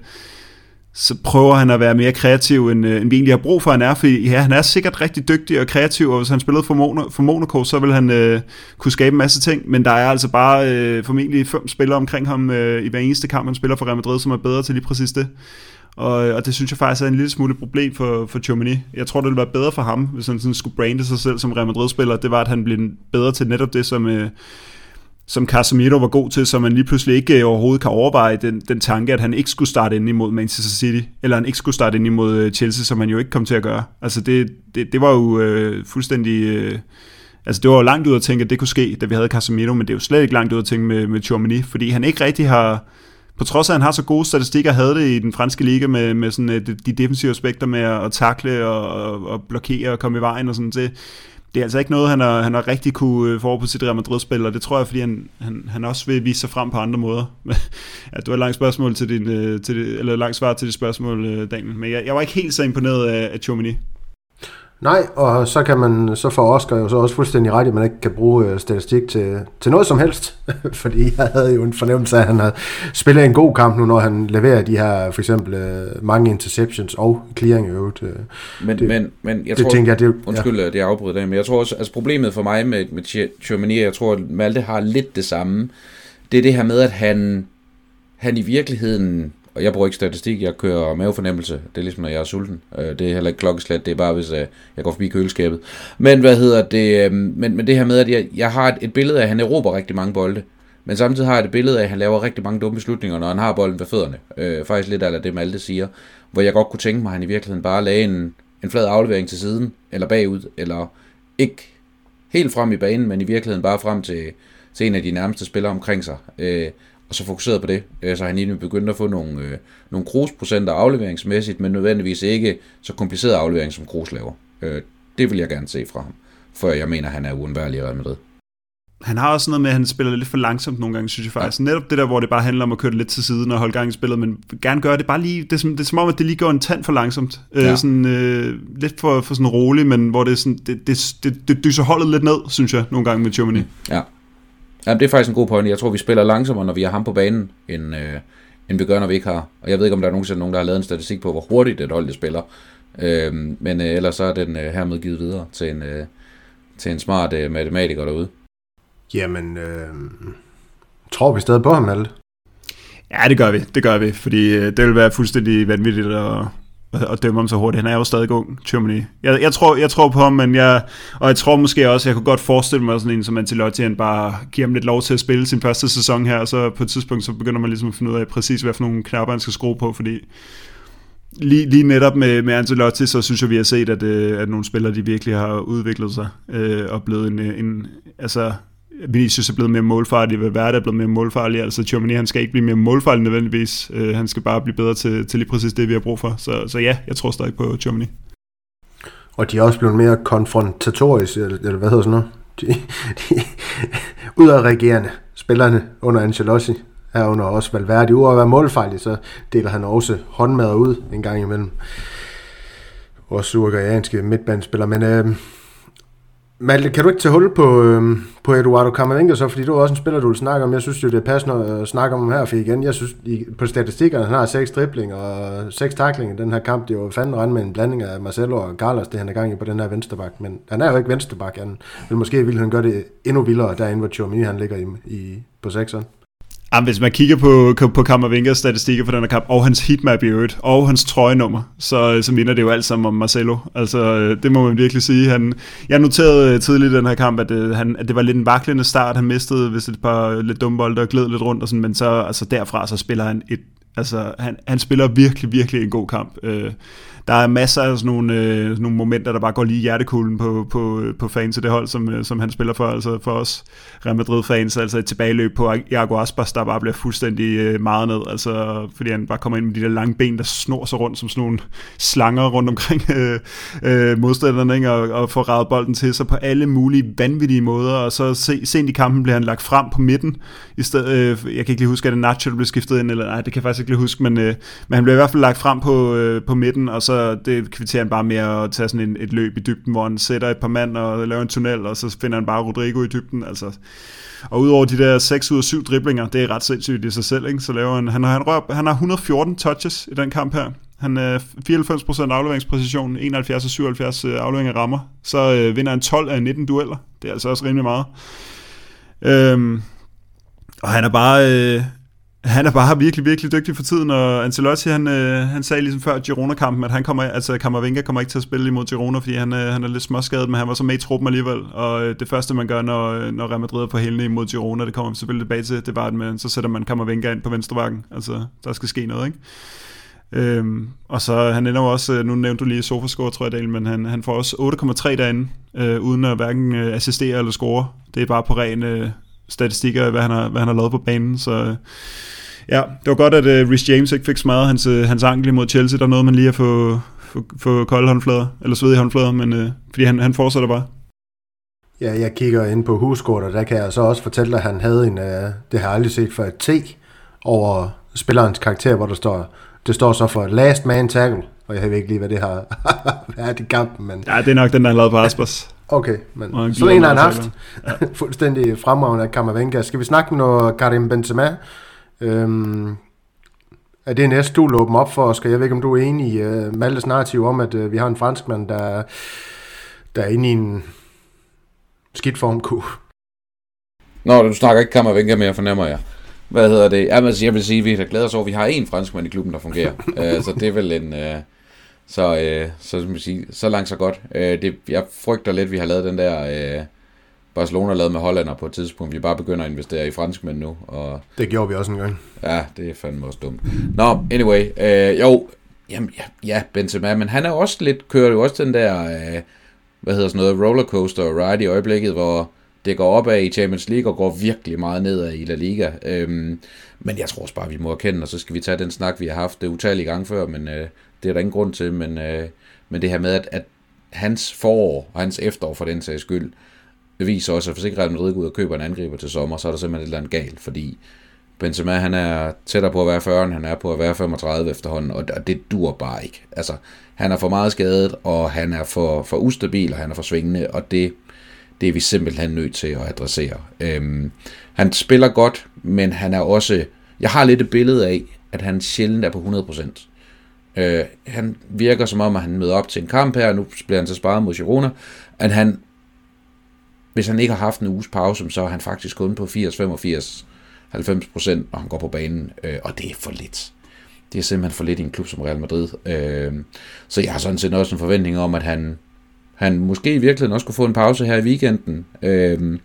S2: så prøver han at være mere kreativ, end, øh, end vi egentlig har brug for, han er, fordi ja, han er sikkert rigtig dygtig og kreativ, og hvis han spillede for, Monaco, for Monaco, så vil han øh, kunne skabe en masse ting, men der er altså bare øh, formentlig fem spillere omkring ham øh, i hver eneste kamp, han spiller for Real Madrid, som er bedre til lige præcis det. Og, og det synes jeg faktisk er en lille smule problem for, for Tchouaméni. Jeg tror, det ville være bedre for ham, hvis han sådan skulle brande sig selv som Real Madrid-spiller. Det var, at han blev bedre til netop det, som, øh, som Casemiro var god til, så man lige pludselig ikke øh, overhovedet kan overveje den, den tanke, at han ikke skulle starte ind imod Manchester City, eller han ikke skulle starte ind imod Chelsea, som han jo ikke kom til at gøre. Altså det, det, det var jo øh, fuldstændig... Øh, altså det var jo langt ud at tænke, at det kunne ske, da vi havde Casemiro, men det er jo slet ikke langt ud at tænke med, med Tchouaméni, fordi han ikke rigtig har... På trods af, at han har så gode statistikker, havde det i den franske liga med, med sådan, de, de defensive aspekter med at, at takle og, og, og blokere og komme i vejen og sådan det. Det er altså ikke noget, han har, han har rigtig kunne få på sit Real Madrid-spil, og det tror jeg, fordi han, han, han også vil vise sig frem på andre måder. Ja, det var et langt spørgsmål til din, til det, eller et langt svar til det spørgsmål, Daniel. Men jeg, jeg var ikke helt så imponeret af, af Tchouaméni.
S1: Nej, og så kan man, så får Oscar jo så også fuldstændig ret, at man ikke kan bruge statistik til, til noget som helst, fordi jeg havde jo en fornemmelse af, at han havde spillet en god kamp nu, når han leverer de her, for eksempel, mange interceptions og clearing i øvrigt.
S3: Men,
S1: det,
S3: men, men jeg
S1: det
S3: tror,
S1: tænker jeg, det,
S3: undskyld, ja. det er afbrydet af, men jeg tror også, altså problemet for mig med, med Tchouaméni, jeg tror, at Malte har lidt det samme, det er det her med, at han, han i virkeligheden, og jeg bruger ikke statistik, jeg kører mavefornemmelse. Det er ligesom, når jeg er sulten. Det er heller ikke klokkeslæt, det er bare, hvis jeg går forbi køleskabet. Men hvad hedder det? Men, men det her med, at jeg, jeg har et, et billede af, at han erobrer rigtig mange bolde. Men samtidig har jeg et billede af, at han laver rigtig mange dumme beslutninger, når han har bolden ved fødderne. Øh, faktisk lidt af det, Malte siger. Hvor jeg godt kunne tænke mig, at han i virkeligheden bare lagde en, en flad aflevering til siden, eller bagud, eller ikke helt frem i banen, men i virkeligheden bare frem til, til en af de nærmeste spillere omkring sig. Øh, og så fokuseret på det, øh, så han egentlig begyndte at få nogle, øh, nogle Kroos-procenter afleveringsmæssigt, men nødvendigvis ikke så kompliceret aflevering, som Kroos laver. Øh, det vil jeg gerne se fra ham, for jeg mener, at han er uundværlig i Real Madrid.
S2: Han har også noget med, at han spiller lidt for langsomt nogle gange, synes jeg faktisk. Ja. Netop det der, hvor det bare handler om at køre det lidt til siden og holde gang i spillet, men gerne gøre det bare lige, det er, som, det er som om, at det lige går en tand for langsomt. Ja. Øh, sådan, øh, lidt for, for sådan roligt, men hvor det, er sådan, det, det, det, det dyser holdet lidt ned, synes jeg, nogle gange med Tchouaméni.
S3: Ja. Ja, det er faktisk en god pointe. Jeg tror, vi spiller langsommere, når vi har ham på banen, end, øh, end vi gør, når vi ikke har. Og jeg ved ikke, om der er nogensinde nogen, der har lavet en statistik på, hvor hurtigt et hold det spiller. Øh, men øh, ellers så er den øh, hermed givet videre til en, øh, til en smart øh, matematiker derude.
S1: Jamen, øh, tror vi stadig på ham, Malte?
S2: Ja, det gør vi, det gør vi, fordi øh, det vil være fuldstændig vanvittigt at, at dømme ham så hurtigt. Han er jo stadig ung, Tchouaméni. Jeg, jeg, tror, jeg tror på ham, men jeg, og jeg tror måske også, jeg kunne godt forestille mig sådan en som Ancelotti, han bare giver ham lidt lov til at spille sin første sæson her, og så på et tidspunkt, så begynder man ligesom at finde ud af præcis, hvad for nogle knapper han skal skrue på, fordi lige, lige netop med, med Ancelotti, så synes jeg, vi har set, at, at nogle spillere, de virkelig har udviklet sig, øh, og blevet en, en altså... Vinicius er blevet mere målfarlig, Valverde er blevet mere målfarlig, altså Tchouaméni, han skal ikke blive mere målfarlig nødvendigvis, uh, han skal bare blive bedre til, til lige præcis det, vi har brug for, så, så ja, jeg tror stadig på Tchouaméni.
S1: Og de er også blevet mere konfrontatoriske, eller, eller hvad hedder sådan noget, de, de udadreagerende spillerne under Ancelotti, herunder også Valverde, ude at være målfarlig, så deler han også håndmad ud en gang imellem, vores uruguayanske midtbanespiller, men øh, Malte, kan du ikke tage hul på, øh, på Eduardo Camavinga så, fordi du er også en spiller, du vil snakke om. Jeg synes jo, det er passende at snakke om ham her, for igen, jeg synes, i, på statistikkerne, han har seks driblinger og seks tacklinger i den her kamp. Det er jo fanden rende med en blanding af Marcelo og Carlos, det han er gang i på den her venstreback, men han er jo ikke venstreback, han vil måske ville han gøre det endnu vildere, derinde hvor Tchouaméni han ligger i, i, på sekseren.
S2: Jamen, hvis man kigger på, på Camavingas statistikker for den her kamp, og hans heatmap i øvrigt, og hans trøjenummer, så, så minder det jo alt sammen om Marcelo. Altså, det må man virkelig sige. Han, jeg noterede tidligt i den her kamp, at, øh, han, at det var lidt en vaklende start. Han mistede vist et par lidt dumme bolde og gled lidt rundt, og sådan, men så altså, derfra så spiller han et... Altså, han, han spiller virkelig, virkelig en god kamp. Øh, der er masser af sådan nogle, øh, nogle momenter, der bare går lige i hjertekuglen på, på, på fans af det hold, som, som han spiller for, altså for os Real Madrid-fans, altså et tilbageløb på Iago Aspas, der bare bliver fuldstændig øh, meget ned, altså fordi han bare kommer ind med de der lange ben, der snor sig rundt som sådan nogle slanger rundt omkring øh, øh, modstanderne, ikke? Og, og får raget bolden til sig på alle mulige vanvittige måder, og så se, sent i kampen bliver han lagt frem på midten, i stedet, øh, jeg kan ikke lige huske, at det Nacho, der blev skiftet ind, eller nej, det kan jeg faktisk ikke lige huske, men, øh, men han bliver i hvert fald lagt frem på, øh, på midten, og så det kvitterer han bare med at tage sådan en, et løb i dybden, hvor han sætter et par mand og laver en tunnel, og så finder han bare Rodrigo i dybden, altså. Og udover de der seks ud af syv driblinger, det er ret sindssygt i sig selv, ikke? Så laver han, han har, han, rør, han har et hundrede og fjorten touches i den kamp her. Han er fireoghalvfems procent afleveringspræcision, enoghalvfjerds og syvoghalvfjerds afleveringer rammer. Så øh, vinder han tolv af nitten dueller. Det er altså også rimelig meget. Øhm, og han er bare... Øh, Han er bare virkelig, virkelig dygtig for tiden, og Ancelotti, han, øh, han sagde ligesom før Girona-kampen, at han kommer, altså Camavinga kommer ikke til at spille imod Girona, fordi han, øh, han er lidt småskadet, men han var så med i truppen alligevel, og øh, det første, man gør, når, når Real Madrid er på hælene imod Girona, det kommer man selvfølgelig tilbage til, det var, at man, så sætter man Camavinga ind på venstrebakken, altså der skal ske noget, ikke? Øhm, og så han ender også, nu nævnte du lige Sofascore, tror jeg, Daniel, men han, han får også otte komma tre derinde, øh, uden at hverken øh, assistere eller score, det er bare på ren... Øh, statistikker, hvad han har, hvad han har lavet på banen, så ja, det var godt, at uh, Reece James ikke fik smadret hans, uh, hans ankel imod Chelsea, der er noget, man lige har få, få, få kolde håndflader, eller svedige håndflader, men uh, fordi han, han fortsætter bare.
S1: Ja, jeg kigger ind på Husgaard, og der kan jeg så også fortælle, at han havde en, uh, det har jeg aldrig set for et T over spillerens karakter, hvor der står, det står så for last man tackle, og jeg ved ikke lige, hvad det har været i kampen, men...
S2: Ja, det er nok den, der han lavede på Aspas.
S1: Okay, men så en har han haft. Ja. Fuldstændig fremragende af Camavinga. Skal vi snakke med noget Karim Benzema? Øhm, er det næste, du vil åbne op for, Oscar? Jeg ved ikke, om du er enig i uh, Maltes narrativ om, at uh, vi har en franskmand, der, der er inde i en skidt formkur.
S3: Nå, du snakker ikke Camavinga mere, fornemmer jeg. Hvad hedder det? Jamen, altså, jeg vil sige, at vi har glædet os over, at vi har en franskmand i klubben, der fungerer. uh, så det er vel en... Uh, så, uh, så, så, sige, så langt så godt. Uh, det, jeg frygter lidt, at vi har lavet den der... Uh, Barcelona lavet med hollander på et tidspunkt. Vi bare begynder at investere i franskmænd nu. Og...
S1: Det gjorde vi også en gang.
S3: Ja, det er fandme også dumt. Nå, anyway. Uh, jo, jamen, ja, ja, Benzema, men han er også lidt... Kører jo også den der... Uh, hvad hedder sådan noget? Rollercoaster ride i øjeblikket, hvor... Det går opad i Champions League og går virkelig meget nedad i La Liga. Øhm, men jeg tror også bare, vi må erkende, og så skal vi tage den snak, vi har haft det utallige gange før, men øh, det er der ingen grund til. Men, øh, men det her med, at, at hans forår og hans efterår for den sags skyld, det viser også, at hvis ikke Real Madrid går ud og køber en angriber til sommer, så er der simpelthen et eller andet galt, fordi Benzema, han er tættere på at være fyrre, han er på at være femogtredive efterhånden, og det dur bare ikke. Altså, han er for meget skadet, og han er for, for ustabil, og han er for svingende, og det... Det er vi simpelthen nødt til at adressere. Øhm, han spiller godt, men han er også... Jeg har lidt et billede af, at han sjældent er på hundrede procent. Øh, han virker som om, at han møder op til en kamp her, og nu bliver han så sparet mod Girona, at han... Hvis han ikke har haft en uges pause, så er han faktisk kun på firs, femogfirs, halvfems procent, når han går på banen, øh, og det er for lidt. Det er simpelthen for lidt i en klub som Real Madrid. Øh, så jeg har sådan set også en forventning om, at han... Han måske i virkeligheden også kunne få en pause her i weekenden. Øhm,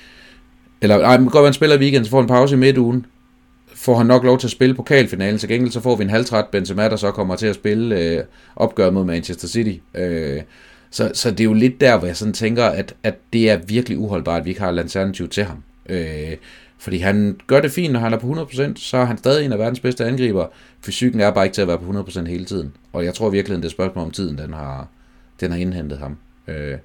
S3: eller nej, man kan godt være, han spiller i weekenden, så får en pause i midtugen. Får han nok lov til at spille pokalfinalen. Til gengæld så får vi en halvtræt Benzema, der så kommer til at spille øh, opgøret mod Manchester City. Øh, så, så det er jo lidt der, hvor jeg sådan tænker, at, at det er virkelig uholdbart, at vi ikke har et alternativ til ham. Øh, fordi han gør det fint, når han er på hundrede procent, så er han stadig en af verdens bedste angriber. Fysikken er bare ikke til at være på hundrede procent hele tiden. Og jeg tror virkelig, det er et spørgsmål om tiden, den har... Den har indhentet ham. Øh,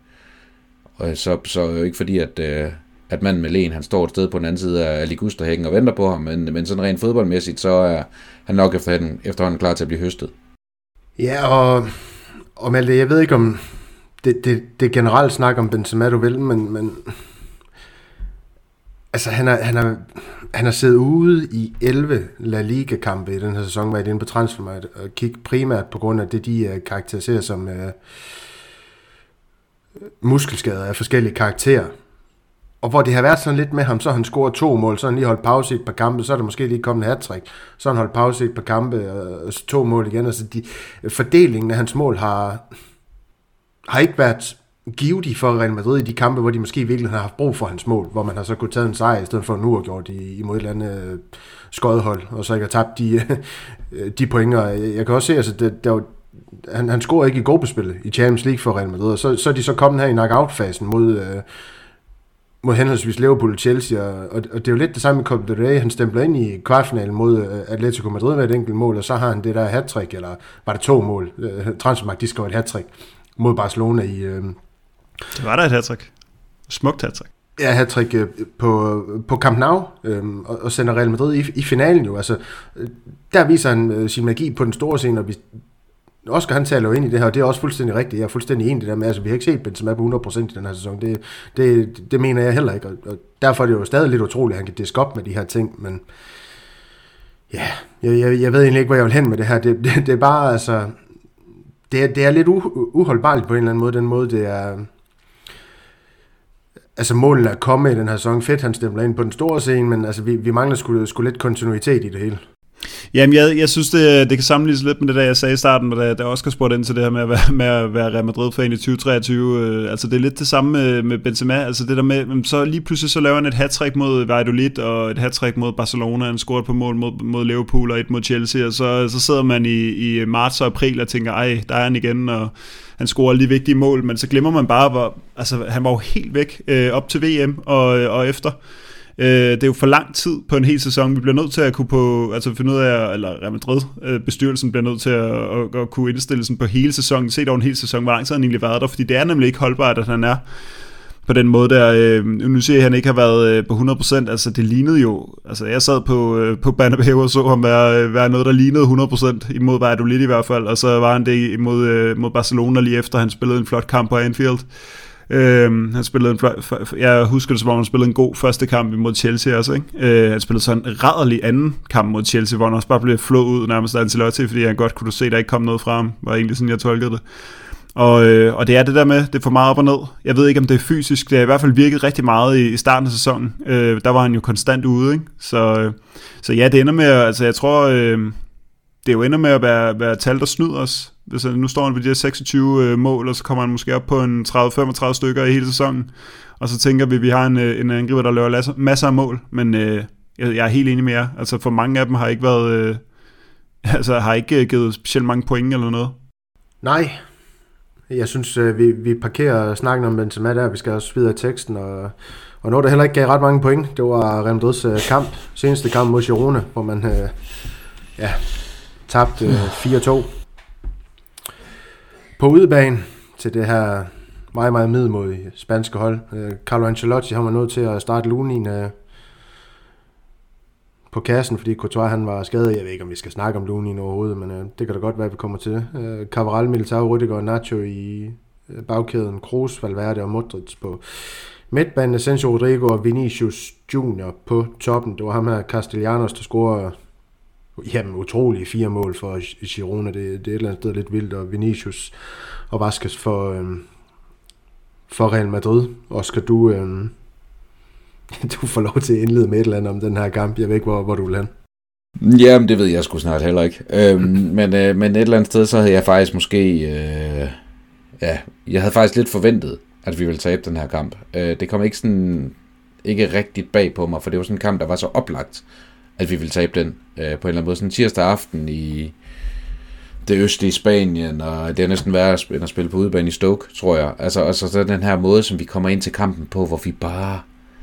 S3: og så, så ikke fordi, at, øh, at manden med Len, han står et sted på den anden side af Ligusterhækken og venter på ham, men, men sådan rent fodboldmæssigt, så er han nok efterhånden, efterhånden klar til at blive høstet.
S1: Ja, og, og Malte, jeg ved ikke om det, det, det generelt snak om Benzema, du vil, men, men altså han har han er, han er siddet ude i elleve La Liga-kampe i den her sæson, hvor jeg er inde på transfermarkedet og kigge primært på grund af det, de uh, karakteriserer som uh, muskelskader af forskellige karakterer. Og hvor det har været sådan lidt med ham, så har han scoret to mål, så har han lige holdt pause i et par kampe, så er der måske lige kommet en hat-trick, så har han holdt pause i et par kampe, og to mål igen. Altså de, fordelingen af hans mål har, har ikke været givet for Real Madrid i de kampe, hvor de måske virkelig har haft brug for hans mål, hvor man har så kunne tage en sejr, i stedet for en uafgjort imod et eller andet øh, skodhold, og så ikke har tabt de, øh, de pointer. Jeg kan også se, altså, det, der var, han, han scorer ikke i gruppespillet i Champions League for Real Madrid, og så, så er de så kommet her i knockout-fasen mod, øh, mod henholdsvis Liverpool og Chelsea, og, og det er jo lidt det samme med Copa del Rey. Han stempler ind i kvartfinalen mod øh, Atletico Madrid med et enkelt mål, og så har han det der hat-trick, eller var det to mål? Øh, Transfermarkt, de skrev et hat-trick mod Barcelona i... Øh,
S2: Det var der et hat-trick. Smukt hat-trick.
S1: Ja, hat-trick på, på Camp Nou, øhm, og, og sender Real Madrid i, i finalen jo. Altså, der viser han øh, sin magi på den store scene, og vi, Oscar han taler jo ind i det her, og det er også fuldstændig rigtigt. Jeg er fuldstændig enig i det der med, altså vi har ikke set Benzema på hundrede procent i den her sæson. Det, det, det mener jeg heller ikke, og, og derfor er det jo stadig lidt utroligt, at han kan diske op med de her ting, men ja, jeg, jeg, jeg ved egentlig ikke, hvor jeg vil hen med det her. Det, det, det er bare, altså, det er, det er lidt u, uholdbart på en eller anden måde, den måde det er... Altså målene er kommet i den her sæson. Fedt, han stempler ind på den store scene, men altså, vi, vi mangler sgu, sgu lidt kontinuitet i det hele.
S2: Jamen, jeg, jeg synes, det, det kan sammenlignes lidt med det, der jeg sagde i starten, da, da Oscar spurgte ind til det her med at være, med at være Real Madrid-fan i tyve treogtyve. Øh, altså, det er lidt det samme med, med Benzema. Altså, det der med, så lige pludselig så laver han et hat-trick mod Valladolid, og et hat-trick mod Barcelona, han scorer på mål mod, mod Liverpool og et mod Chelsea, og så, så sidder man i, i marts og april og tænker, ej, der er han igen, og han scorer lige vigtige mål, men så glemmer man bare, hvor, altså, han var jo helt væk øh, op til V M og, og efter. Det er jo for lang tid på en hel sæson. Vi bliver nødt til at kunne på, altså finde ud af, eller Real Madrid bestyrelsen bliver nødt til at, at, at kunne indstille sådan på hele sæsonen. Se over en hel sæson, hvor lang tid han egentlig været der, fordi det er nemlig ikke holdbart, at han er på den måde der. Nu siger jeg, at han ikke har været på hundrede procent. Altså det lignede jo, altså jeg sad på, på Bernabeu og så ham være, være noget, der lignede hundrede procent imod Valladolid i hvert fald, og så var han det imod, mod Barcelona lige efter, han spillede en flot kamp på Anfield. Uh, han spillede en, jeg husker det som om han spillede en god første kamp imod Chelsea også, ikke? Uh, han spillede så en rædderlig anden kamp mod Chelsea, hvor han også bare blev flået ud nærmest af Ancelotti, fordi han godt kunne se, der ikke kom noget fra ham, var egentlig sådan jeg tolkede det. Og, øh, og det er det der med, det er for meget op og ned. Jeg ved ikke, om det er fysisk. Det har i hvert fald virket rigtig meget i, i starten af sæsonen. Øh, der var han jo konstant ude, ikke? Så, øh, så ja, det ender med, altså jeg tror, øh, det jo ender med at være, være tal, der snyder os. Hvis, nu står han ved de her seksogtyve øh, mål, og så kommer han måske op på en tredive til femogtredive stykker i hele sæsonen. Og så tænker vi, at vi har en, en angriber, der laver masser af mål. Men øh, jeg, jeg er helt enig med jer. Altså for mange af dem har ikke været, øh, altså har ikke givet specielt mange point eller noget.
S1: Nej. Jeg synes, vi, vi parkerer snakken om Benzema der. Vi skal også videre i teksten. Og, og noget, der heller ikke gav ret mange point, det var Real Madrids kamp. Seneste kamp mod Girona, hvor man øh, ja, tabte øh, fire to. På udebane til det her meget, meget middelmådige spanske hold. Øh, Carlo Ancelotti har man nødt til at starte Lunin øh, på kassen, fordi Courtois han var skadet. Jeg ved ikke, om vi skal snakke om Lunin overhovedet, men øh, det kan da godt være, at vi kommer til. Øh, Cabral, Militao, Rüdiger og Nacho i øh, bagkæden. Kroos, Valverde og Modric på midtbanen. Asensio, Rodrigo og Vinicius Junior på toppen. Det var ham her, Castellanos, der scorer jamen, utrolige fire mål for Girona. Det, det er et eller andet sted lidt vildt. Og Vinicius og Vazquez for, øh, for Real Madrid. Oscar, du... Øh, Du får lov til at indlede med et eller andet om den her kamp. Jeg ved ikke, hvor, hvor du vil hen.
S3: Jamen, det ved jeg sgu snart heller ikke. øhm, men, øh, men et eller andet sted, så havde jeg faktisk måske... Øh, ja, jeg havde faktisk lidt forventet, at vi ville tabe den her kamp. Øh, det kom ikke sådan... Ikke rigtigt bag på mig, for det var sådan en kamp, der var så oplagt, at vi ville tabe den. Øh, på en eller anden måde. Sådan tirsdag aften i det østlige Spanien, og det er næsten værre end at spille på udebane i Stoke, tror jeg. Altså, altså så den her måde, som vi kommer ind til kampen på, hvor vi bare...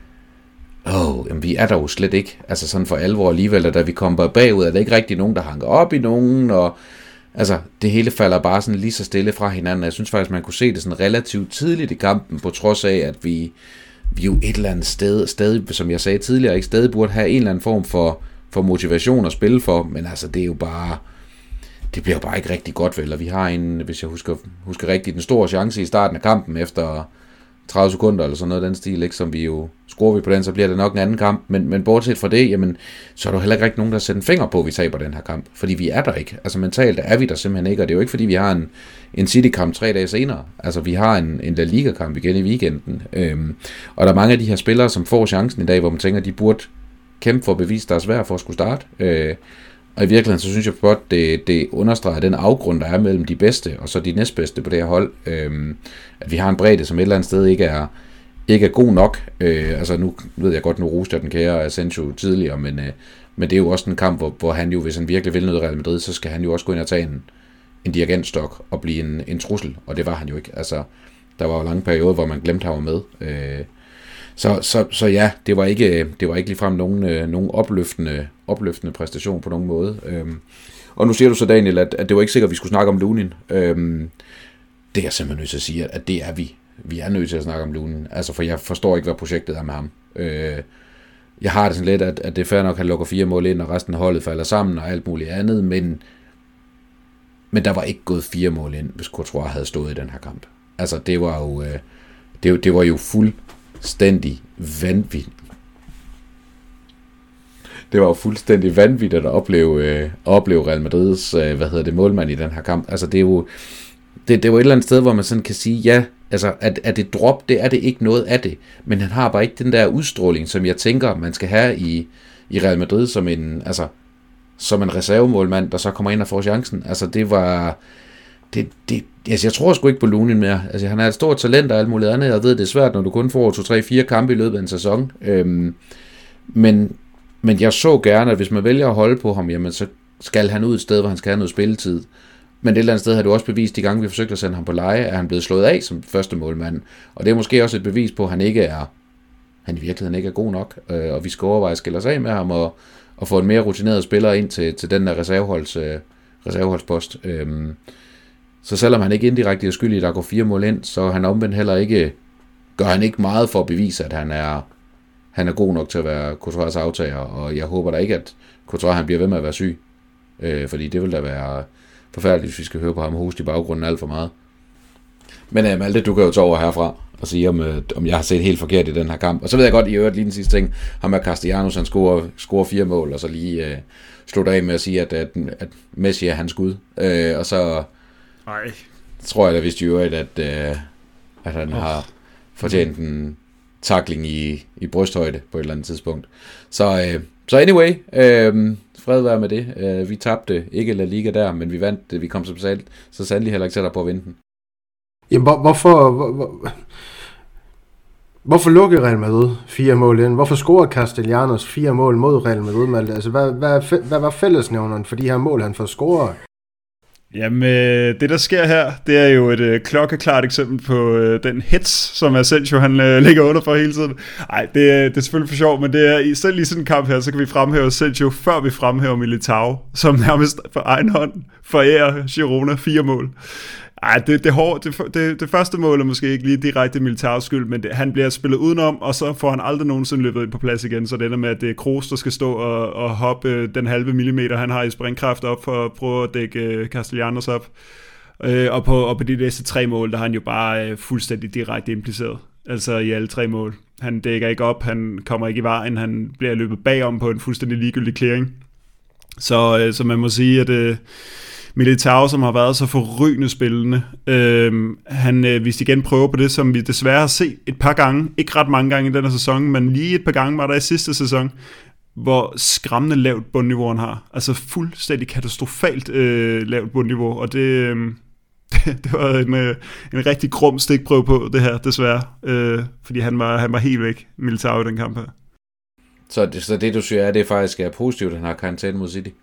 S3: Åh, oh, vi er der jo slet ikke, altså sådan for alvor alligevel, og da vi kommer bagud, er der ikke rigtig nogen, der hanker op i nogen, og altså, det hele falder bare sådan lige så stille fra hinanden. Jeg synes faktisk, man kunne se det sådan relativt tidligt i kampen, på trods af, at vi, vi jo et eller andet sted, stadig, som jeg sagde tidligere, ikke stadig burde have en eller anden form for, for motivation at spille for, men altså, det er jo bare, det bliver jo bare ikke rigtig godt, vel, og vi har en, hvis jeg husker, husker rigtigt, en stor chance i starten af kampen, efter tredive sekunder eller sådan noget den stil, ikke, som vi jo scorer vi på den, så bliver det nok en anden kamp, men, men bortset fra det, jamen, så er der heller ikke rigtig nogen, der sætter en finger på, at vi taber den her kamp, fordi vi er der ikke, altså mentalt er vi der simpelthen ikke, og det er jo ikke, fordi vi har en, en City-kamp tre dage senere, altså vi har en, en La Liga-kamp igen i weekenden, øhm, og der er mange af de her spillere, som får chancen i dag, hvor man tænker, de burde kæmpe for at bevise deres værd for at skulle starte, øh, og i virkeligheden, så synes jeg godt, det, det understreger den afgrund, der er mellem de bedste, og så de næstbedste på det her hold. Øhm, at vi har en bredde, som et eller andet sted ikke er, ikke er god nok. Øh, altså nu ved jeg godt, nu roste jeg den kære Asensio tidligere, men, øh, men det er jo også en kamp, hvor, hvor han jo, hvis han virkelig vil noget Real Madrid, så skal han jo også gå ind og tage en, en dirigentstok og blive en, en trussel, og det var han jo ikke. Altså, der var jo lange perioder, hvor man glemte, han var med. Øh, Så, så, så ja, det var ikke, det var ikke ligefrem nogen, øh, nogen opløftende, opløftende præstation på nogen måde. Øhm, og nu siger du så, Daniel, at, at det var ikke sikkert, at vi skulle snakke om Lunin. Øhm, det er jeg simpelthen nødt til at sige, at det er vi. Vi er nødt til at snakke om Lunin. Altså, for jeg forstår ikke, hvad projektet er med ham. Øh, jeg har det sådan lidt, at, at det er fair nok, at han lukker fire mål ind, og resten af holdet falder sammen og alt muligt andet, men, men der var ikke gået fire mål ind, hvis Courtois havde stået i den her kamp. Altså, det var jo, øh, det, det var jo fuld fuldstændig vanvittigt. Det var jo fuldstændig vanvittigt at opleve, øh, at opleve Real Madrids, øh, hvad hedder det, målmand i den her kamp. Altså det er jo, det, det var et eller andet sted, hvor man sådan kan sige, ja, altså at, at det drop, det er det ikke noget af det, men han har bare ikke den der udstråling, som jeg tænker, man skal have i, i Real Madrid som en, altså, som en reservemålmand, der så kommer ind og får chancen. Altså det var, det, det, altså jeg tror sgu ikke på Lunin mere. Altså han er et stort talent og alt muligt andet. Jeg ved, det er svært, når du kun får to, tre, fire kampe i løbet af en sæson. Øhm, men, men jeg så gerne, at hvis man vælger at holde på ham, jamen så skal han ud et sted, hvor han skal have noget spilletid. Men det et eller andet sted har du også bevist, de gange vi forsøgte at sende ham på leje, at han blevet slået af som første målmand. Og det er måske også et bevis på, at han ikke er, han i virkeligheden ikke er god nok. Øh, og vi skal overveje at skille os af med ham og, og få en mere rutineret spiller ind til, til den der reserveholds, øh, reserveholdspost. Øhm, Så selvom han ikke indirekte er skyldig, der går fire mål ind, så han omvendt heller ikke, gør han ikke meget for at bevise, at han er, han er god nok til at være Courtois' aftager, og jeg håber da ikke, at Courtois han bliver ved med at være syg, øh, fordi det vil da være forfærdeligt, hvis vi skal høre på ham hoste i baggrunden alt for meget. Men øh, Malte, du kan jo tage over herfra og sige, om, øh, om jeg har set helt forkert i den her kamp. Og så ved jeg godt, I øvrigt lige den sidste ting, ham med Castellanos, han scorer, scorer fire mål, og så lige øh, slutter af med at sige, at, at, at Messi er hans skud, øh, og så...
S2: Nej.
S3: tror jeg da vist i øvrigt, at, øh, at han oh. har fortjent en tackling i, i brysthøjde på et eller andet tidspunkt. Så, øh, så anyway, øh, fred være med det. Øh, vi tabte ikke La Liga der, men vi vandt, vi kom som sagt, så sandelig heller ikke tættere på at vinde den.
S1: Jamen, hvor, hvorfor... Hvor, hvor, hvorfor lukkede Real Madrid fire mål ind? Hvorfor scorede Castellanos fire mål mod Real Madrid, Malte? Altså, hvad, hvad, hvad var fællesnævneren for de her mål, han får scoret?
S2: Jamen, det der sker her, det er jo et øh, klokkeklart eksempel på øh, den hits, som Asensio han øh, ligger under for hele tiden. Ej, det, er, det er selvfølgelig for sjov, men det er selv i sådan en kamp her, så kan vi fremhæve Asensio, før vi fremhæver Militao, som nærmest for egen hånd forærer Girona fire mål. Ej, det, det, hår, det, det, det første mål er måske ikke lige direkte Militaos skyld, men det, han bliver spillet udenom, og så får han aldrig nogensinde løbet ind på plads igen, så det ender med, at det er Kroos, der skal stå og, og hoppe den halve millimeter, han har i springkraft op for at prøve at dække Castellanos op. Øh, og, på, og på de næste tre mål, der har han jo bare øh, fuldstændig direkte impliceret, altså i alle tre mål. Han dækker ikke op, han kommer ikke i vejen, han bliver løbet bagom på en fuldstændig ligegyldig clearing. Så, øh, så man må sige, at... Øh, Militao, som har været så forrygende spillende, øhm, han øh, viste igen prøve på det, som vi desværre har set et par gange, ikke ret mange gange i denne sæson, men lige et par gange var der i sidste sæson, hvor skræmmende lavt bundniveau han har. Altså fuldstændig katastrofalt øh, lavt bundniveau, og det, øh, det var en, øh, en rigtig grum stikprøve på det her, desværre, øh, fordi han var, han var helt væk, Militao, i den kamp her.
S3: Så det, så det du siger, er, det faktisk er positivt, at han har karantæne mod City?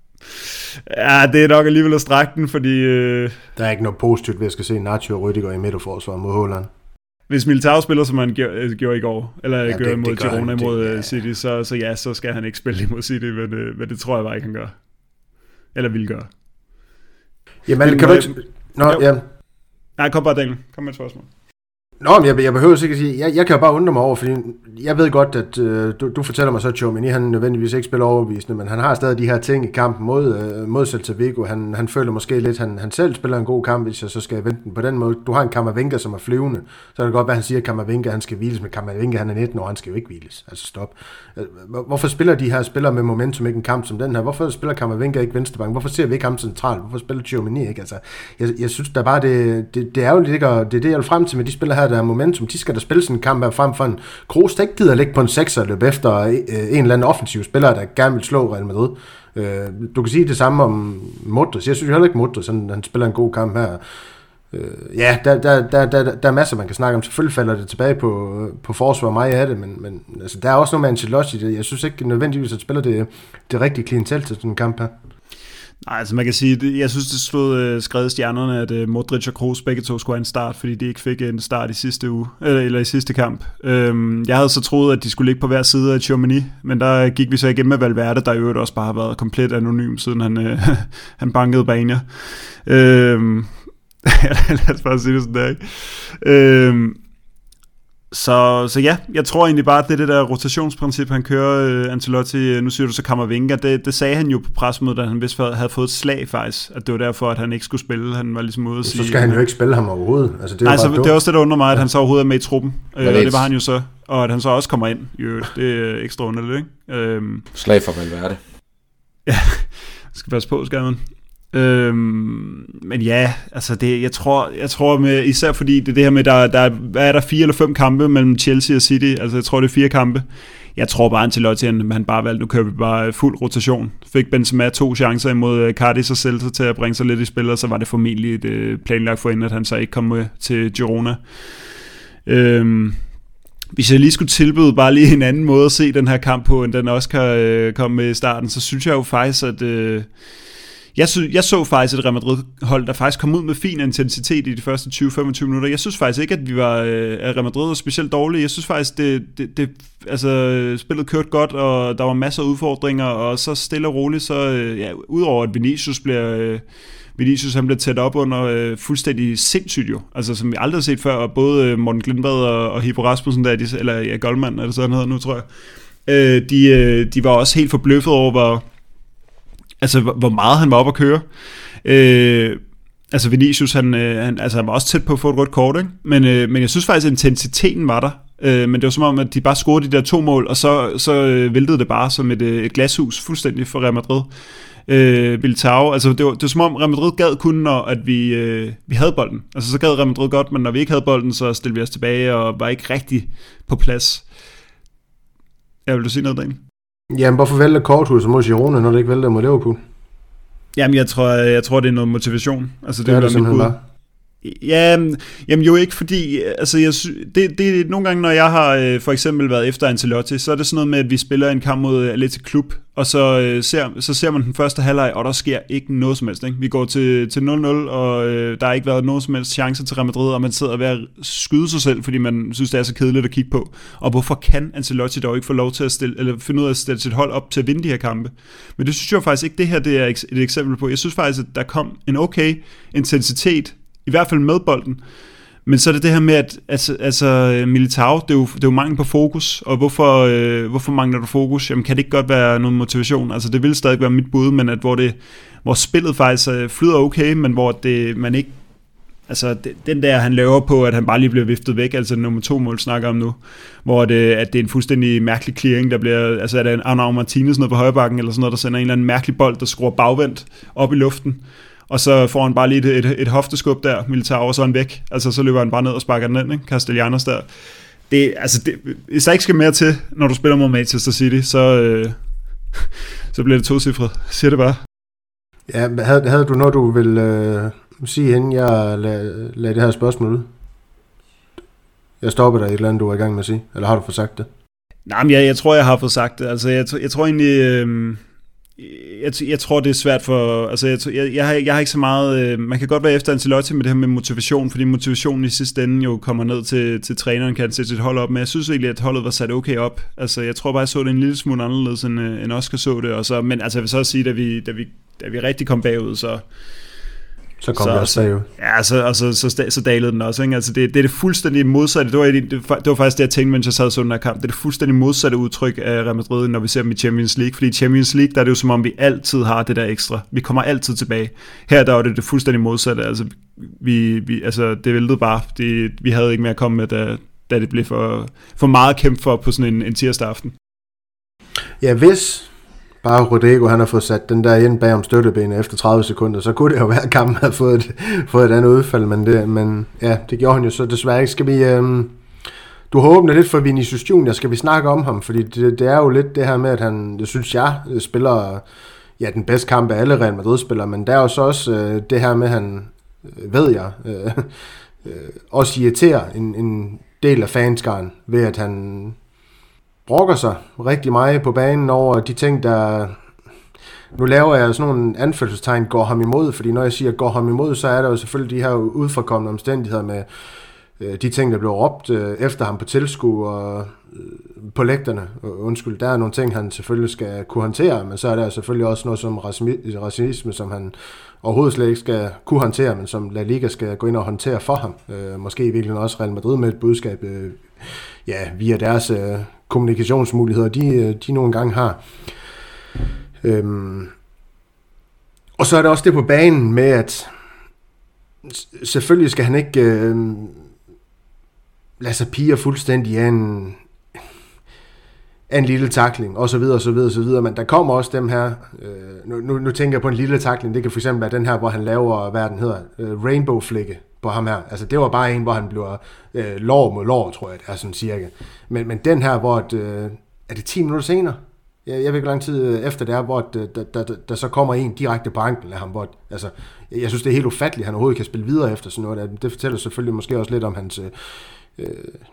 S2: Ja, det er nok alligevel at strække den, fordi... Øh...
S1: Der er ikke noget positivt ved at skal se Nacho og Rüdiger i midterforsvar mod Haaland.
S2: Hvis Militao spiller, som han gjorde, gjorde i går, eller ja, gjorde mod Girona mod
S1: det, ja.
S2: City, så, så ja, så skal han ikke spille imod City, men, øh, men det tror jeg bare ikke, han gør. Eller vil gøre.
S1: Jamen, men, kan du ikke... Nå, ja.
S2: Nej, kom bare, Daniel. Kom med et spørgsmål.
S1: Nå, men jeg, jeg behøver sikkert sige, jeg, jeg kan jo bare undre mig over, fordi jeg ved godt, at øh, du, du fortæller mig så, Tchouaméni, han nødvendigvis ikke spiller overbevisende, men han har stadig de her ting i kampen mod, øh, mod Celta Vigo. Han, han føler måske lidt, han, han selv spiller en god kamp, hvis jeg så skal vente den på den måde. Du har en Camavinga, som er flyvende, så er det godt, hvad han siger, Camavinga, han skal hviles, men Camavinga, han er nitten år, han skal jo ikke hviles. Altså stop. Hvorfor spiller de her spillere med momentum ikke en kamp som den her? Hvorfor spiller Camavinga ikke venstrebank? Hvorfor ser vi ikke ham centralt? Hvorfor spiller Tchouaméni ikke? Altså, jeg, jeg synes da bare, det, det, det er jo lidt, og det er det, jeg vil frem til med de spillere her, der er momentum. De skal da spille sådan en kamp her frem for en Kroos, der ikke gider at ligge på en sekser løb efter øh, en eller anden offensiv spiller, der gerne vil slå Real Madrid. Øh, du kan sige det samme om Modric. Jeg synes heller ikke Modric, sådan, han spiller en god kamp her. Øh, ja, der, der, der, der, der er masser, man kan snakke om. Selvfølgelig falder det tilbage på, på forsvar mig af det, men, men altså, der er også noget med Ancelotti. Jeg synes ikke nødvendigvis, at spiller det, det rigtige klientel til sådan en kamp her.
S2: Nej, altså man kan sige, jeg synes det stod øh, skrevet i stjernerne, at øh, Modric og Kroos begge to skulle have en start, fordi de ikke fik en start i sidste uge, eller, eller i sidste kamp. Øhm, jeg havde så troet, at de skulle ligge på hver side af Tchouaméni, men der gik vi så igennem med Valverde, der i øvrigt også bare har været komplet anonym, siden han, øh, han bankede Banja. Øhm, lad os bare sige det sådan der, ikke? Øhm, Så, så ja, jeg tror egentlig bare, at det er det der rotationsprincip, han kører, uh, Ancelotti, nu siger du så Camavinga, det, det sagde han jo på pressemødet, da han vist havde fået et slag faktisk, at det var derfor, at han ikke skulle spille, han var ligesom ude at sige...
S1: Så skal han jo ikke spille ham overhovedet. Altså, det er
S2: nej, så
S1: det
S2: er også det, der undrer mig, at han så overhovedet er med i truppen, uh, og det var han jo så, og at han så også kommer ind, jo, det er ekstra underligt, ikke? Um,
S3: slag for Valverde.
S2: Ja, skal passe på, skal man. Øhm, men ja, altså det, jeg tror, jeg tror med, især fordi det er det her med, der, der, hvad er der, fire eller fem kampe mellem Chelsea og City, altså jeg tror det er fire kampe. Jeg tror bare Ancelotti, han, han bare valgte, nu kører vi bare fuld rotation. Fik Benzema to chancer imod Cardis og Celta til at bringe sig lidt i spil, og så var det formentlig et øh, planlagt for inden, at han så ikke kom med til Girona. Øhm, Hvis jeg lige skulle tilbyde bare lige en anden måde at se den her kamp på, end den også kan øh, komme med i starten, så synes jeg jo faktisk, at øh, Jeg så, jeg så faktisk et Real Madrid-hold, der faktisk kom ud med fin intensitet i de første tyve til femogtyve minutter. Jeg synes faktisk ikke, at vi var, at Real Madrid var specielt dårlige. Jeg synes faktisk, det, det, det altså, spillet kørte godt, og der var masser af udfordringer, og så stille og roligt, så ja, udover at Vinicius bliver... Vinicius han blev tæt op under øh, fuldstændig sindssygt jo, altså som vi aldrig har set før, og både Morten Glindvad og, og Hippo Rasmussen, der, de, eller ja, Goldman, er det sådan hedder nu, tror jeg, øh, de, øh, de var også helt forbløffet over, hvor, altså, hvor meget han var oppe at køre. Øh, altså Vinicius, han, øh, han, altså, han var også tæt på at få et rødt kort, ikke? Men, øh, men jeg synes faktisk, at intensiteten var der. Øh, men det var som om, at de bare scorede de der to mål, og så, så øh, væltede det bare som et, et glashus fuldstændig for Real Madrid. øh, Militao. Altså det var, det var som om Real Madrid gad kun, når at vi, øh, vi havde bolden. Altså så gad Real Madrid godt, men når vi ikke havde bolden, så stillede vi os tilbage og var ikke rigtig på plads. Ja, vil du sige noget, Daniel?
S1: Jamen, hvorfor vælter Korthus mod Girona, når det ikke vælter mod Liverpool?
S2: Jamen, jeg tror, jeg tror det er noget motivation. Altså, det,
S1: det er det simpelthen bare.
S2: Ja, jamen jo ikke, fordi altså jeg, det, det er nogle gange, når jeg har øh, for eksempel været efter Ancelotti, så er det sådan noget med, at vi spiller en kamp mod Athletic Klub, og så, øh, ser, så ser man den første halvleg, og der sker ikke noget som helst. Ikke? Vi går til, til nul nul, og øh, der har ikke været nogen som helst chancer til Real Madrid, og man sidder ved at skyde sig selv, fordi man synes, det er så kedeligt at kigge på. Og hvorfor kan Ancelotti dog ikke få lov til at stille, eller finde ud af at stille sit hold op til at vinde de her kampe? Men det synes jeg faktisk ikke, det her det er et eksempel på. Jeg synes faktisk, at der kom en okay intensitet, i hvert fald med bolden. Men så er det det her med, at altså, altså Militao, det er, jo, det er jo mangel på fokus, og hvorfor, øh, hvorfor mangler du fokus? Jamen kan det ikke godt være nogen motivation? Altså det vil stadig være mit bud, men at hvor, det, hvor spillet faktisk flyder okay, men hvor det, man ikke, altså det, den der han laver på, at han bare lige bliver viftet væk, altså nummer to mål snakker om nu, hvor det, at det er en fuldstændig mærkelig clearing, der bliver, altså er det en Arnau Martinez nede på højrebakken, eller sådan noget, der sender en eller anden mærkelig bold, der skruer bagvendt op i luften, og så får han bare lige et, et, et hofteskub der, Militao, og så er han væk. Altså, så løber han bare ned og sparker den ind, ikke? Castellanos der. Det, altså, det, hvis der ikke skal mere til, når du spiller mod Manchester City, så, øh, så bliver det tocifret. Siger det bare.
S1: Ja, havde, havde du noget, du vil øh, sige, inden jeg lagde lag det her spørgsmål ud? Jeg stopper dig i et eller andet, du var i gang med at sige. Eller har du fået sagt det?
S2: Nej, men jeg, jeg tror, jeg har fået sagt det. Altså, jeg, jeg tror egentlig... Øh, Jeg, jeg tror det er svært for altså jeg, jeg, jeg, har, jeg har ikke så meget øh, man kan godt være efter Ancelotti med det her med motivation, fordi motivationen i sidste ende jo kommer ned til, til træneren, kan sætte sit hold op, men jeg synes egentlig at holdet var sat okay op. Altså jeg tror bare jeg så det en lille smule anderledes end, øh, end Oscar så det, og så, men altså jeg vil så sige da vi, da vi, da vi rigtig kom bagud, så
S1: Så kom så, det også bagud.
S2: Ja, så, og så, så, så dalede den også. Ikke? Altså det, det er det fuldstændig modsatte. Det var, det, det var faktisk det, jeg tænkte, mens jeg sad sådan en kamp. Det er det fuldstændig modsatte udtryk af Real Madrid, når vi ser dem i Champions League. Fordi i Champions League, der er det jo som om, vi altid har det der ekstra. Vi kommer altid tilbage. Her der var det det fuldstændig modsatte. Altså, vi, vi, altså det væltede bare. Det, vi havde ikke mere at komme med, da, da det blev for, for meget at kæmpe for på sådan en, en tirsdag aften.
S1: Ja, hvis... bare Rodrigo, han har fået sat den der ind bag om støttebenet efter tredive sekunder, så kunne det jo være, at kampen havde fået et, fået et andet udfald, men, det, men ja, det gjorde han jo så desværre ikke. Skal vi, øhm, du har åbnet lidt for Vinicius Junior, skal vi snakke om ham, fordi det, det er jo lidt det her med, at han, det synes jeg, spiller ja, den bedste kamp af alle Real Madrid-spillere, men der er jo så også øh, det her med, at han, øh, ved jeg, øh, øh, også irriterer en, en del af fanskaren, ved at han... brokker sig rigtig meget på banen over de ting, der... Nu laver jeg sådan nogle anførselstegn, går ham imod, fordi når jeg siger går ham imod, så er der jo selvfølgelig de her udforkommende omstændigheder med øh, de ting, der blev råbt øh, efter ham på tilskud og øh, på lægterne. Undskyld, der er nogle ting, han selvfølgelig skal kunne håndtere, men så er der selvfølgelig også noget som racisme, som han overhovedet slet ikke skal kunne håndtere, men som La Liga skal gå ind og håndtere for ham. Øh, måske i virkeligheden også Real Madrid med et budskab øh, ja, via deres øh, kommunikationsmuligheder, de, de nogle gange har. Øhm. Og så er der også det på banen med, at selvfølgelig skal han ikke øh, lade sig pige fuldstændig af en, af en lille tackling, og så videre, og så videre, og så videre, men der kommer også dem her, øh, nu, nu, nu tænker jeg på en lille tackling, det kan for eksempel være den her, hvor han laver, hvad den hedder, øh, rainbow-flikke på ham her, altså det var bare en, hvor han bliver øh, lår mod lår, tror jeg, det er sådan cirka, men, men den her, hvor, et, øh, er det ti minutter senere? Jeg, jeg ved ikke, hvor lang tid efter det er, hvor der, der, der, der så kommer en direkte på anklen af ham, hvor, altså, jeg synes, det er helt ufatteligt, at han overhovedet kan spille videre efter sådan noget, det fortæller selvfølgelig måske også lidt om hans øh,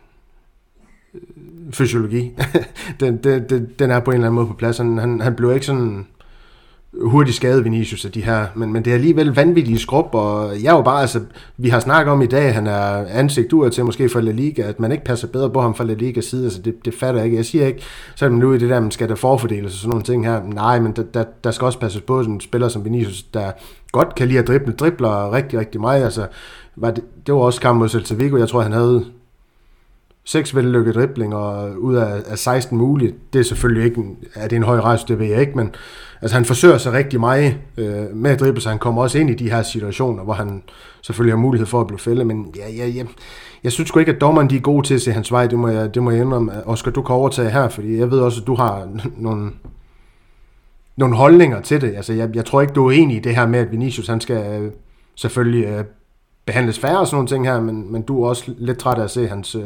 S1: fysiologi. den, den, den er på en eller anden måde på plads. Han, han, han blev ikke sådan hurtigt skadet, Vinicius, af de her, men, men det er alligevel vanvittige skrub, og jeg er jo bare, altså, vi har snakket om i dag, han er ansigt ud til måske for La Liga, at man ikke passer bedre på ham fra La Ligas side, altså det, det fatter jeg ikke. Jeg siger ikke, så er man nu i det der, man skal der forfordeles og sådan nogle ting her. Nej, men der, der, der skal også passes på sådan en spiller som Vinicius, der godt kan lide at drible, dribler rigtig, rigtig meget, altså, var det, det var også kamp mod Celta Vigo, jeg tror, han havde seks vellykkede driblinger ud af, af seksten mulige. Det er selvfølgelig ikke, er det en høj rejse, det ved jeg ikke, men altså, han forsøger sig rigtig meget øh, med at drible, så han kommer også ind i de her situationer, hvor han selvfølgelig har mulighed for at blive fældet, men ja, ja, ja, jeg synes sgu ikke, at dommeren de er gode til at se hans vej, det må jeg, det må jeg indrømme. Oscar, du kan overtage her, fordi jeg ved også, at du har nogle nogle holdninger til det. Altså, jeg, jeg tror ikke, du er enig i det her med, at Vinicius, han skal øh, selvfølgelig øh, behandles færre og sådan nogle ting her, men, men du er også lidt træt af at se hans øh,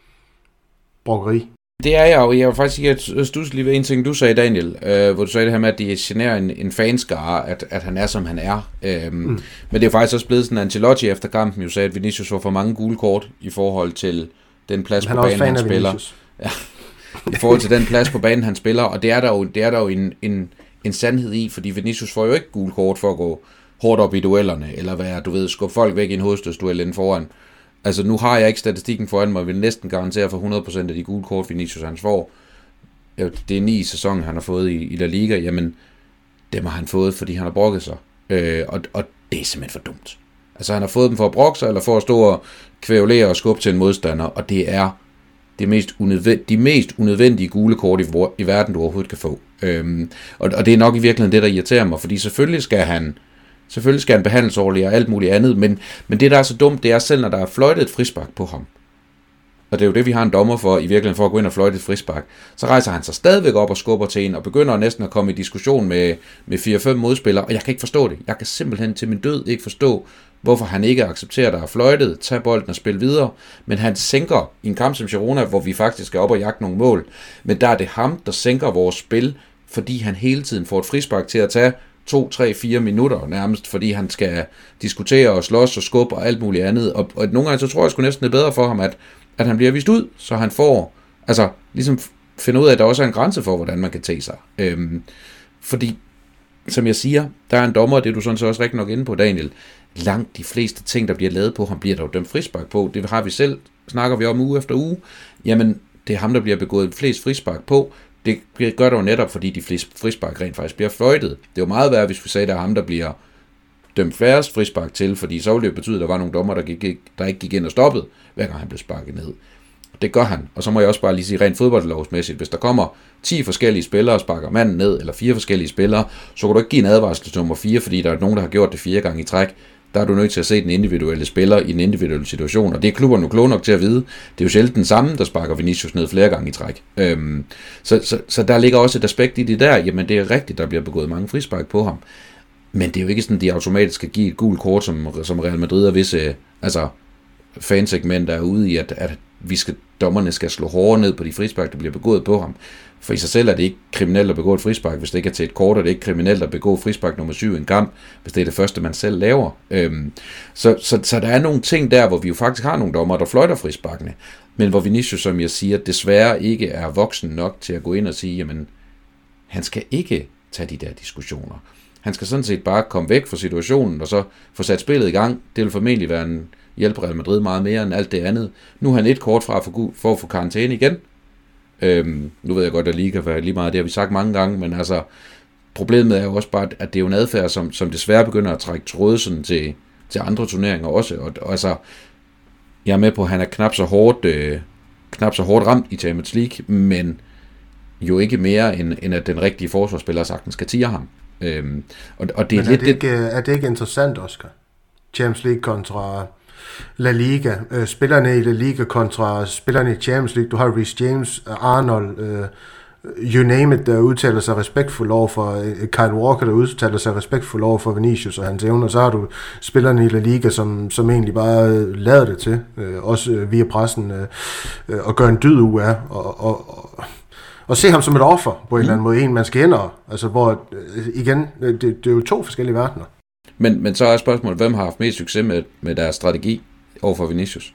S1: brokkeri. Det
S3: er jeg jo. Jeg vil faktisk sige, at jeg studser lige ved en ting, du sagde, Daniel, øh, hvor du sagde det her med, at det generer en, en fanskare, at, at han er, som han er. Øhm, mm. Men det er jo faktisk også blevet sådan, at Ancelotti efter kampen jo sagde, at Vinicius får for mange gule kort i forhold til den plads på banen, han spiller. Ja, i forhold til den plads på banen, han spiller, og det er der jo, det er der jo en, en, en sandhed i, fordi Vinicius får jo ikke gule kort for at gå hårdt op i duellerne, eller være, du ved, skubbe folk væk i en hovedstødsduel inden foran. Altså, nu har jeg ikke statistikken foran mig, og vil næsten garantere for hundrede procent af de gule kort, Vinicius han får. Det er ni sæsoner, han har fået i, i La Liga. Jamen, dem har han fået, fordi han har brokket sig. Øh, og, og det er simpelthen for dumt. Altså, han har fået dem for at brokke sig, eller for at stå og kvævlere og skubbe til en modstander, og det er det mest unødvendige, de mest unødvendige gule kort i, i verden, du overhovedet kan få. Øhm, og, og det er nok i virkeligheden det, der irriterer mig, fordi selvfølgelig skal han Selvfølgelig skal han behandles ordentligt og alt muligt andet, men, men det, der er så dumt, det er selv, når der er fløjtet et frispark på ham. Og det er jo det, vi har en dommer for, i virkeligheden for at gå ind og fløjte et frispark. Så rejser han sig stadigvæk op og skubber til en, og begynder næsten at komme i diskussion med, med fire fem modspillere, og jeg kan ikke forstå det. Jeg kan simpelthen til min død ikke forstå, hvorfor han ikke accepterer, at der er fløjtet, tager bolden og spille videre, men han sænker i en kamp som Girona, hvor vi faktisk skal op og jagte nogle mål, men der er det ham, der sænker vores spil, fordi han hele tiden får et frispark til at tage to, tre, fire minutter nærmest, fordi han skal diskutere og slås og skubbe og alt muligt andet. Og, og nogle gange så tror jeg sgu næsten det er bedre for ham, at, at han bliver vist ud, så han får, altså ligesom finder ud af, at der også er en grænse for, hvordan man kan tage sig. Øhm, fordi, som jeg siger, der er en dommer, og det er du sådan så også rigtig nok inde på, Daniel. Langt de fleste ting, der bliver lavet på ham, bliver der jo dømt frispark på. Det har vi selv, snakker vi om uge efter uge. Jamen, det er ham, der bliver begået flest frispark på. Det gør det jo netop, fordi de fleste frispark rent faktisk bliver fløjtet. Det er jo meget værd, hvis vi sagde, at der er ham, der bliver dømt færrest frispark til, fordi så ville det betyde, at der var nogle dommer, der, gik, der ikke gik ind og stoppede, hver gang han blev sparket ned. Det gør han. Og så må jeg også bare lige sige rent fodboldlovsmæssigt, hvis der kommer ti forskellige spillere og sparker manden ned, eller fire forskellige spillere, så kan du ikke give en advarsel til nummer fire, fordi der er nogen, der har gjort det fire gange i træk. Der er du nødt til at se den individuelle spiller i en individuel situation, og det er klubberne nu kloge nok til at vide. Det er jo sjældent den samme, der sparker Vinicius ned flere gange i træk. Øhm, så, så, så der ligger også et aspekt i det der, jamen det er rigtigt, der bliver begået mange frispark på ham, men det er jo ikke sådan, de automatisk skal give et gult kort, som, som Real Madrid og visse altså, fansegmenter er ude i, at, at vi skal, dommerne skal slå hårdere ned på de frispark, der bliver begået på ham. For i sig selv er det ikke kriminelt at begå et frispark, hvis det ikke er til et kort, og det er ikke kriminelt at begå frispark nummer syv i en kamp, hvis det er det første, man selv laver. Øhm, så, så, så der er nogle ting der, hvor vi jo faktisk har nogle dommer, der fløjter frisparkene, men hvor Vinicius, som jeg siger, desværre ikke er voksen nok til at gå ind og sige, jamen, han skal ikke tage de der diskussioner. Han skal sådan set bare komme væk fra situationen, og så få sat spillet i gang. Det vil formentlig være en hjælp Real Madrid meget mere end alt det andet. Nu er han et kort fra for, for at få karantæne igen. Øhm, nu ved jeg godt, at Liga var lige meget, det har vi sagt mange gange, men altså, problemet er jo også bare, at det er jo en adfærd, som, som desværre begynder at trække tråde sådan til, til andre turneringer også, og, og altså, jeg er med på, at han er knap så hårdt, øh, knap så hårdt ramt i Champions League, men jo ikke mere, end, end at den rigtige forsvarsspiller sagtens skal tire ham. Øhm, og, og det er,
S1: men er,
S3: lidt,
S1: det ikke, er det ikke interessant, Oscar? Champions League kontra La Liga, øh, spillerne i La Liga kontra spillerne i Champions League. Du har Reece James, Arnold, øh, you name it, der udtaler sig respektfuldt over for øh, Kyle Walker, der udtaler sig respektfuldt over for Vinicius og hans evner. Så har du spillerne i La Liga, som, som egentlig bare øh, lader det til, øh, også øh, via pressen, øh, øh, og gør en dyd ud af, og, og, og, og se ham som et offer på en mm. eller anden måde, en man skal ind og, altså hvor, øh, igen, det, det er jo to forskellige verdener.
S3: Men, men så er spørgsmålet, hvem har haft mest succes med, med deres strategi overfor Vinicius?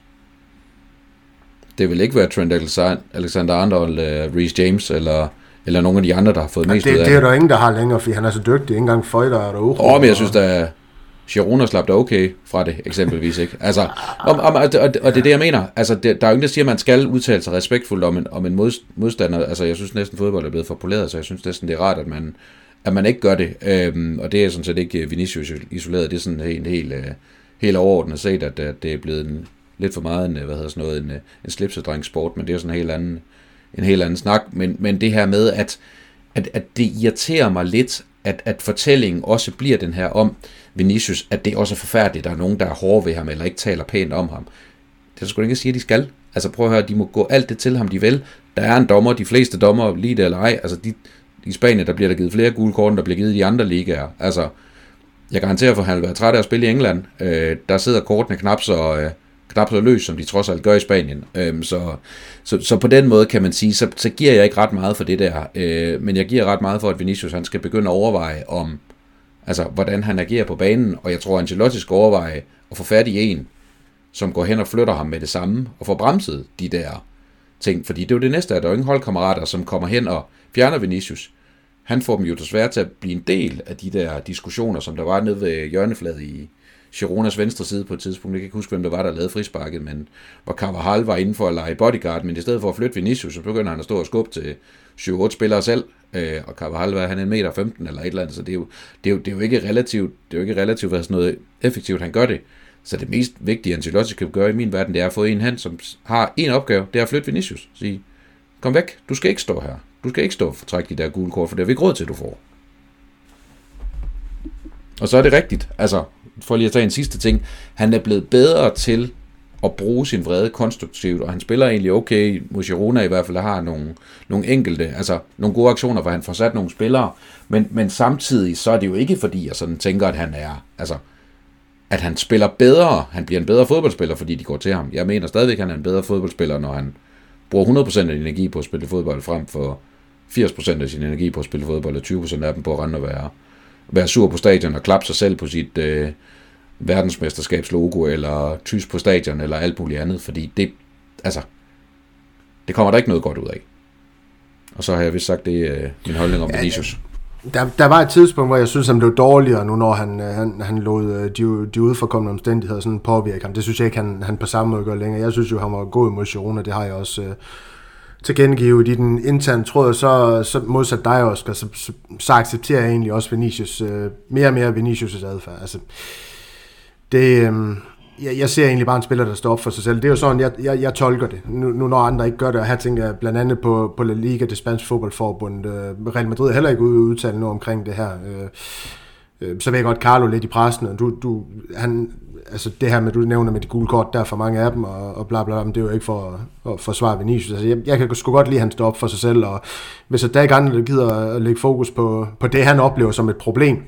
S3: Det vil ikke være Trent Alexander-Arnold, uh, Reece James, eller, eller nogen af de andre, der har fået ja, mest
S1: det,
S3: ud af
S1: det. Det er der ingen, der har længere, fordi han er så dygtig. Ikke engang Føjter er der uro.
S3: Åh, men jeg synes, at Girona slap da okay fra det, eksempelvis. Ikke? Altså, om, om, og, og, og det er det, jeg mener. Altså, det, der er jo ingen, der siger, at man skal udtale sig respektfuldt om en, om en mod, modstander. Altså, jeg synes næsten, fodbold er blevet for poleret, så jeg synes næsten, det er rart, at man at man ikke gør det, øhm, og det er sådan set ikke Vinicius isoleret, det er sådan helt, helt, helt overordnet set, at, at det er blevet en, lidt for meget en, hvad hedder sådan noget, en, en slipsedrengsport, men det er sådan en helt anden, en helt anden snak, men, men det her med, at, at, at det irriterer mig lidt, at, at fortællingen også bliver den her om Vinicius, at det også er forfærdeligt, der er nogen, der er hårde ved ham, eller ikke taler pænt om ham. Det er sgu ikke at sige, at de skal. Altså prøv at høre, de må gå alt det til ham, de vil. Der er en dommer, de fleste dommer, lige det eller ej, altså de i Spanien, der bliver der givet flere gule kort, end der bliver givet i de andre ligaer. Altså, jeg garanterer for, at han vil være træt af at spille i England. Øh, der sidder kortene knap så, øh, knap så løs, som de trods alt gør i Spanien. Øh, så, så, så på den måde kan man sige, så, så giver jeg ikke ret meget for det der. Øh, men jeg giver ret meget for, at Vinicius han skal begynde at overveje om, altså, hvordan han agerer på banen. Og jeg tror, at Ancelotti skal overveje at få fat i en, som går hen og flytter ham med det samme, og får bremset de der ting. Fordi det er jo det næste, at der er jo ingen holdkammerater, som kommer hen og fjerner Vinicius. Han får dem jo desværre til at blive en del af de der diskussioner, som der var nede ved hjørnefladet i Gironas venstre side på et tidspunkt. Jeg kan ikke huske, hvem der var, der lavede frisparket, men hvor Carvajal var inde for at lege bodyguard, men i stedet for at flytte Vinicius, så begynder han at stå og skubbe til syv otte spillere selv, og Carvajal var han en meter femten eller et eller andet, så det er jo, det er jo, det er jo ikke relativt, det er jo ikke relativt hvad sådan noget effektivt, han gør det. Så det mest vigtige, Ancelotti kan gøre i min verden, det er at få en hand, som har en opgave, det er at flytte Vinicius. Sige, kom væk, du skal ikke stå her. Du skal ikke stå og trække de der gule kort, for det har vi ikke råd til, du får. Og så er det rigtigt, altså, for lige at tage en sidste ting, han er blevet bedre til at bruge sin vrede konstruktivt, og han spiller egentlig okay mod Girona i hvert fald, der har nogle, nogle enkelte, altså nogle gode aktioner, hvor han får sat nogle spillere, men, men samtidig så er det jo ikke fordi, jeg sådan tænker, at han er, altså, at han spiller bedre, han bliver en bedre fodboldspiller, fordi de går til ham. Jeg mener stadigvæk, at han er en bedre fodboldspiller, når han bruger hundrede procent af energi på at spille fodbold, frem for firs procent af sin energi på at spille fodbold, og tyve procent af dem på at rende og være, være sur på stadion, og klappe sig selv på sit øh, verdensmesterskabslogo, eller tys på stadion, eller alt muligt andet, fordi det, altså, det kommer der ikke noget godt ud af. Og så har jeg vist sagt, det er øh, min holdning om Vinicius.
S1: Der, der var et tidspunkt, hvor jeg synes, han blev dårligere nu, når han, han, han lod de, de udforkommende omstændigheder sådan påvirke ham. Det synes jeg ikke, han, han på samme måde gør længere. Jeg synes jo, han var god mod Girona, det har jeg også uh, tilkendegivet i den interne tråd, så, så modsat dig, Oscar, så, så, så accepterer jeg egentlig også Vinicius, uh, mere og mere Vinicius' adfærd. Altså, det, um, jeg, jeg ser egentlig bare en spiller, der står op for sig selv. Det er jo sådan, jeg, jeg, jeg tolker det, nu, nu når andre ikke gør det, og her tænker jeg blandt andet på, på La Liga, det spanske fodboldforbund. Uh, Real Madrid er heller ikke ude udtale noget omkring det her. Uh, uh, så ved jeg godt, Carlo lidt i pressen, og du, du, han, altså det her med, du nævner med de gule kort, der er for mange af dem, og, og bla bla bla, men det er jo ikke for at, at forsvare Vinicius. Altså, jeg, jeg kan sgu godt lide, at han står op for sig selv, og hvis der ikke andre, der gider at lægge fokus på, på det, han oplever som et problem,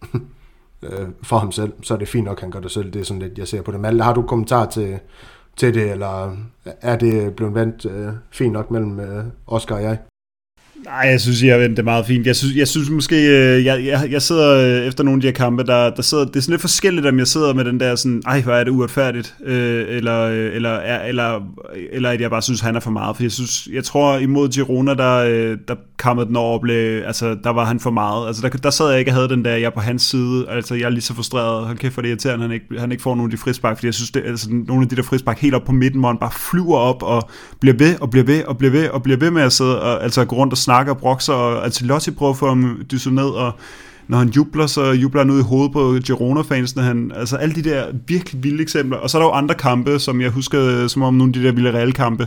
S1: for ham selv, så er det fint nok, han gør det selv. Det er sådan lidt, jeg ser på det. Men har du kommentar til, til det, eller er det blevet vendt øh, fint nok mellem øh, Oscar og jeg?
S2: Nej, jeg synes, jeg har vendt det meget fint. Jeg synes, jeg synes måske, øh, jeg, jeg, jeg sidder øh, efter nogle af de her kampe, der, der sidder, det er sådan lidt forskelligt, om jeg sidder med den der sådan, ej, hvor er det uretfærdigt, øh, eller, øh, eller, eller, eller at jeg bare synes, han er for meget. For jeg synes, jeg tror imod Girona, der, øh, der kammede den over, blev, altså der var han for meget. Altså der, der sad jeg ikke og havde den der, jeg er på hans side, altså jeg er lige så frustreret, hold kæft for det irriterende, han ikke, han ikke får nogle af de frispark, fordi jeg synes, det, altså nogle af de der frispark helt op på midten, hvor han bare flyver op og bliver ved, og bliver ved, og bliver ved, og bliver ved med at sidde, og altså gå rundt og snakke og brokser, og Ancelotti prøver at få ham dysset ned, og når han jubler, så jubler han ud i hovedet på Girona-fansene. Han, altså alle de der virkelig vilde eksempler. Og så er der jo andre kampe, som jeg husker, som om nogle af de der Villarreal-kampe,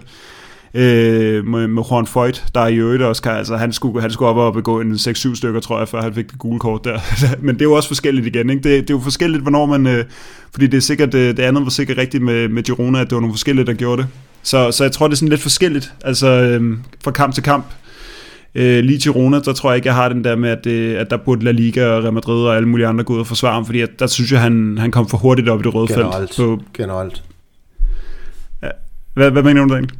S2: øh, med, med Juan Foyt, der i øvrigt også kan, altså han skulle, han skulle op og begå en seks syv stykker, tror jeg, før han fik det gule kort der. Men det er jo også forskelligt igen, ikke? Det, det er jo forskelligt, hvornår man, øh, fordi det er sikkert, det andet var sikkert rigtigt med, med Girona, at det var nogle forskellige, der gjorde det. Så, så jeg tror, det er sådan lidt forskelligt, altså øh, fra kamp til kamp. Øh, lige Girona, der tror jeg ikke, jeg har den der med, at, det, at der burde La Liga og Real Madrid og alle mulige andre gå ud og forsvare ham, fordi at, der synes jeg, han, han kom for hurtigt op i det røde
S1: generelt,
S2: felt. På,
S1: generelt.
S2: Ja. Hvad, hvad mener du egentlig?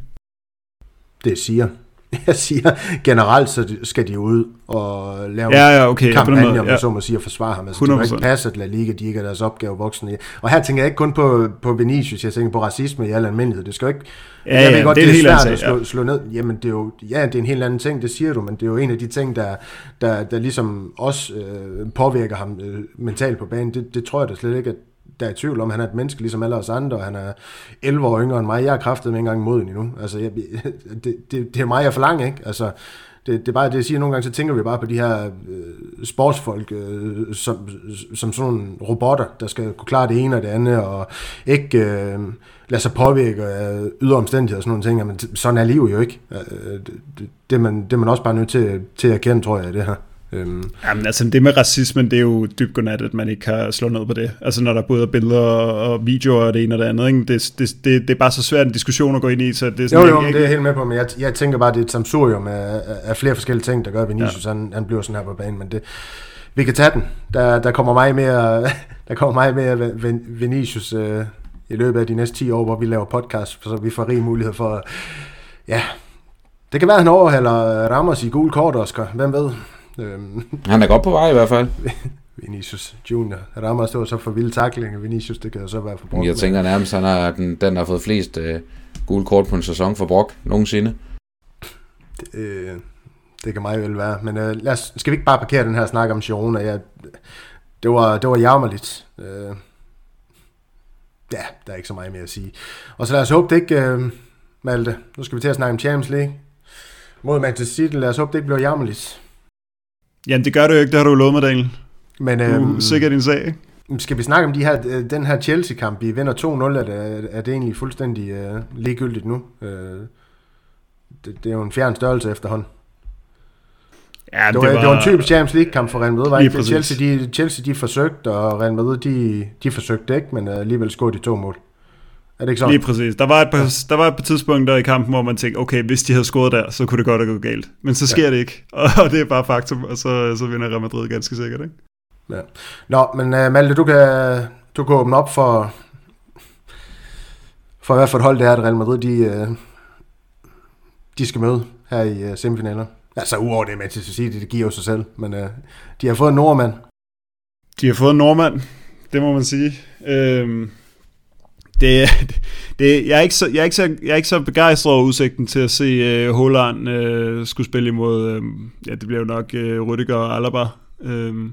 S1: Det siger jeg siger, generelt så skal de ud og lave
S2: ja, ja, okay,
S1: kampagne,
S2: ja,
S1: om man så må sige, at forsvare ham. Altså, det kan ikke passe, at La Liga, de ikke er deres opgave voksne i. Og her tænker jeg ikke kun på, på Vinicius, jeg tænker på racisme i al almindelighed. Det skal jo ikke...
S2: Ja,
S1: jeg ved
S2: ja,
S1: godt,
S2: det er,
S1: det er
S2: svært
S1: svært
S2: at
S1: slå,
S2: ja.
S1: slå ned. Jamen, det er jo... Ja, det er en helt anden ting, det siger du, men det er jo en af de ting, der, der, der ligesom også øh, påvirker ham øh, mentalt på banen. Det, det tror jeg da slet ikke, at der er i tvivl om, han er et menneske ligesom alle os andre, og han er elleve år yngre end mig. Jeg har kraftet med engang mod endnu. Altså, jeg, det, det, det er mig, jeg forlanger, ikke? Altså, det, det er bare det, jeg siger nogle gange, så tænker vi bare på de her øh, sportsfolk, øh, som, som sådan nogle robotter, der skal kunne klare det ene og det andet, og ikke øh, lade sig påvirke af ydre omstændigheder og sådan nogle ting. Men sådan er livet jo ikke. Øh, det, det, er man, det er man også bare nødt til, til at kende, tror jeg, det her. Øhm.
S2: Jamen altså det med racismen, det er jo dybt godnat, at man ikke kan slå ned på det. Altså når der både er billeder og videoer og det ene og det andet, ikke? Det, det, det, det er bare så svært en diskussion at gå ind i, så det er sådan...
S1: Jo, jo, ikke... det er jeg helt med på, men jeg, jeg tænker bare, det er et samsurium af, af flere forskellige ting, der gør, at Vinicius ja. han, han bliver sådan her på banen, men det... Vi kan tage den. Der, der kommer meget mere, der kommer meget mere Vinicius øh, i løbet af de næste ti år, hvor vi laver podcast, så vi får rig mulighed for... Ja, det kan være, at han overhaler Ramos i gul kort, Oscar. Hvem ved? Øhm.
S3: Han er godt på vej i hvert fald.
S1: Vinicius Junior. Ramos, det var så for vilde tackling. Vinicius, det kan jo så være for brugt.
S3: Jeg tænker nærmest, han har, den, den har fået flest øh, gule kort på en sæson for Brock nogensinde.
S1: Det, øh, det kan meget vel være. Men øh, lad os, skal vi ikke bare parkere den her snak om Girona? Ja, det var, det var jammerligt. Øh, ja, der er ikke så meget mere at sige. Og så lad os håbe, det ikke... Øh, Malte, nu skal vi til at snakke om Champions League. Mod Manchester City. Lad os håbe, det ikke bliver jammerligt.
S2: Jamen, det gør det jo ikke. Det har du lovet mig, Daniel.
S1: Men,
S2: du
S1: øhm,
S2: er sikkert din sag, ikke?
S1: Skal vi snakke om de her, den her Chelsea-kamp? Vi vinder to nul, er det, er det egentlig fuldstændig uh, ligegyldigt nu? Uh, det, det er jo en fjern størrelse efterhånden.
S2: Ja,
S1: det, var, det, var, det var en typisk Champions League-kamp for Real Madrid, var ikke? Chelsea, de, Chelsea, de forsøgte, og Real Madrid, de, de forsøgte ikke, men alligevel scorede de to mål. Er det ikke sådan?
S2: Lige præcis. Der var et par, der var et par tidspunkter i kampen, hvor man tænkte, okay, hvis de havde scoret der, så kunne det godt have gået galt. Men så sker ja. det ikke, og det er bare faktum, og så, så vinder Real Madrid ganske sikkert, ikke?
S1: Ja. Nå, men uh, Malte, du kan, du kan åbne op for, for hvad for et hold det er, at Real Madrid, de, uh, de skal møde her i uh, semifinaler. Altså uover det med til at sige, det, det giver jo sig selv, men uh, de har fået en nordmand.
S2: De har fået en nordmand, det må man sige. Øhm, det, det, jeg, er ikke så, jeg, er ikke så, jeg er ikke så begejstret over udsigten til at se uh, Haaland uh, skulle spille imod, uh, ja, det bliver jo nok uh, Rüdiger og Alaba. Um,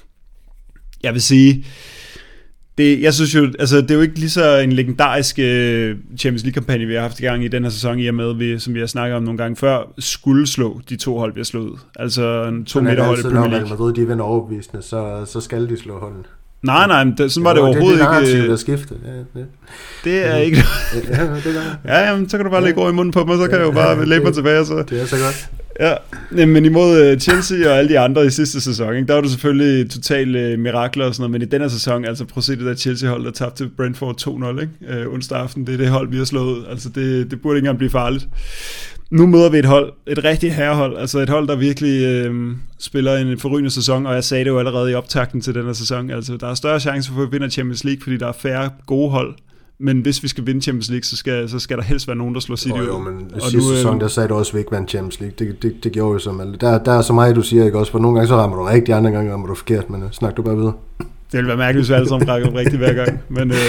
S2: jeg vil sige, det, jeg synes jo, altså det er jo ikke lige så en legendarisk uh, Champions League-kampagne, vi har haft i gang i den her sæson, i og med, vi, som vi har snakket om nogle gange før, skulle slå de to hold, vi har slået. Altså en to meter hold i Premier League.
S1: Når Madrid, de vinder overbevisende, så, så skal de slå holdet.
S2: Nej, nej, men det, sådan var det, det overhovedet
S1: det, det
S2: ikke.
S1: Det er skiftet. Ja, det.
S2: det er ikke...
S1: ja, det er
S2: ja, jamen, så kan du bare lægge ord i munden på mig, så kan jeg jo bare lægge mig tilbage. Så.
S1: Det er så godt.
S2: Ja, men imod Chelsea og alle de andre i sidste sæson, ikke, der var det selvfølgelig totalt mirakler og sådan noget, men i denne sæson, altså prøv at se det der Chelsea-hold, der tabte til Brentford to nul, ikke? Øh, onsdag aften, det er det hold, vi har slået. Altså det, det burde ikke engang blive farligt. Nu møder vi et hold, et rigtigt herrehold, altså et hold, der virkelig øh, spiller en forrygende sæson, og jeg sagde det jo allerede i optakten til den her sæson, altså der er større chance for at vinde Champions League, fordi der er færre gode hold, men hvis vi skal vinde Champions League, så skal, så skal der helst være nogen, der slår City ud.
S1: Jo, jo, men og sidste nu, sæson, der sagde du også, at vi ikke vandt Champions League, det, det, det gjorde jo så, men der, der er så meget, du siger, ikke også, for nogle gange så rammer du rigtigt, andre gange rammer du forkert, men uh, snak du bare videre.
S2: Det vil være mærkeligt, hvis vi alle sammen rækker rigtigt hver gang, men øh,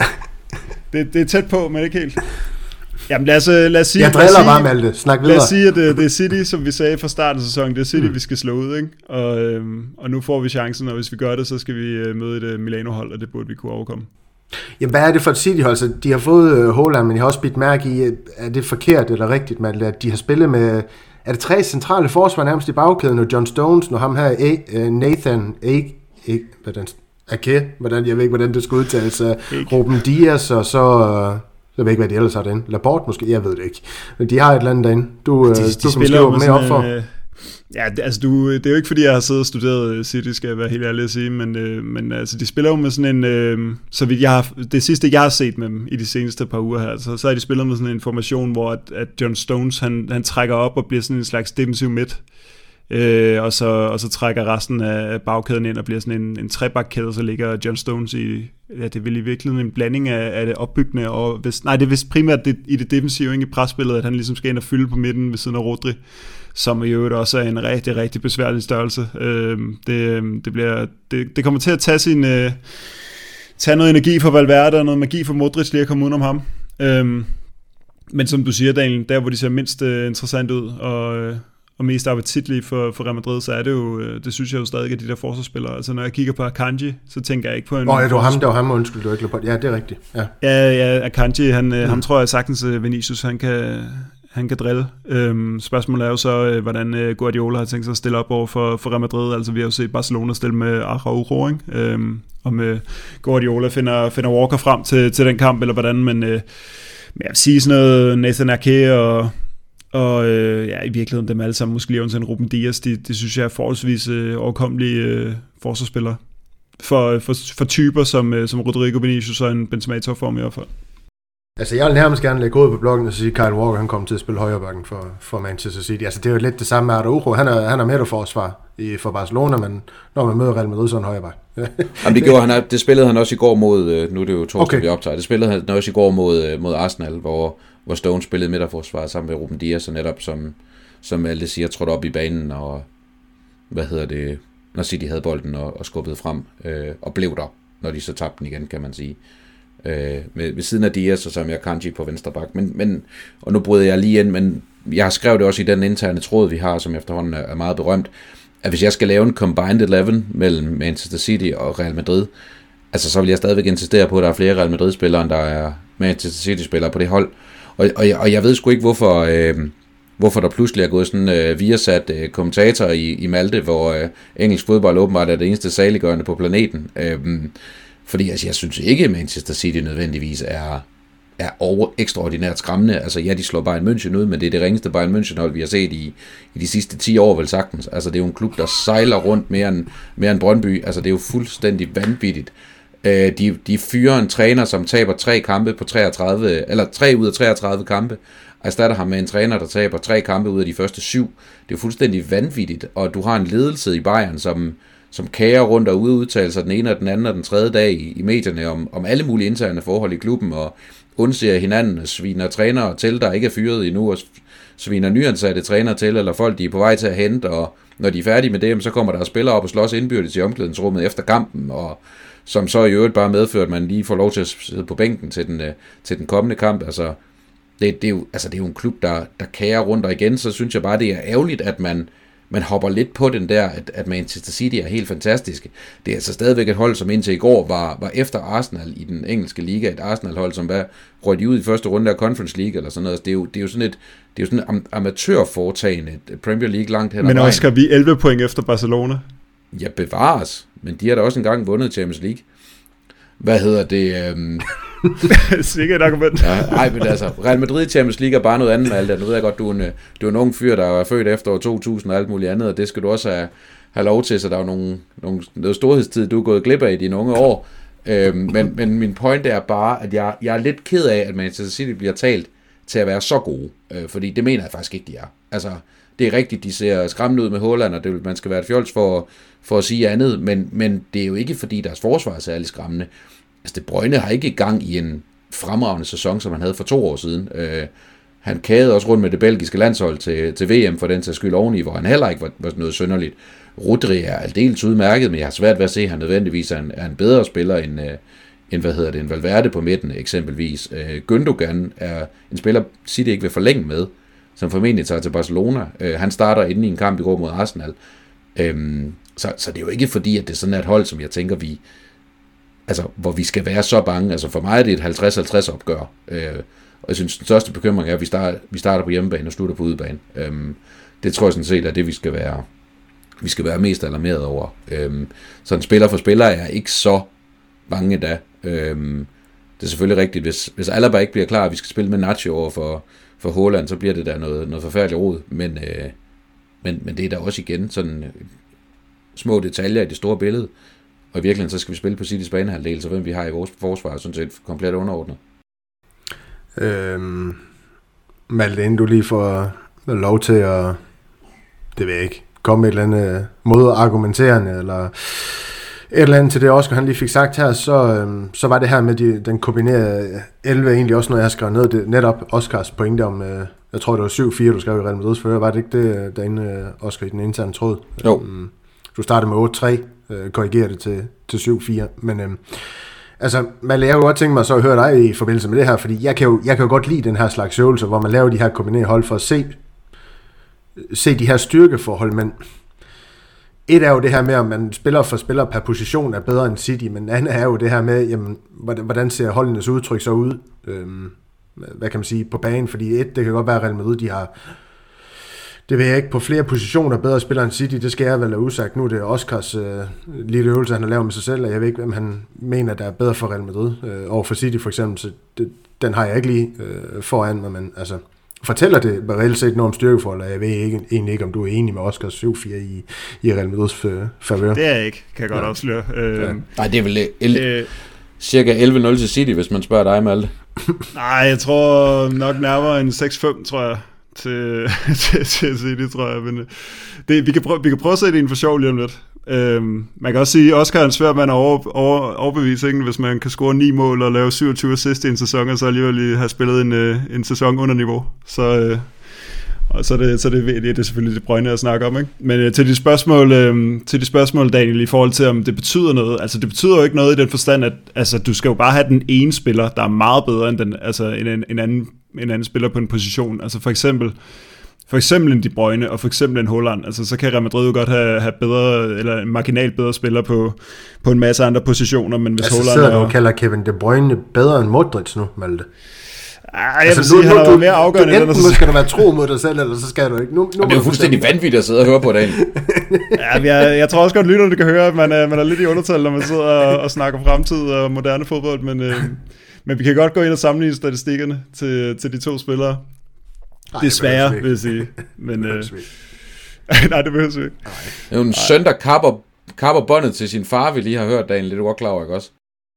S2: det, det er tæt på, men ikke helt. Jamen lad os, lad os sige...
S1: Jeg driller bare, Malte. Snak videre.
S2: Lad os sige, at det, det er City, som vi sagde fra starten af sæsonen, det er City, mm. vi skal slå ud, ikke? Og, øhm, og nu får vi chancen, og hvis vi gør det, så skal vi møde et Milano-hold, og det burde vi kunne overkomme.
S1: Jamen hvad er det for et City-hold? Så de har fået uh, Haaland, men jeg har også bidt mærke i, er det forkert eller rigtigt, Malte, at de har spillet med... Er det tre centrale forsvar nærmest i bagkæden, og John Stones, når ham her A, uh, Nathan A, A, hvordan, Ake, hvordan, jeg ved ikke, hvordan det skal udtales, uh, Ruben Dias, og så... Uh, Jeg ved ikke, hvad de ellers har derinde. Laporte måske? Jeg ved det ikke. Men de har et eller andet derinde. Du, de, de du kan måske åbne mere op for. Øh,
S2: ja, det, altså du, det er jo ikke, fordi jeg har siddet og studeret City, skal jeg være helt ærlig at sige, men, øh, men altså, de spiller jo med sådan en... Øh, så vidt jeg har, det sidste, jeg har set med dem i de seneste par uger her, så, så har de spillet med sådan en formation, hvor at, at John Stones, han, han trækker op og bliver sådan en slags defensiv midt. Øh, og, så, og så trækker resten af bagkæden ind og bliver sådan en, en trebakkæde, så ligger John Stones i, ja, det er vel i virkeligheden en blanding af, af det opbyggende, og hvis, nej, det er vist primært det, i det defensive, ikke i presspillet, at han ligesom skal ind og fylde på midten ved siden af Rodri, som i øvrigt også er en rigtig, rigtig besværlig størrelse. Øh, det, det, bliver, det, det kommer til at tage sin, øh, tage noget energi for Valverde og noget magi for Modric lige at komme udenom ham. Øh, men som du siger, Daniel, der hvor de ser mindst øh, interessant ud, og øh, og mest appetitlige for, for Real Madrid, så er det jo, det synes jeg jo stadig af de der forsvarsspillere. Altså når jeg kigger på Akanji, så tænker jeg ikke på en...
S1: Åh, oh, ja, det var ham, det var ham, undskyld, du ikke på. Ja, det er rigtigt. Ja,
S2: ja, ja Akanji, han, mm. ham tror jeg sagtens, Vinicius, han kan, han kan drille. Øhm, spørgsmålet er jo så, hvordan Guardiola har tænkt sig at stille op over for, for Real Madrid. Altså vi har jo set Barcelona stille med Araujo, ikke? Øhm, og med Guardiola finder, finder Walker frem til, til den kamp, eller hvordan, men, øh, men jeg vil sige sådan noget Nathan Ake og Og øh, ja, i virkeligheden dem alle sammen, måske lige undtagen Ruben Dias, det de synes jeg er forholdsvis øh, overkommelige øh, forsvarsspillere. For, for, for typer som, øh, som Rodrigo Vinicius og en Benzema i topform i hvert fald.
S1: Altså jeg vil nærmest gerne lægge ud på bloggen og sige, at Kyle Walker han kommer til at spille højrebacken for, for Manchester City. Altså det er jo lidt det samme med Araujo. Han er, han er midterforsvar i, for Barcelona, men når man møder Real Madrid, så er han højreback.
S3: Jamen det, gjorde han, det spillede han også i går mod, nu er det jo torsdag, okay. Vi optager, det spillede han også i går mod, mod Arsenal, hvor, hvor Stone spillede midterforsvar sammen med Ruben Dias, og netop som, som alle siger, trådte op i banen, og hvad hedder det, når City havde bolden og, og skubbede frem, øh, og blev der, når de så tabte den igen, kan man sige. Øh, med, ved siden af Dias og Samir Kanji på venstre bak. Men, men, og nu bryder jeg lige ind, men jeg har skrevet det også i den interne tråd, vi har, som efterhånden er meget berømt, at hvis jeg skal lave en combined elleve mellem Manchester City og Real Madrid, altså så vil jeg stadigvæk insistere på, at der er flere Real Madrid-spillere, end der er Manchester City-spillere på det hold. Og, og, og jeg ved sgu ikke, hvorfor, øh, hvorfor der pludselig er gået sådan øh, viasat øh, kommentator i, i Malte, hvor øh, engelsk fodbold åbenbart er det eneste saliggørende på planeten. Øh, Fordi altså, jeg synes ikke, at Manchester City nødvendigvis er, er over, ekstraordinært skræmmende. Altså ja, de slår Bayern München ud, men det er det ringeste Bayern München-hold, vi har set i, i de sidste ti år, vel sagtens. Altså det er jo en klub, der sejler rundt mere end, mere end Brøndby. Altså det er jo fuldstændig vanvittigt. Øh, de, de fyrer en træner, som taber tre kampe på treogtredive, eller tre ud af treogtredive kampe. Erstatter ham med en træner, der taber tre kampe ud af de første syv. Det er jo fuldstændig vanvittigt, og du har en ledelse i Bayern, som som kager rundt og udtaler sig den ene og den anden og den tredje dag i, i medierne om, om alle mulige interne forhold i klubben, og undser hinanden, sviner trænere til, der ikke er fyret endnu, og sviner nyansatte trænere til, eller folk, de er på vej til at hente, og når de er færdige med det, så kommer der spillere op og slås indbyrdes i omklædningsrummet efter kampen, og som så i øvrigt bare medfører, at man lige får lov til at sidde på bænken til den, til den kommende kamp. Altså det, det, er jo, altså, det er jo en klub, der, der kager rundt, og igen, så synes jeg bare, det er ærgerligt, at man man hopper lidt på den der, at, at Manchester City er helt fantastiske. Det er altså stadigvæk et hold, som indtil i går var, var efter Arsenal i den engelske liga, et Arsenal-hold, som var røget ud i første runde af Conference League, eller sådan noget. Det er jo, det er jo sådan et, det er jo sådan et amatørforetagende Premier League langt hen ad vejen.
S2: Men også skal vi elleve point efter Barcelona?
S3: Ja, bevares. Men de har da også engang vundet Champions League. Hvad hedder det? Øhm...
S2: Sikkert et argument.
S3: Ja, ej, men altså, Real Madrid Champions League er bare noget andet med alt det. Nu ved jeg godt, du er en, du er en ung fyr, der er født efter år to tusind og alt muligt andet, og det skal du også have, have lov til, så der er jo nogle, nogle, noget storhedstid, du er gået glip af i dine unge år. Øhm, men, men min point er bare, at jeg, jeg er lidt ked af, at Manchester City bliver talt til at være så gode, øh, fordi det mener jeg faktisk ikke, de er. Altså, det er rigtigt, de ser skræmmende ud med Haaland, og det, man skal være et fjols for, for at sige andet, men, men det er jo ikke, fordi deres forsvar er særlig skræmmende. Altså, De Bruyne har ikke i gang i en fremragende sæson, som han havde for to år siden. Øh, han kagede også rundt med det belgiske landshold til, til V M for den til skyld oveni, hvor han heller ikke var, var noget synderligt. Rodri er aldeles udmærket, men jeg har svært ved at se, at han nødvendigvis er en, er en bedre spiller end, øh, end, hvad hedder det, en Valverde på midten eksempelvis. Øh, Gündogan er en spiller, City ikke vil forlænge med, som formentlig tager til Barcelona. Øh, han starter inden i en kamp i går mod Arsenal. Øh, så, så det er jo ikke fordi, at det er sådan et hold, som jeg tænker, vi altså, hvor vi skal være så bange. Altså for mig er det et halvtreds halvtreds opgør. Øh, og jeg synes, den største bekymring er, at vi starter, vi starter på hjemmebane og slutter på udebane. Øh, det tror jeg sådan set er det, vi skal være, vi skal være mest alarmeret over. Øh, så en spiller for spiller er ikke så bange da. Øh, det er selvfølgelig rigtigt, hvis, hvis Alaba ikke bliver klar, at vi skal spille med Nacho over for, for Haaland, så bliver det der noget, noget forfærdeligt rod. Men, øh, men, men det er der også igen sådan øh, små detaljer i det store billede. Og i virkeligheden, så skal vi spille på Citys banehalvdel, så hvem vi har i vores forsvar er sådan set komplet underordnet.
S1: Øhm, Malte, inden du lige får lov til at, det ved jeg ikke, komme med et eller andet modargumenterende, eller et eller andet til det Oscar, han lige fik sagt her, så, øhm, så var det her med de, den kombinerede elleve egentlig også noget, jeg har skrevet ned. Det, netop Oscars pointe om, øh, jeg tror det var syv fire, du skrev i Real Madrids fører, var det ikke det, derinde, Oscar, i den interne tråd?
S3: Jo.
S1: Øhm, du startede med otte tre, øh, korrigerer det til, til syv fire, men øhm, altså, Malte, jeg kunne godt tænke mig så at høre dig i forbindelse med det her, fordi jeg kan jo, jeg kan jo godt lide den her slags øvelser, hvor man laver de her kombinerede hold for at se, se de her styrkeforhold, men et er jo det her med, at man spiller for spiller per position er bedre end City, men andet er jo det her med, jamen, hvordan ser holdenes udtryk så ud, øhm, hvad kan man sige, på banen, fordi et, det kan godt være, at Real Madrid, de har, det ved jeg ikke, på flere positioner bedre spillere end City, det skal jeg vel have udsagt. Nu er det Oscars øh, lille øvelse, han har lavet med sig selv, og jeg ved ikke, hvem han mener, der er bedre for Real Madrid. Øh, over for City for eksempel, så det, den har jeg ikke lige øh, foran mig, men altså, fortæller det reelt set noget om styrkeforhold, og jeg ved ikke, egentlig ikke, om du er enig med Oscar syv fire i, i Real Madrids favør.
S2: Det er jeg ikke, kan jeg godt ja. afsløre. Øh,
S3: ja. Nej, det er vel el- øh, cirka elleve nul til City, hvis man spørger dig, Malte.
S2: Nej, jeg tror nok nærmere en seks fem, tror jeg, til, til, til City, tror jeg. Men det, vi, kan prøve, vi kan prøve at se det i en for sjov lige om lidt. Øhm, man kan også sige, at Oscar er en svær mand at over, over, overbevise, ikke? Hvis man kan score ni mål og lave syvogtyve assist i en sæson, og så alligevel have spillet en, en sæson under niveau. Så, øh, og så er det, så er det, det er det selvfølgelig det Brøgne at snakke om, ikke? Men øh, til de spørgsmål, øh, til de spørgsmål, Daniel, i forhold til, om det betyder noget. Altså, det betyder jo ikke noget i den forstand, at altså, du skal jo bare have den ene spiller, der er meget bedre end den, altså, en, en, en, anden, en anden spiller på en position. Altså for eksempel For eksempel en De Bruyne og for eksempel en Haaland, altså så kan Real Madrid jo godt have, have bedre, eller marginalt bedre spillere på, på en masse andre positioner, men hvis
S1: altså,
S2: Haaland...
S1: Altså sidder du og kalder Kevin De Bruyne bedre end Modric nu, Malte?
S2: Ej, jeg altså, vil sige, nu, han er mere afgørende.
S1: Du, enten skal du være tro mod dig selv, eller så skal du ikke. Nu, nu
S3: det er jo fuldstændig vanvittigt at sidde og høre på dagen.
S2: Ja, jeg, jeg tror også godt, lytterne kan høre, at man er, man er lidt i undertal, når man sidder og, og snakker fremtid og moderne fodbold, men, øh, men vi kan godt gå ind og sammenligne statistikkerne til, til de to spillere.
S1: Nej,
S2: det er sværere, vil jeg sige. Men,
S1: det
S2: øh, nej, det behøver vi ikke.
S3: Det er jo en søn, der kapper, kapper båndet til sin far, vi lige har hørt, Daniel. Det er du godt klar over, ikke også?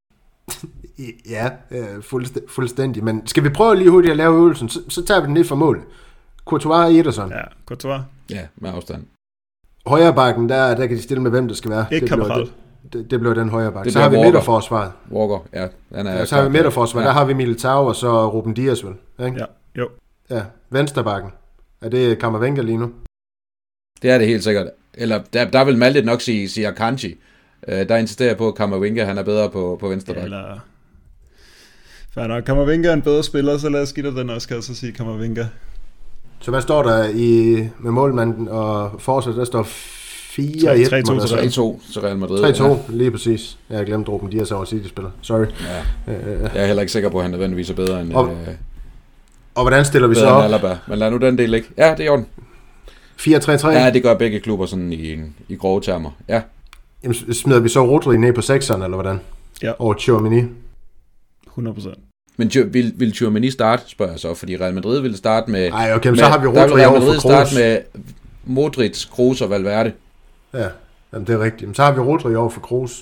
S1: Ja, fuldstændig, fuldstændig. Men skal vi prøve lige hurtigt at lave øvelsen, så, så tager vi den ned for mål. Courtois og Ederson.
S2: Ja, Courtois.
S3: Ja, med afstand.
S1: Højre bakken, der, der kan de stille med, hvem det skal være.
S2: Ikke
S1: det, bliver,
S2: det,
S1: det, det bliver den højre bakke.
S3: Det
S1: så har vi
S3: Walker.
S1: midterforsvaret.
S3: Walker, ja. Den er
S1: ja så har vi midterforsvaret. Ja. Der har vi Militao og så Ruben Dias, vel? Ikke?
S2: Ja, jo.
S1: Ja, venstre bakken. Er det Camavinga lige nu?
S3: Det er det helt sikkert. Eller der, der vil Malte nok sige, sige Akanji. Uh, der insisterer på, at Camavinga han er bedre på, på venstre bakke.
S2: Ja, eller... Fair nok, Camavinga er en bedre spiller, så lad os give dig den også, kan jeg så sige Camavinga.
S1: Så hvad står der i med målmanden og forsvaret? Der står fire et.
S3: tre to til Real Madrid.
S1: tre to, ja. Lige præcis. Jeg har glemt Ruben Dias over City-spiller. Sorry.
S3: Ja. Uh, jeg er heller ikke sikker på, at han nødvendigvis er bedre end...
S1: Og,
S3: uh,
S1: og hvordan stiller vi så op?
S3: Alaba. Men lad nu den del ikke. Ja, det er i orden.
S1: fire tre tre?
S3: Ja, det gør begge klubber sådan i, i grove termer. Ja.
S1: Jamen, smider vi så Rodri ned på sekseren, eller hvordan?
S2: Ja.
S1: Over Tchouaméni?
S2: hundrede procent.
S3: Men vil, vil Tchouaméni starte, spørger jeg så, fordi Real Madrid vil starte med...
S1: Nej, okay,
S3: med,
S1: så har vi Rodri over for Kroos.
S3: Der vil Real Madrid starte med Modric, Kroos og Valverde.
S1: Ja, jamen, det er rigtigt. Men så har vi Rodri over for Kroos.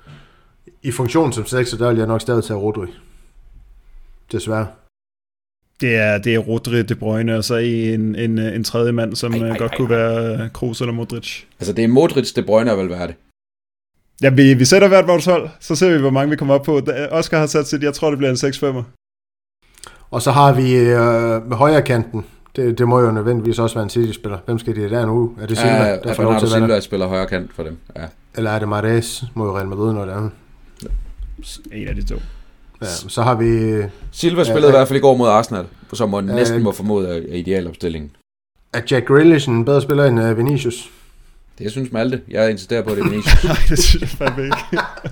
S1: I funktion som sekser, der vil jeg nok stadig tage Rodri. Desværre.
S2: Det er, det er Rodri, De Bruyne, og så en, en, en tredje mand, som ej, ej, godt ej, kunne ej. være Kroos eller Modric.
S3: Altså, det er Modric, De Bruyne og Valverde.
S2: Ja, vi, vi sætter hvert vores hold, så ser vi, hvor mange vi kommer op på. Oscar har sat sit, jeg tror, det bliver en seks femmer.
S1: Og så har vi øh, med højre kanten, det, det må jo nødvendigvis også være en City-spiller. Hvem skal de der nu? Er det Silva?
S3: Ja, der får lov til Silva at spiller højre kant for dem. Ja.
S1: Eller er det Mahrez mod Real Madrid, når det er?
S2: En af de to.
S1: Ja, så har vi...
S3: Silva spillede ja, i hvert fald i går mod Arsenal, som må ja, næsten må formode af idealopstillingen.
S1: Er Jack Grealish en bedre spiller end uh, Vinicius?
S3: Det jeg synes Malte. Jeg insisterer på, at det er Vinicius.
S2: Nej, det synes jeg fandme ikke.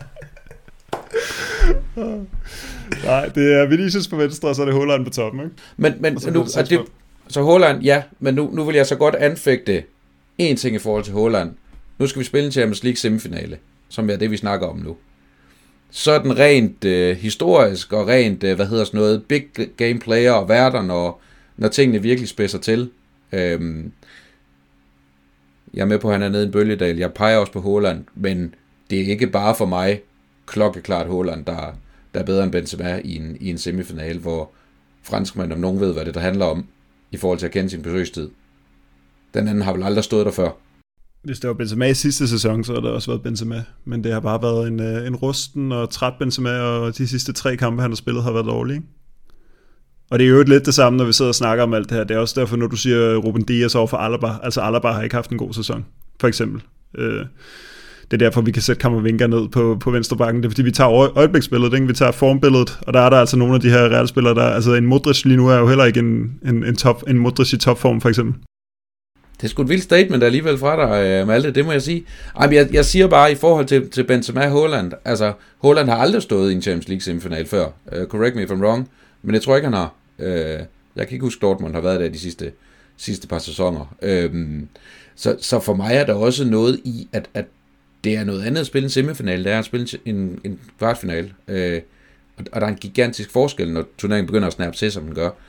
S2: Nej, det er Vinicius på venstre, og så er det Haaland på toppen, ikke?
S3: Men, men så, nu, det, så Haaland, ja, men nu, nu vil jeg så godt anfægte en ting i forhold til Haaland. Nu skal vi spille en Champions League semifinale, som er det, vi snakker om nu. Sådan rent øh, historisk og rent, øh, hvad hedder sådan noget, big game player og værter, når, når tingene virkelig spidser til. Øhm, jeg er med på, at han er nede i en bølgedal. Jeg peger også på Haaland, men det er ikke bare for mig klokkeklart Haaland, der, der er bedre end Benzema i en, i en semifinale, hvor franskmænd, om nogen ved, hvad det der handler om, i forhold til at kende sin besøgstid. Den anden har vel aldrig stået der før.
S2: Hvis det var Benzema i sidste sæson, så har det også været Benzema. Men det har bare været en, en rusten og træt Benzema, og de sidste tre kampe, han har spillet, har været dårlige. Og det er jo lidt det samme, når vi sidder og snakker om alt det her. Det er også derfor, når du siger Ruben Dias over for Alaba. Altså Alaba har ikke haft en god sæson, for eksempel. Det er derfor, vi kan sætte Camavinga ned på, på venstrebakken. Det er fordi, vi tager øjebliksbilledet, ikke? Vi tager formbilledet, og der er der altså nogle af de her realspillere, der... Altså en Modric lige nu er jo heller ikke en, en, en, top, en Modric i topform, for eksempel.
S3: Det er sgu et vildt statement alligevel fra dig, Malte, det må jeg sige. Ej, jeg, jeg siger bare i forhold til, til Benzema Haaland, altså Haaland har aldrig stået i en Champions League semifinal før. Uh, correct me if I'm wrong, men jeg tror ikke, han har. Uh, jeg kan ikke huske, Dortmund har været der de sidste, sidste par sæsoner. Uh, så, så for mig er der også noget i, at, at det er noget andet at spille en semifinal, det er at spille en, en kvartfinal. Uh, og, og der er en gigantisk forskel, når turneringen begynder at snappe til, som den gør.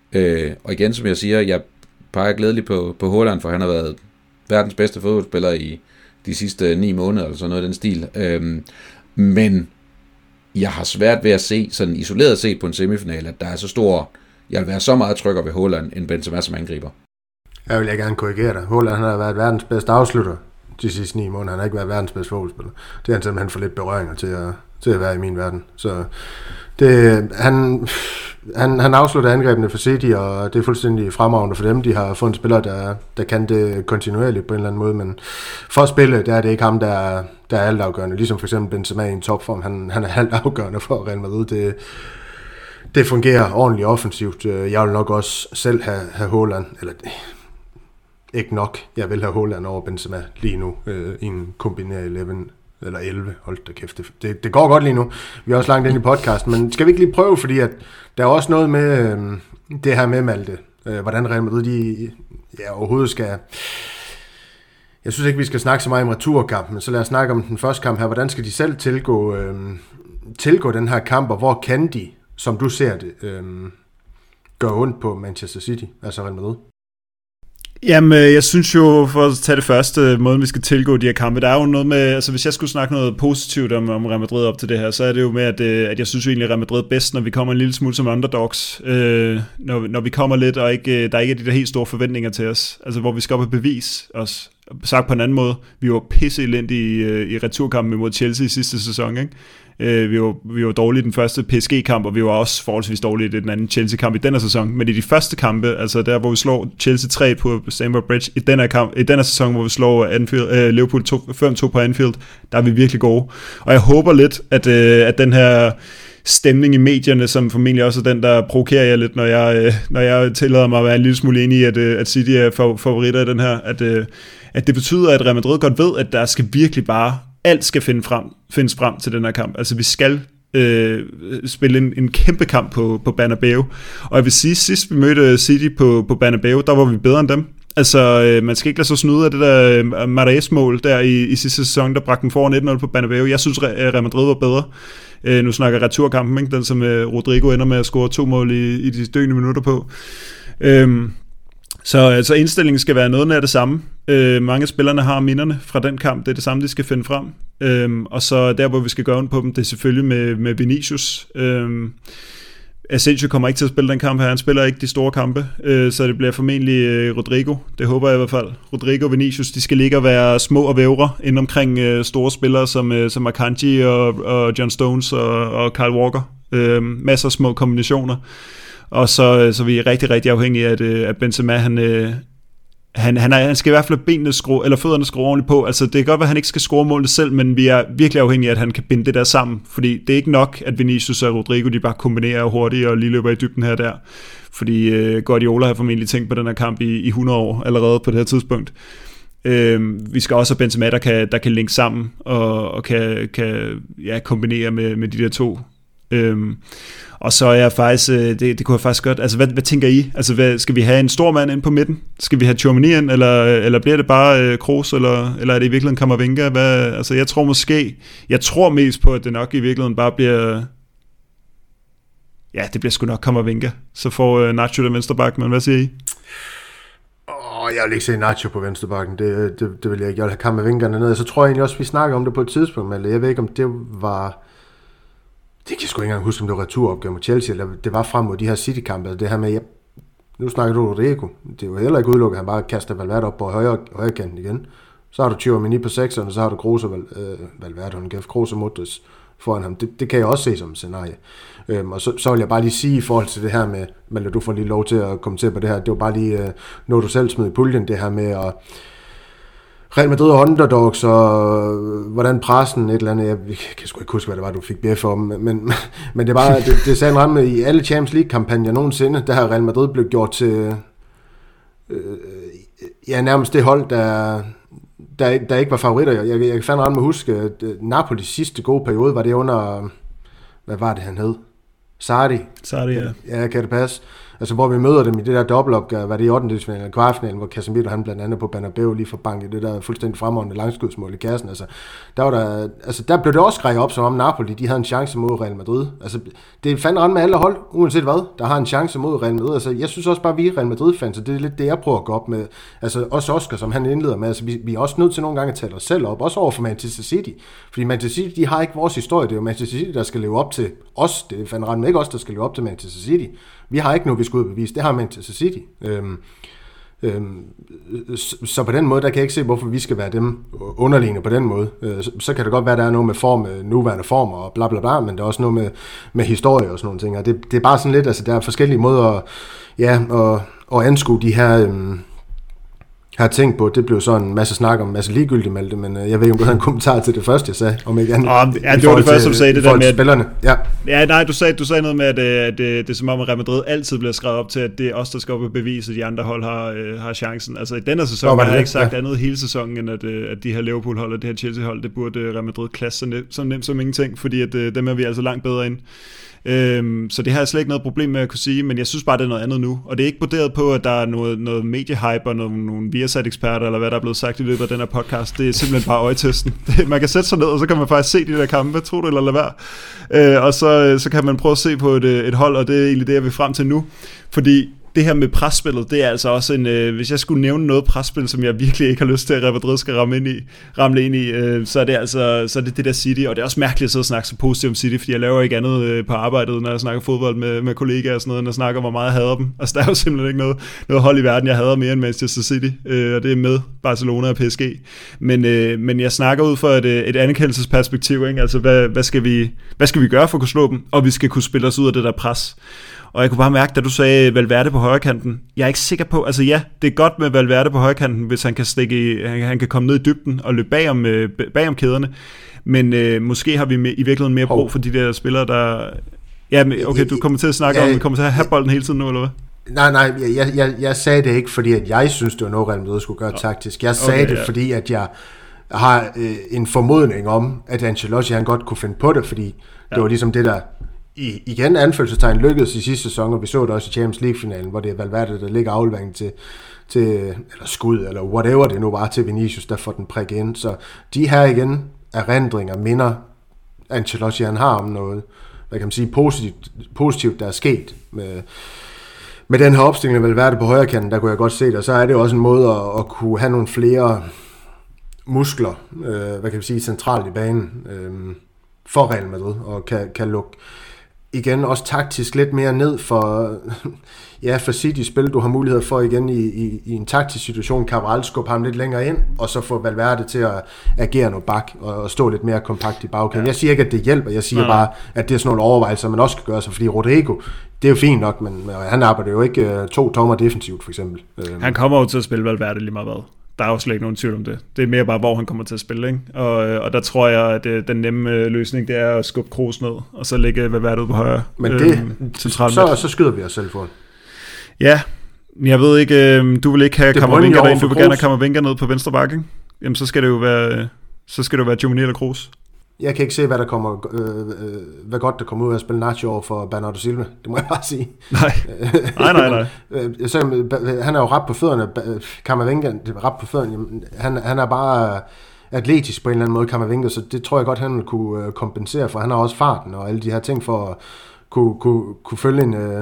S3: Øh, og igen, som jeg siger, jeg peger glædeligt på, på Haaland, for han har været verdens bedste fodboldspiller i de sidste ni måneder, eller sådan noget af den stil. Øh, men jeg har svært ved at se, sådan isoleret set på en semifinal, at der er så stor, jeg vil være så meget tryggere ved Haaland, end Benzema som angriber.
S1: Jeg vil jeg gerne korrigere dig. Haaland, han har været verdens bedste afslutter de sidste ni måneder. Han har ikke været verdens bedste fodboldspiller. Det er han simpelthen for lidt berøringer til at, til at være i min verden. Så det, han, han, han afslutter angrebene for City, og det er fuldstændig fremragende for dem. De har fundet spillere, der, der kan det kontinuerligt på en eller anden måde, men for at spille, der er det ikke ham, der, der er altafgørende. Ligesom for eksempel Benzema i en topform. Han, han er altafgørende for Real Madrid. Det, det fungerer ordentligt offensivt. Jeg vil nok også selv have, have Haaland, eller ikke nok. Jeg vil have Haaland over Benzema lige nu øh, i en kombineret elleve eller elleve. Hold da kæft, det, det går godt lige nu. Vi er også langt ind i podcasten, men skal vi ikke lige prøve, fordi at der er også noget med øh, det her med Malte. Øh, hvordan Real Madrid de ja, overhovedet skal... Jeg synes ikke, vi skal snakke så meget om returkampen, men så lad os snakke om den første kamp her. Hvordan skal de selv tilgå, øh, tilgå den her kamp, og hvor kan de, som du ser det, øh, gøre ondt på Manchester City, altså Real Madrid?
S2: Jamen, jeg synes jo, for at tage det første måde, vi skal tilgå de her kampe, der er jo noget med, altså hvis jeg skulle snakke noget positivt om, om Real Madrid op til det her, så er det jo med, at, at jeg synes jo egentlig, at Real Madrid er bedst, når vi kommer en lille smule som underdogs, øh, når, når vi kommer lidt, og ikke, der ikke er de der helt store forventninger til os, altså hvor vi skal op og bevise os. Sagt på en anden måde, vi var pisse elendige i, i returkampen imod Chelsea i sidste sæson, ikke? Øh, vi, var, vi var dårlige i den første P S G-kamp, og vi var også forholdsvis dårlige i den anden Chelsea-kamp i denne sæson. Men i de første kampe, altså der hvor vi slår Chelsea tre på Stamford Bridge, i denne, kamp, i denne sæson, hvor vi slår Anfield, øh, Liverpool fem to på Anfield, der er vi virkelig gode. Og jeg håber lidt, at, øh, at den her stemning i medierne, som formentlig også er den, der provokerer jer lidt, når jeg, øh, når jeg tillader mig at være en lille smule enig i, at, øh, at City er favoritter i den her, at, øh, at det betyder, at Real Madrid godt ved, at der skal virkelig bare alt skal finde frem, findes frem til den her kamp. Altså vi skal øh, spille en, en kæmpe kamp på, på Bernabeu. Og jeg vil sige, sidst vi mødte City på, på Bernabeu, der var vi bedre end dem. Altså øh, man skal ikke lade sig snude af det der øh, Mahrez-mål der i, i sidste sæson, der bragte dem foran et nul på Bernabeu. Jeg synes, Real Madrid var bedre. Øh, nu snakker returkampen, ikke? Den som øh, Rodrigo ender med at score to mål i, i de døgende minutter på. Øh, Så altså indstillingen skal være noget nær det samme. Øh, mange af spillerne har minderne fra den kamp. Det er det samme, de skal finde frem. Øh, og så der, hvor vi skal gøre ondt på dem, det er selvfølgelig med, med Vinicius. Øh, Asensio kommer ikke til at spille den kamp her. Han spiller ikke de store kampe. Øh, så det bliver formentlig øh, Rodrigo. Det håber jeg i hvert fald. Rodrigo og Vinicius, de skal ligge og være små og vævre inden omkring øh, store spillere som, øh, som Akanji og, og John Stones og, og Kyle Walker. Øh, masser af små kombinationer. Og så, så vi er rigtig, rigtig afhængige af, at, at Benzema, han, han, han, er, han skal i hvert fald benene skrue, eller fødderne skrue ordentligt på. Altså det kan godt være, at han ikke skal score målet selv, men vi er virkelig afhængige af, at han kan binde det der sammen. Fordi det er ikke nok, at Vinicius og Rodrigo, de bare kombinerer hurtigt og lige løber i dybden her og der. Fordi uh, Guardiola har formentlig tænkt på den her kamp i, i hundrede år allerede på det her tidspunkt. Uh, vi skal også have Benzema, der kan, der kan linke sammen og, og kan, kan ja, kombinere med, med de der to. Øhm, og så er jeg faktisk det, det kunne jeg faktisk godt, altså hvad, hvad tænker I? Altså hvad, skal vi have en stor mand ind på midten? Skal vi have Tchouaméni ind, eller, eller bliver det bare øh, Kroos, eller, eller er det i virkeligheden Camavinga? Hvad, altså jeg tror måske, jeg tror mest på, at det nok i virkeligheden bare bliver, ja det bliver sgu nok Camavinga. Så får øh, Nacho den venstre bak, men hvad siger I?
S1: Åh, jeg vil ikke se Nacho på venstrebakken, det, det, det vil jeg ikke. Jeg vil have Camavinga dernede. Så tror jeg egentlig også, vi snakker om det på et tidspunkt, men jeg ved ikke, om det var... Det kan jeg sgu ikke engang huske, om det var returopgave mod Chelsea, eller det var frem mod de her City-kampe. Altså det her med, ja, nu snakker du Rodrigo. Det er jo heller ikke udelukket, at han bare kaster Valverde op på højre, højre kanten igen. Så har du Tchouaméni på sekseren, og så har du Kroos og Val, øh, Valverde, hun kan Kroos og Modric foran ham. Det, det kan jeg også se som scenarie. Øhm, og så, så vil jeg bare lige sige i forhold til det her med, men du får lige lov til at kommentere på det her, det var bare lige øh, noget du selv smed i puljen, det her med at Real Madrid og underdogs, og hvordan pressen et eller andet, jeg kan sgu ikke huske, hvad det var, du fik bjef om, men, men, men det var, det, det sagde en ramme i alle Champions League-kampagner nogensinde, der har Real Madrid blevet gjort til, øh, ja, nærmest det hold, der, der, der ikke var favoritter. Jeg, jeg, jeg kan fandme ramme at huske, at Napolis sidste gode periode, var det under, hvad var det, han hed? Sarri.
S2: Sarri, ja.
S1: Ja, kan det passe? Altså, hvor vi møder dem i det der dobbeltopgør, hvad det i ottendedelsfinalen og kvartfinalen, hvor Casemiro han blandt andet på Bernabeu lige får banket det der fuldstændig fremragende langskudsmål i kassen. Altså, der, var der, altså, der blev det også skrevet op, som om Napoli, de havde en chance mod Real Madrid. Altså, det er fandme rent med alle hold, uanset hvad, der har en chance mod Real Madrid. Altså, jeg synes også bare, vi er Real Madrid-fans, og det er lidt det, jeg prøver at gå op med. Altså, også Oscar, som han indleder med, altså, vi, vi er også nødt til nogle gange at tale os selv op, også over for Manchester City. Fordi Manchester City, de har ikke vores historie, det er jo Manchester City, der skal leve op til os. Det er fandme rent med ikke os, der skal leve op til Manchester City. Vi har ikke noget, vi skal udbevise. Det har Manchester City. Øhm, øhm, så på den måde, der kan jeg ikke se, hvorfor vi skal være dem underliggende på den måde. Øh, så, så kan det godt være, at der er noget med form, nuværende former og bla bla bla, men der er også noget med, med historie og sådan nogle ting. Og det, det er bare sådan lidt, altså der er forskellige måder at, ja, at, at anskue de her... Øhm, Jeg har tænkt på, det blev så en masse snak om en masse ligegyldigt Malte, men jeg ved ikke, om du havde en kommentar til det første, jeg sagde, om ikke andet.
S2: Oh, ja, det var det første, som du sagde, det der med, at,
S1: spillerne. Ja.
S2: ja, nej, du sagde, du sagde noget med, at, at det, det er som om, at Real Madrid altid bliver skrevet op til, at det er os, der skal op og bevise, at de andre hold har, øh, har chancen. Altså i denne sæson Nå, har jeg ikke sagt ja. andet hele sæsonen, end at, at de her Liverpool-hold og det her Chelsea-hold, det burde Real Madrid klasse så nemt, så nemt som ingenting, fordi at, øh, dem er vi altså langt bedre end. Øhm, så det har jeg slet ikke noget problem med at kunne sige, men jeg synes bare, det er noget andet nu. Og det er ikke vurderet på, at der er noget, noget mediehype og nogle, nogle Viasat-eksperter, eller hvad der er blevet sagt i løbet af den her podcast. Det er simpelthen bare øjetesten. Det, man kan sætte sig ned, og så kan man faktisk se de der kampe, tro det eller lad være. Øh, og så, så kan man prøve at se på et, et hold, og det er egentlig det, jeg vil frem til nu. Fordi det her med presspillet, det er altså også en, øh, hvis jeg skulle nævne noget presspil, som jeg virkelig ikke har lyst til, at Real Madrid skal ramme ind i, ramle ind i, øh, så er det altså så er det, det der City, og det er også mærkeligt at sidde og snakke så positivt om City, fordi jeg laver ikke andet øh, på arbejdet, når jeg snakker fodbold med, med kollegaer og sådan noget, når jeg snakker om, hvor meget jeg hader dem. Altså der er jo simpelthen ikke noget, noget hold i verden, jeg hader mere end Manchester City, øh, og det er med Barcelona og P S G. Men, øh, men jeg snakker ud fra et, et anerkendelsesperspektiv, ikke? Altså hvad, hvad, skal vi, hvad skal vi gøre for at kunne slå dem, og vi skal kunne spille os ud af det der pres. Og jeg kunne bare mærke, da du sagde Valverde på højrekanten, jeg er ikke sikker på, altså ja, det er godt med Valverde på højrekanten, hvis han kan stikke i, han, han kan komme ned i dybden og løbe bagom, bagom kæderne, men øh, måske har vi med, i virkeligheden mere brug for de der spillere, der... Ja, okay, du kommer til at snakke ja, om, vi kommer til at have bolden hele tiden nu, eller hvad?
S1: Nej, nej, jeg, jeg, jeg sagde det ikke, fordi at jeg synes, det var noget, Real Madrid skulle gøre taktisk. Jeg sagde okay, det, ja. fordi at jeg har øh, en formodning om, at Ancelotti han godt kunne finde på det, fordi ja. det var ligesom det, der... I, igen anførselstegn lykkedes i sidste sæson, og vi så det også i Champions League-finalen, hvor det er Valverde, der ligger afleveringen til, til, eller skud, eller whatever det nu var til Vinicius, der får den prik ind. Så de her igen erindringer minder Ancelotti, han har om noget, hvad kan man sige, positivt, positivt der er sket med, med den her opstilling af Valverde på højrekanten, der kunne jeg godt se det, og så er det også en måde at, at kunne have nogle flere muskler, øh, hvad kan man sige, centralt i banen øh, for Real Madrid, og kan, kan lukke igen også taktisk lidt mere ned for, ja, for City-spil. Du har mulighed for igen i, i, i en taktisk situation, Cabral skubbe ham lidt længere ind, og så få Valverde til at agere noget bak, og, og stå lidt mere kompakt i bagkæden. Ja. Jeg siger ikke, at det hjælper, jeg siger ja. bare, at det er sådan nogle overvejelser, man også skal gøre sig, fordi Rodrigo, det er jo fint nok, men han arbejder jo ikke uh, to tommer defensivt, for eksempel.
S2: Han kommer jo til at spille Valverde lige meget hvad. Der er jo slet ikke nogen tvivl om det. Det er mere bare, hvor han kommer til at spille, ikke? Og, og der tror jeg, at det, den nemme løsning, det er at skubbe Kroos ned, og så lægge Valverde ud på højre.
S1: Men det, øhm, så, så skyder vi os selv for.
S2: Ja, jeg ved ikke, øh, du vil ikke have Kammervinger derinde, du vil gerne have Kammervinger ned på venstre bakke, ikke? Jamen så skal det jo være, så skal det jo være Tchouaméni eller Kroos.
S1: Jeg kan ikke se, hvad der kommer, øh, øh, hvad godt der kommer ud af at spille Nacho over for Bernardo Silva. Det må jeg bare sige.
S2: Nej, nej, nej. nej.
S1: så, han er jo ret på fødderne. Kammervinger, ret på fødderne. Han, han er bare atletisk på en eller anden måde, Kammervinger, så det tror jeg godt, han vil kunne kompensere for. Han har også farten og alle de her ting for at kunne, kunne, kunne følge en, øh,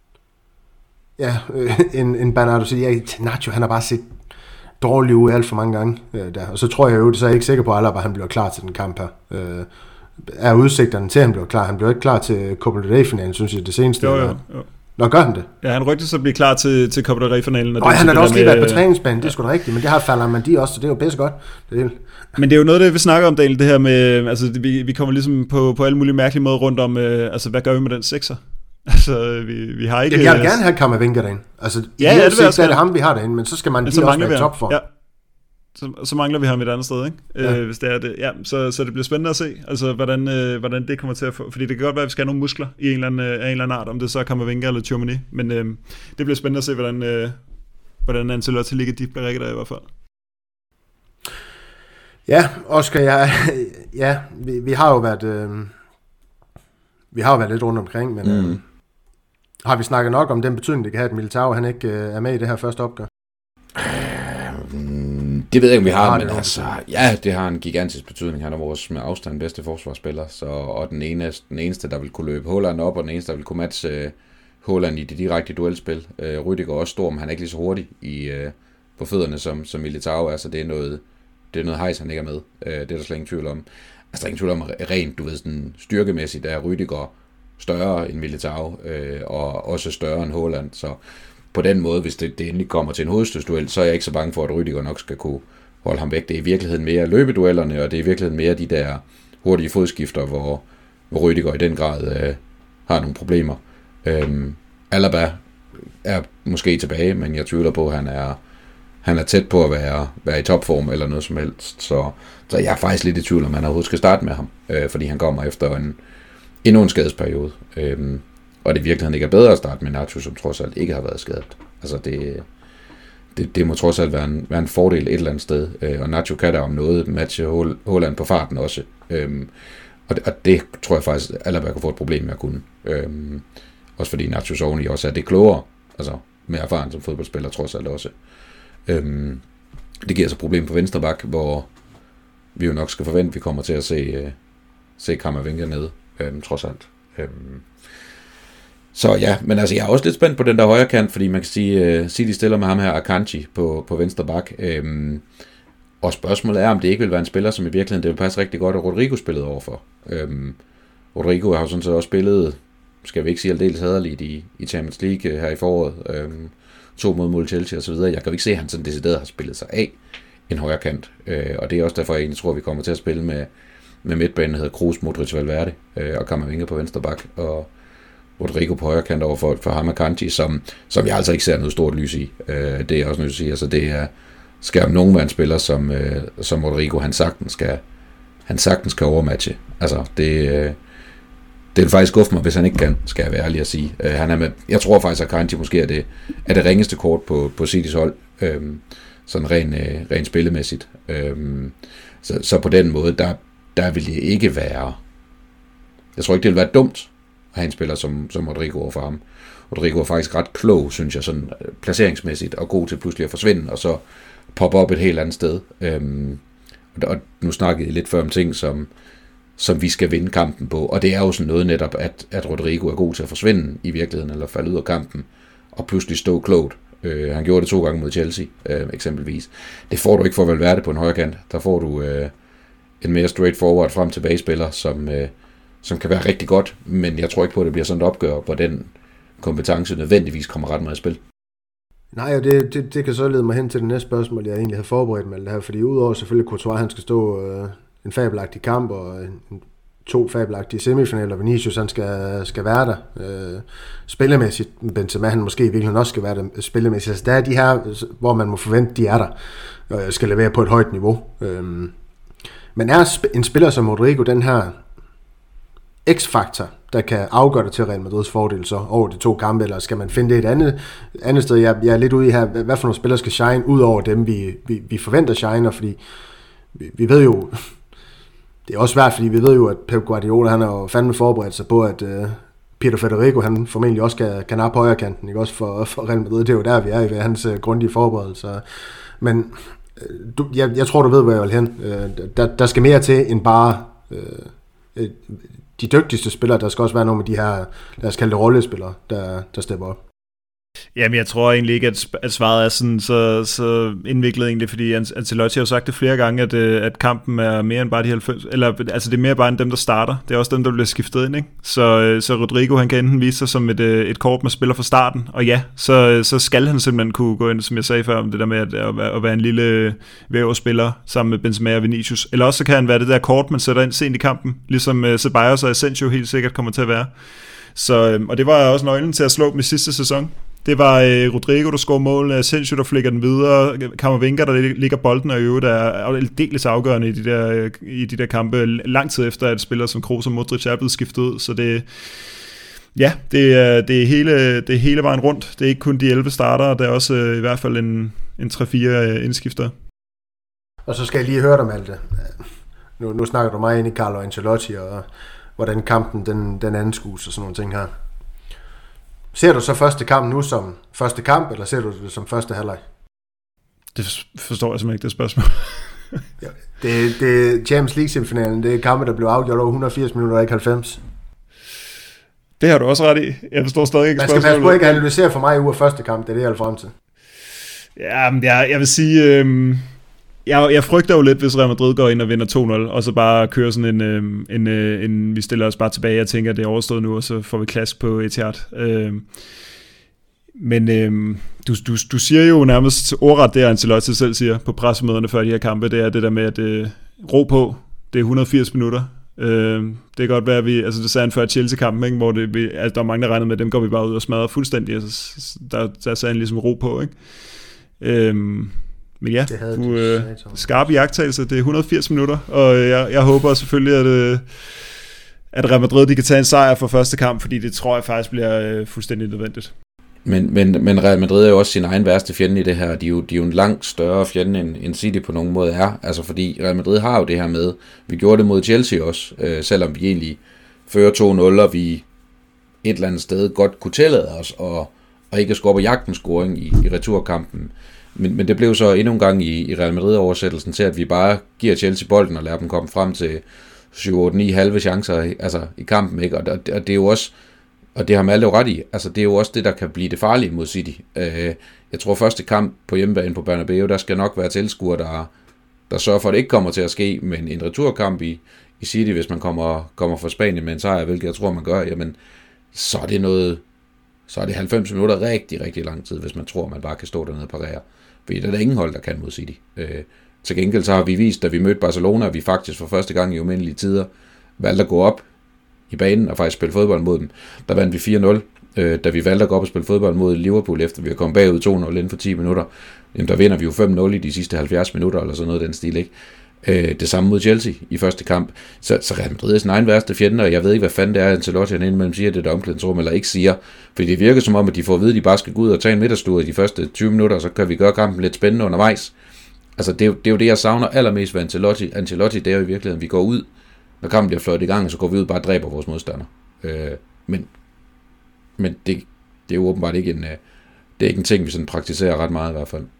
S1: ja, øh, en, en Bernardo Silva. Ja, Nacho, han har bare set dårlig ud alt for mange gange øh, der. Og så tror jeg jo, så er jeg ikke sikker på, at Alaba han bliver klar til den kamp her. Øh, er udsigterne til, at han bliver klar? Han bliver ikke klar til Copa del Rey-finalen, synes jeg, det seneste.
S2: Jo, jo, jo.
S1: Nå, gør han det?
S2: Ja, han rygtes at blive klar til, til Copa del Rey-finalen.
S1: Og han har da også lige været på træningsbanen, det er sgu da rigtigt, men det har Ferland Mendy også, så det er jo bedst godt. Det er
S2: men det er jo noget, det vi snakker om, Daniel, det her med, altså vi, vi kommer ligesom på, på alle mulige mærkelige måder rundt om, øh, altså hvad gør vi med den sekser? Altså, vi, vi har ikke...
S1: Jeg vil gerne have Kammervinger derinde. Altså,
S2: ja, ja, det
S1: er det ham, vi har derinde, men så skal man lige også være top for.
S2: Ja. Så, så mangler vi ham et andet sted, ikke? Ja. Øh, hvis det er det. Ja, så, så det bliver spændende at se, altså hvordan, øh, hvordan det kommer til at få, fordi det kan godt være, at vi skal have nogle muskler i en eller anden, øh, en eller anden art, om det så er Kammervinger eller Tchouaméni, men øh, det bliver spændende at se, hvordan, øh, hvordan Ancelotti ligger de berikker der i hvert fald.
S1: Ja, Oscar, ja, ja vi, vi har jo været, øh, vi har jo været lidt rundt omkring, men øh, Har vi snakket nok om den betydning, det kan have, at Militao han ikke øh, er med i det her første opgør?
S3: Det ved jeg ikke, om vi har, har men altså, ja, det har en gigantisk betydning. Han er vores med afstand bedste forsvarsspiller, så, og den eneste, den eneste, der vil kunne løbe Haaland op, og den eneste, der vil kunne matche uh, Haaland i det direkte duelspil. Uh, Rüdiger er også stor, men han er ikke lige så hurtig i, uh, på fødderne, som, som Militao er, så det er noget, det er noget hejs, han ikke er med. Uh, det er der slet ingen tvivl om. Altså, der er ingen tvivl om, rent, du ved, sådan styrkemæssigt er Rüdiger større end Militao, uh, og også større end Haaland, så på den måde, hvis det, det endelig kommer til en hovedstødsduel, så er jeg ikke så bange for, at Rüdiger nok skal kunne holde ham væk. Det er i virkeligheden mere løbeduellerne, og det er i virkeligheden mere de der hurtige fodskifter, hvor, hvor Rüdiger i den grad øh, har nogle problemer. Øhm, Alaba er måske tilbage, men jeg tvivler på, at han er, han er tæt på at være, være i topform eller noget som helst. Så, så jeg er faktisk lidt i tvivl, om han overhovedet skal starte med ham, øh, fordi han kommer efter en, endnu en skadesperiode. Øhm, og det i virkeligheden ikke er bedre at starte med Nacho, som trods alt ikke har været skadet. Altså det, det, det må trods alt være en, være en fordel et eller andet sted. Øh, og Nacho kan der om noget matche Haaland på farten også. Øhm, og, det, og det tror jeg faktisk, at Alaba kan få et problem med at kunne. Øhm, også fordi Nacho oveni også er det klogere, altså mere erfaren som fodboldspiller trods alt også. Øhm, det giver så et problem på venstre bak, hvor vi jo nok skal forvente, at vi kommer til at se, øh, se Kammervinger nede, øhm, trods alt. Øhm, Så ja, men altså jeg er også lidt spændt på den der højre kant, fordi man kan sige, uh, City stiller med ham her Akanji på, på venstre bak. Øhm, og spørgsmålet er, om det ikke vil være en spiller, som i virkeligheden det vil passe rigtig godt, at Rodrigo spillede overfor. Øhm, Rodrigo har jo sådan set også spillet, skal vi ikke sige aldeles hæderligt i, i Champions League her i foråret. Øhm, to mod mod Chelsea og så videre. Jeg kan jo ikke se, at han sådan decideret har spillet sig af en højre kant. Øh, og det er også derfor, jeg egentlig tror, at vi kommer til at spille med, med midtbanen, der hedder Kroos, Modric, Valverde øh, og Kammervinger på venstre bak. Og Rodrigo på højre kant over for, for ham Akanji, som, som jeg altså ikke ser noget stort lys i. Øh, det er jeg også nødt til at sige. Altså, det er, skal om nogen være en spiller, som, øh, som Rodrigo, han sagtens skal, han sagtens kan overmatche. Altså, det, øh, det vil faktisk skuffe mig, hvis han ikke kan, skal jeg være ærlig at sige. Øh, han er med, jeg tror faktisk, at Akanji måske er det, er det ringeste kort på, på Citys hold, øh, sådan ren, øh, ren spillemæssigt. Øh, så, så på den måde, der, der vil det ikke være, jeg tror ikke, det vil være dumt, at have en spiller som, som Rodrigo over for ham. Rodrigo er faktisk ret klog, synes jeg, sådan placeringsmæssigt, og god til pludselig at forsvinde, og så poppe op et helt andet sted. Øhm, og nu snakkede jeg lidt før om ting, som, som vi skal vinde kampen på, og det er jo sådan noget netop, at, at Rodrigo er god til at forsvinde i virkeligheden, eller falde ud af kampen, og pludselig stå klogt. Øh, han gjorde det to gange mod Chelsea, øh, eksempelvis. Det får du ikke for at Valverde på en højre kant. Der får du øh, en mere straightforward frem tilbage spiller, som... Øh, som kan være rigtig godt, men jeg tror ikke på, at det bliver sådan et opgør, hvor den kompetence nødvendigvis kommer ret meget i spil.
S1: Nej, og det, det, det kan så lede mig hen til det næste spørgsmål, jeg egentlig havde forberedt med det her, fordi udover selvfølgelig Courtois, han skal stå øh, en fabelagtig kamp, og en, to fabelagtige semifinaler, Vinicius, han skal, skal være der øh, spillemæssigt, Benzema, han måske i virkeligheden også skal være der spillemæssigt, altså der er de her, hvor man må forvente, de er der, og skal levere på et højt niveau. Øh, men er en spiller som Rodrigo, den her X-faktor, der kan afgøre det til Real Madrids fordel så over de to kampe, eller skal man finde det et andet, andet sted? Jeg, jeg er lidt ude i her, hvad for nogle spillere skal shine, ud over dem, vi, vi, vi forventer shiner, fordi vi, vi ved jo, det er også svært, fordi vi ved jo, at Pep Guardiola, han har jo fandme forberedt sig på, at uh, Peter Federico, han formentlig også kan, kan nappe højre kanten, ikke også for, for Real Madrid, det er jo der, vi er i ved hans uh, grundige forberedelser. Men uh, du, jeg, jeg tror, du ved, hvor jeg vil hen. Uh, der, der skal mere til end bare uh, de dygtigste spillere. Der skal også være nogle af de her, lad os kalde det rollespillere, der, der stepper op.
S2: Jamen, jeg tror egentlig ikke, at, at svaret er sådan så, så indviklet egentlig, fordi Ancelotti har jo sagt det flere gange, at, at kampen er mere end bare de halvfems, eller altså det er mere bare end dem, der starter. Det er også dem, der bliver skiftet ind, ikke? Så, så Rodrigo, han kan enten vise sig som et, et kort med spiller fra starten, og ja, så, så skal han simpelthen kunne gå ind, som jeg sagde før, om det der med at, at være en lille væverspiller sammen med Benzema og Vinicius. Eller også så kan han være det der kort, man sætter ind sent i kampen, ligesom Ceballos og Asensio helt sikkert kommer til at være. Så, og det var også nøglen til at slå dem i sidste sæson. Det var øh, Rodrigo, der scorer mål, Asensio, der flækker den videre, Kammervinger, der ligger bolden, og i øvrigt er aldeles afgørende i de, der, i de der kampe, lang tid efter, at spillere som Kroos og Modric er blevet skiftet ud. Så det, ja, det er, det er, hele, det er hele vejen rundt. Det er ikke kun de elleve starter, der er også øh, i hvert fald en, en tre fire indskifter.
S1: Og så skal jeg lige høre dig, Malte. Nu, nu snakker du meget ind i Carlo Ancelotti, og hvordan kampen den, den anskues og sådan nogle ting her. Ser du så første kamp nu som første kamp, eller ser du det som første halvleg?
S2: Det forstår jeg simpelthen ikke, det spørgsmål.
S1: Ja, det, det Champions League-semifinalen, det er kampe, der blev afgjort over et hundrede og firs minutter og ikke halvfems.
S2: Det har du også ret i. Jeg forstår stadig ikke
S1: spørgsmålet. Man skal passe på ikke at analysere for mig ude af første kamp, det er det, jeg vil frem til.
S2: Ja, men jeg, jeg vil sige, øh, jeg, jeg frygter jo lidt, hvis Real Madrid går ind og vinder to nul, og så bare kører sådan en, øh, en, øh, en, vi stiller os bare tilbage, jeg tænker, det er overstået nu, og så får vi klask på Etihad. Øh, men øh, du, du, du siger jo nærmest ordret det, Ancelotti selv siger på pressemøderne før de her kampe, det er det der med, at øh, ro på, det er et hundrede og firs minutter. Øh, det kan godt være, at vi, altså det sagde han før Chelsea-kampen, ikke, hvor det, vi, altså, der er mange, der regnede med, at dem går vi bare ud og smadrer fuldstændig, altså, der, der sagde han ligesom ro på, ikke? Øhm, men ja, du, øh, skarp iagttagelse, det er et hundrede og firs minutter, og jeg, jeg håber selvfølgelig, at, øh, at Real Madrid de kan tage en sejr for første kamp, fordi det tror jeg faktisk bliver øh, fuldstændig nødvendigt.
S3: Men, men, men Real Madrid er jo også sin egen værste fjende i det her. De er jo, de er jo en langt større fjende, end, end City på nogen måde er. Altså fordi Real Madrid har jo det her med, vi gjorde det mod Chelsea også, øh, selvom vi egentlig fører to nul, og vi et eller andet sted godt kunne tillade os, og, og ikke score på jagtens scoring i, i returkampen. Men, men det blev så endnu en gang i, i Real Madrid-oversættelsen til, at vi bare giver Chelsea bolden og lader dem komme frem til syv otte ni halve chancer altså, i kampen. Ikke? Og, og, og det er jo også, og det har Malte jo ret i, altså det er jo også det, der kan blive det farlige mod City. Øh, jeg tror første kamp på hjemmebane på Bernabeu, der skal nok være tilskuere, der, der sørger for, at det ikke kommer til at ske, men en returkamp i, i City, hvis man kommer, kommer fra Spanien med en sejr, hvilket jeg tror, man gør, jamen så er det noget, så er det halvfems minutter rigtig, rigtig lang tid, hvis man tror, man bare kan stå dernede og parere. Fordi der er der ingen hold, der kan mod City. Øh, til gengæld så har vi vist, da vi mødte Barcelona, at vi faktisk for første gang i umindelige tider valgte at gå op i banen og faktisk spille fodbold mod dem. Der vandt vi fire nul, øh, da vi valgte at gå op og spille fodbold mod Liverpool, efter vi har kommet bagud to nul inden for ti minutter. Jamen, der vinder vi jo fem nul i de sidste halvfjerds minutter, eller sådan noget den stil, ikke? Øh, det samme mod Chelsea i første kamp. Så, så Real Madrid er sin egen værste fjende, og jeg ved ikke, hvad fanden det er, Ancelotti han indimellem siger, det der omklædningsrum, eller ikke siger. Fordi det virker som om, at de får at vide, at de bare skal gå ud og tage en midterstue i de første tyve minutter, og så kan vi gøre kampen lidt spændende undervejs. Altså, det er jo det, er jo det jeg savner allermest ved Ancelotti. Ancelotti, det er jo i virkeligheden, at vi går ud, når kampen bliver fløjt i gang, og så går vi ud og bare dræber vores modstander. Øh, men men det, det er jo åbenbart ikke en, det er ikke en ting, vi sådan praktiserer ret meget i hvert fald.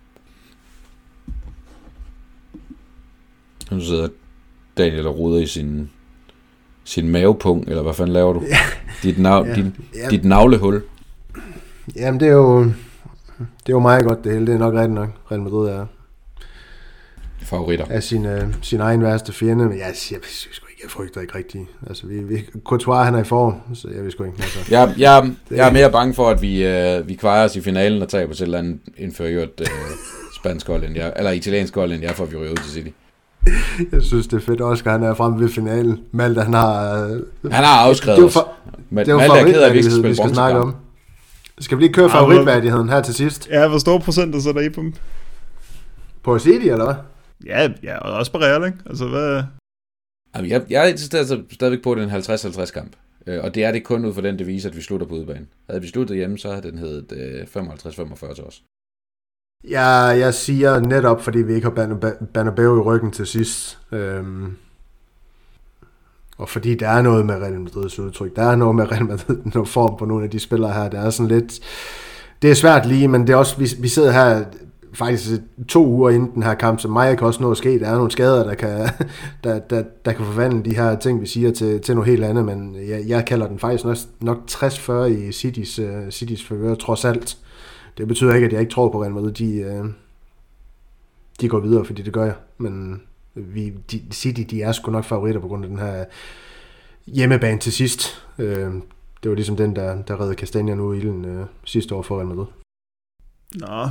S3: Nu sidder Daniel og ruder i sin, sin mavepung, eller hvad fanden laver du? Ja. Dit, nav, ja. din, ja. dit navlehul.
S1: Jamen, det er jo det er jo meget godt det hele. Det er nok rigtigt nok. Real Madrid er
S3: favoritter.
S1: Af sin, øh, sin egen værste fjende. Men jeg, jeg, jeg, jeg, jeg, jeg frygter ikke rigtigt. Altså, vi, vi, Courtois, han er i form, så jeg ved sgu ikke. Altså.
S3: Jeg, jeg, jeg er mere bange for, at vi, øh, vi kvarer os i finalen og taber til et eller andet inferiørt øh, spansk hold, end jeg, eller italiensk hold, end jeg får vi ryger ud til City.
S1: Jeg synes, det er fedt, Oscar, han er fremme ved finalen. Malte, han har...
S3: Øh, han har afskrevet os.
S1: Det er jo favoritværdighed, vi skal snakke om. Skal vi lige køre favoritværdigheden her til sidst?
S2: Ja, hvor store procenter så der i på dem?
S1: På City, eller hvad?
S2: Ja, ja, og også på Real, ikke? Altså, hvad...
S3: Jeg, jeg insisterer så stadigvæk på, at det er en halvtreds halvtreds kamp. Og det er det kun ud for den devise, at vi slutter på udebane. Havde vi sluttet hjemme, så havde den heddet femoghalvtreds femogfyrre til os.
S1: Ja, jeg siger netop, fordi vi ikke har Bernabeu i ryggen til sidst. Øhm, og fordi der er noget med Real Madrids udtryk. Der er noget med Real Madrid, noget form på nogle af de spillere her. Det er sådan lidt... Det er svært lige, men det er også... Vi, vi sidder her faktisk to uger inden den her kamp, så mig kan også nå at ske. Der er nogle skader, der kan, der, der, der kan forvandle de her ting, vi siger til, til noget helt andet, men jeg, jeg kalder den faktisk nok, nok tres fyrre i Citys, uh, Citys favør, trods alt. Det betyder ikke, at jeg ikke tror på Real Madrid, de, uh, de går videre, fordi det gør jeg, men vi, de, City, de er sgu nok favoritter på grund af den her hjemmebane til sidst. Uh, det var ligesom den, der, der redde Castagna nu i ilden uh, sidste år for Real Madrid.
S2: Nå,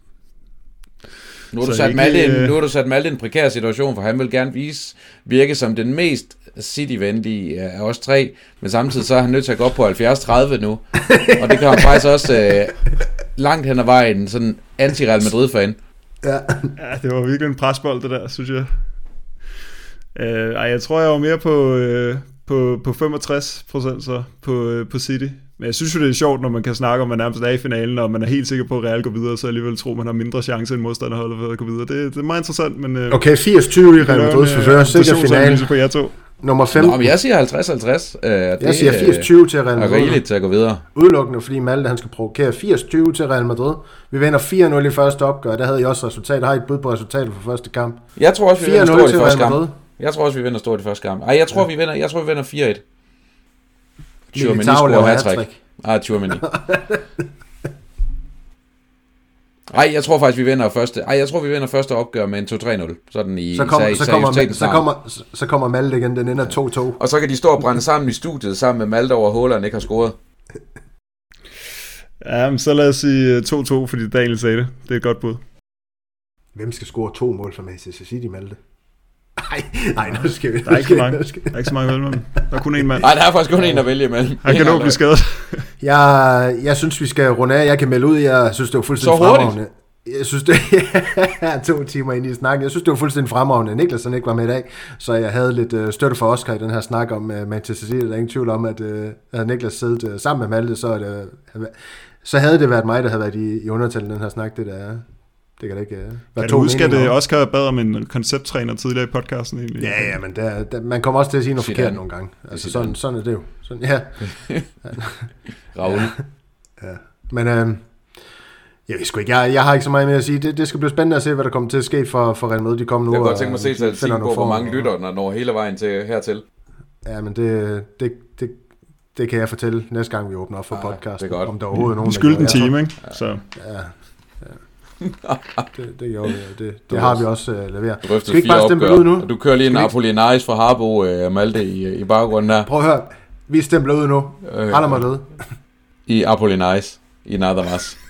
S3: Nu har, du sat Malte en, nu har du sat Malte i en prekær situation, for han vil gerne vise, virke som den mest City-venlige af os tre, men samtidig så er han nødt til at gå op på halvfjerds tredive nu, og det kan han faktisk også øh, langt hen ad vejen, sådan anti-Real Madrid-fan.
S1: Ja.
S2: Ja, det var virkelig en presbold, det der, synes jeg. Øh, ej, jeg tror, jeg var mere på, øh, på, på femogtres procent så, på, øh, på City. Men jeg synes jo, det er sjovt, når man kan snakke om, at man nærmest er i finalen, og man er helt sikker på, at Real går videre, så alligevel tror man har mindre chance end modstanderholdet for at gå videre. Det, det er meget interessant, men...
S1: Okay, firs tyve i Real Madrids forsøg, sikker finale.
S2: På jer to.
S1: Nummer femten.
S3: Nå, men jeg siger halvtreds halvtreds. Uh,
S1: jeg det, siger firs tyve til Real Madrid.
S3: Er rigeligt til at gå videre.
S1: Udelukkende, fordi Malte han skal provokere firs tyve til Real Madrid. Vi vinder fire nul i første opgør. Der havde I også resultat. Har I et bud på resultatet for første kamp?
S3: Jeg tror også, vi vinder stort i første kamp. Jeg tror også, vi vinder stort i første kamp. Ej, jeg tror, vi vinder, jeg tror, vi vinder fire et. Tchouaméni scorer hat-trick. Ah, Tchouaméni. Ej, jeg tror faktisk vi vinder første. Ej, jeg tror vi vinder første opgør med en to tre nul. Sådan i
S1: så kommer så kommer så kommer så kommer Malte igen, den ender to to.
S3: Og så kan de stå og brænde sammen i studiet sammen med Malte over Haaland ikke har scoret.
S2: Ja, men så lad os sige to to, fordi Daniel sagde det. Det er et godt bud.
S1: Hvem skal score to mål for Manchester City, Malte? Nej, nej, nu skal vi.
S2: Der er ikke så mange. Der er ikke så mange mellem. Der er kun en mand.
S3: Nej, der er faktisk kun en at vælge imellem.
S2: Han kan nå blive skadet.
S1: Jeg, jeg synes, vi skal runde af. Jeg kan melde ud, jeg synes, det var fuldstændig fremragende. Jeg synes, det er to timer inde i snakken. Jeg synes, det var fuldstændig fremragende. Niklas han ikke var med i dag, så jeg havde lidt uh, støtte for Oscar i den her snak om uh, Manchester City. Der er ingen tvivl om, at uh, havde Niklas siddet uh, sammen med Malte, så, det, uh, så havde det været mig, der havde været i, i undertalen den her snak. Det der Det kan da ikke uh, være
S2: kan du huske, at uh, Oscar bad om en koncepttræner tidligere i podcasten egentlig?
S1: Ja, ja, men der, der, man kommer også til at sige noget forkert nogle gange. Altså, sådan, sådan er det jo. Sådan, ja.
S3: Raul.
S1: Ja. Men øh, jeg ved sgu ikke, jeg, jeg har ikke så meget mere at sige. Det, det skal blive spændende at se, hvad der kommer til at ske for, for Real Madrid. De kommer nu.
S3: Jeg kan godt tænke mig at se statistikken på, hvor mange lytter, der når hele vejen til hertil.
S1: Ja, men det, det, det, det kan jeg fortælle næste gang, vi åbner op for ah, podcasten. Om der overhovedet er nogen, der
S2: skyld en time, ikke?
S1: Ja.
S2: Så.
S1: Ja. det, det gjorde vi, det, det har vi også uh, leveret.
S3: Du skal ikke bare stemme ud nu? Du kører lige en Apollinaris fra Harbo uh, Malte i, i baggrunden der.
S1: Prøv at høre, vi stempler ud nu. Øh, Hold mig ved.
S3: I Apollinaris i Nadamas.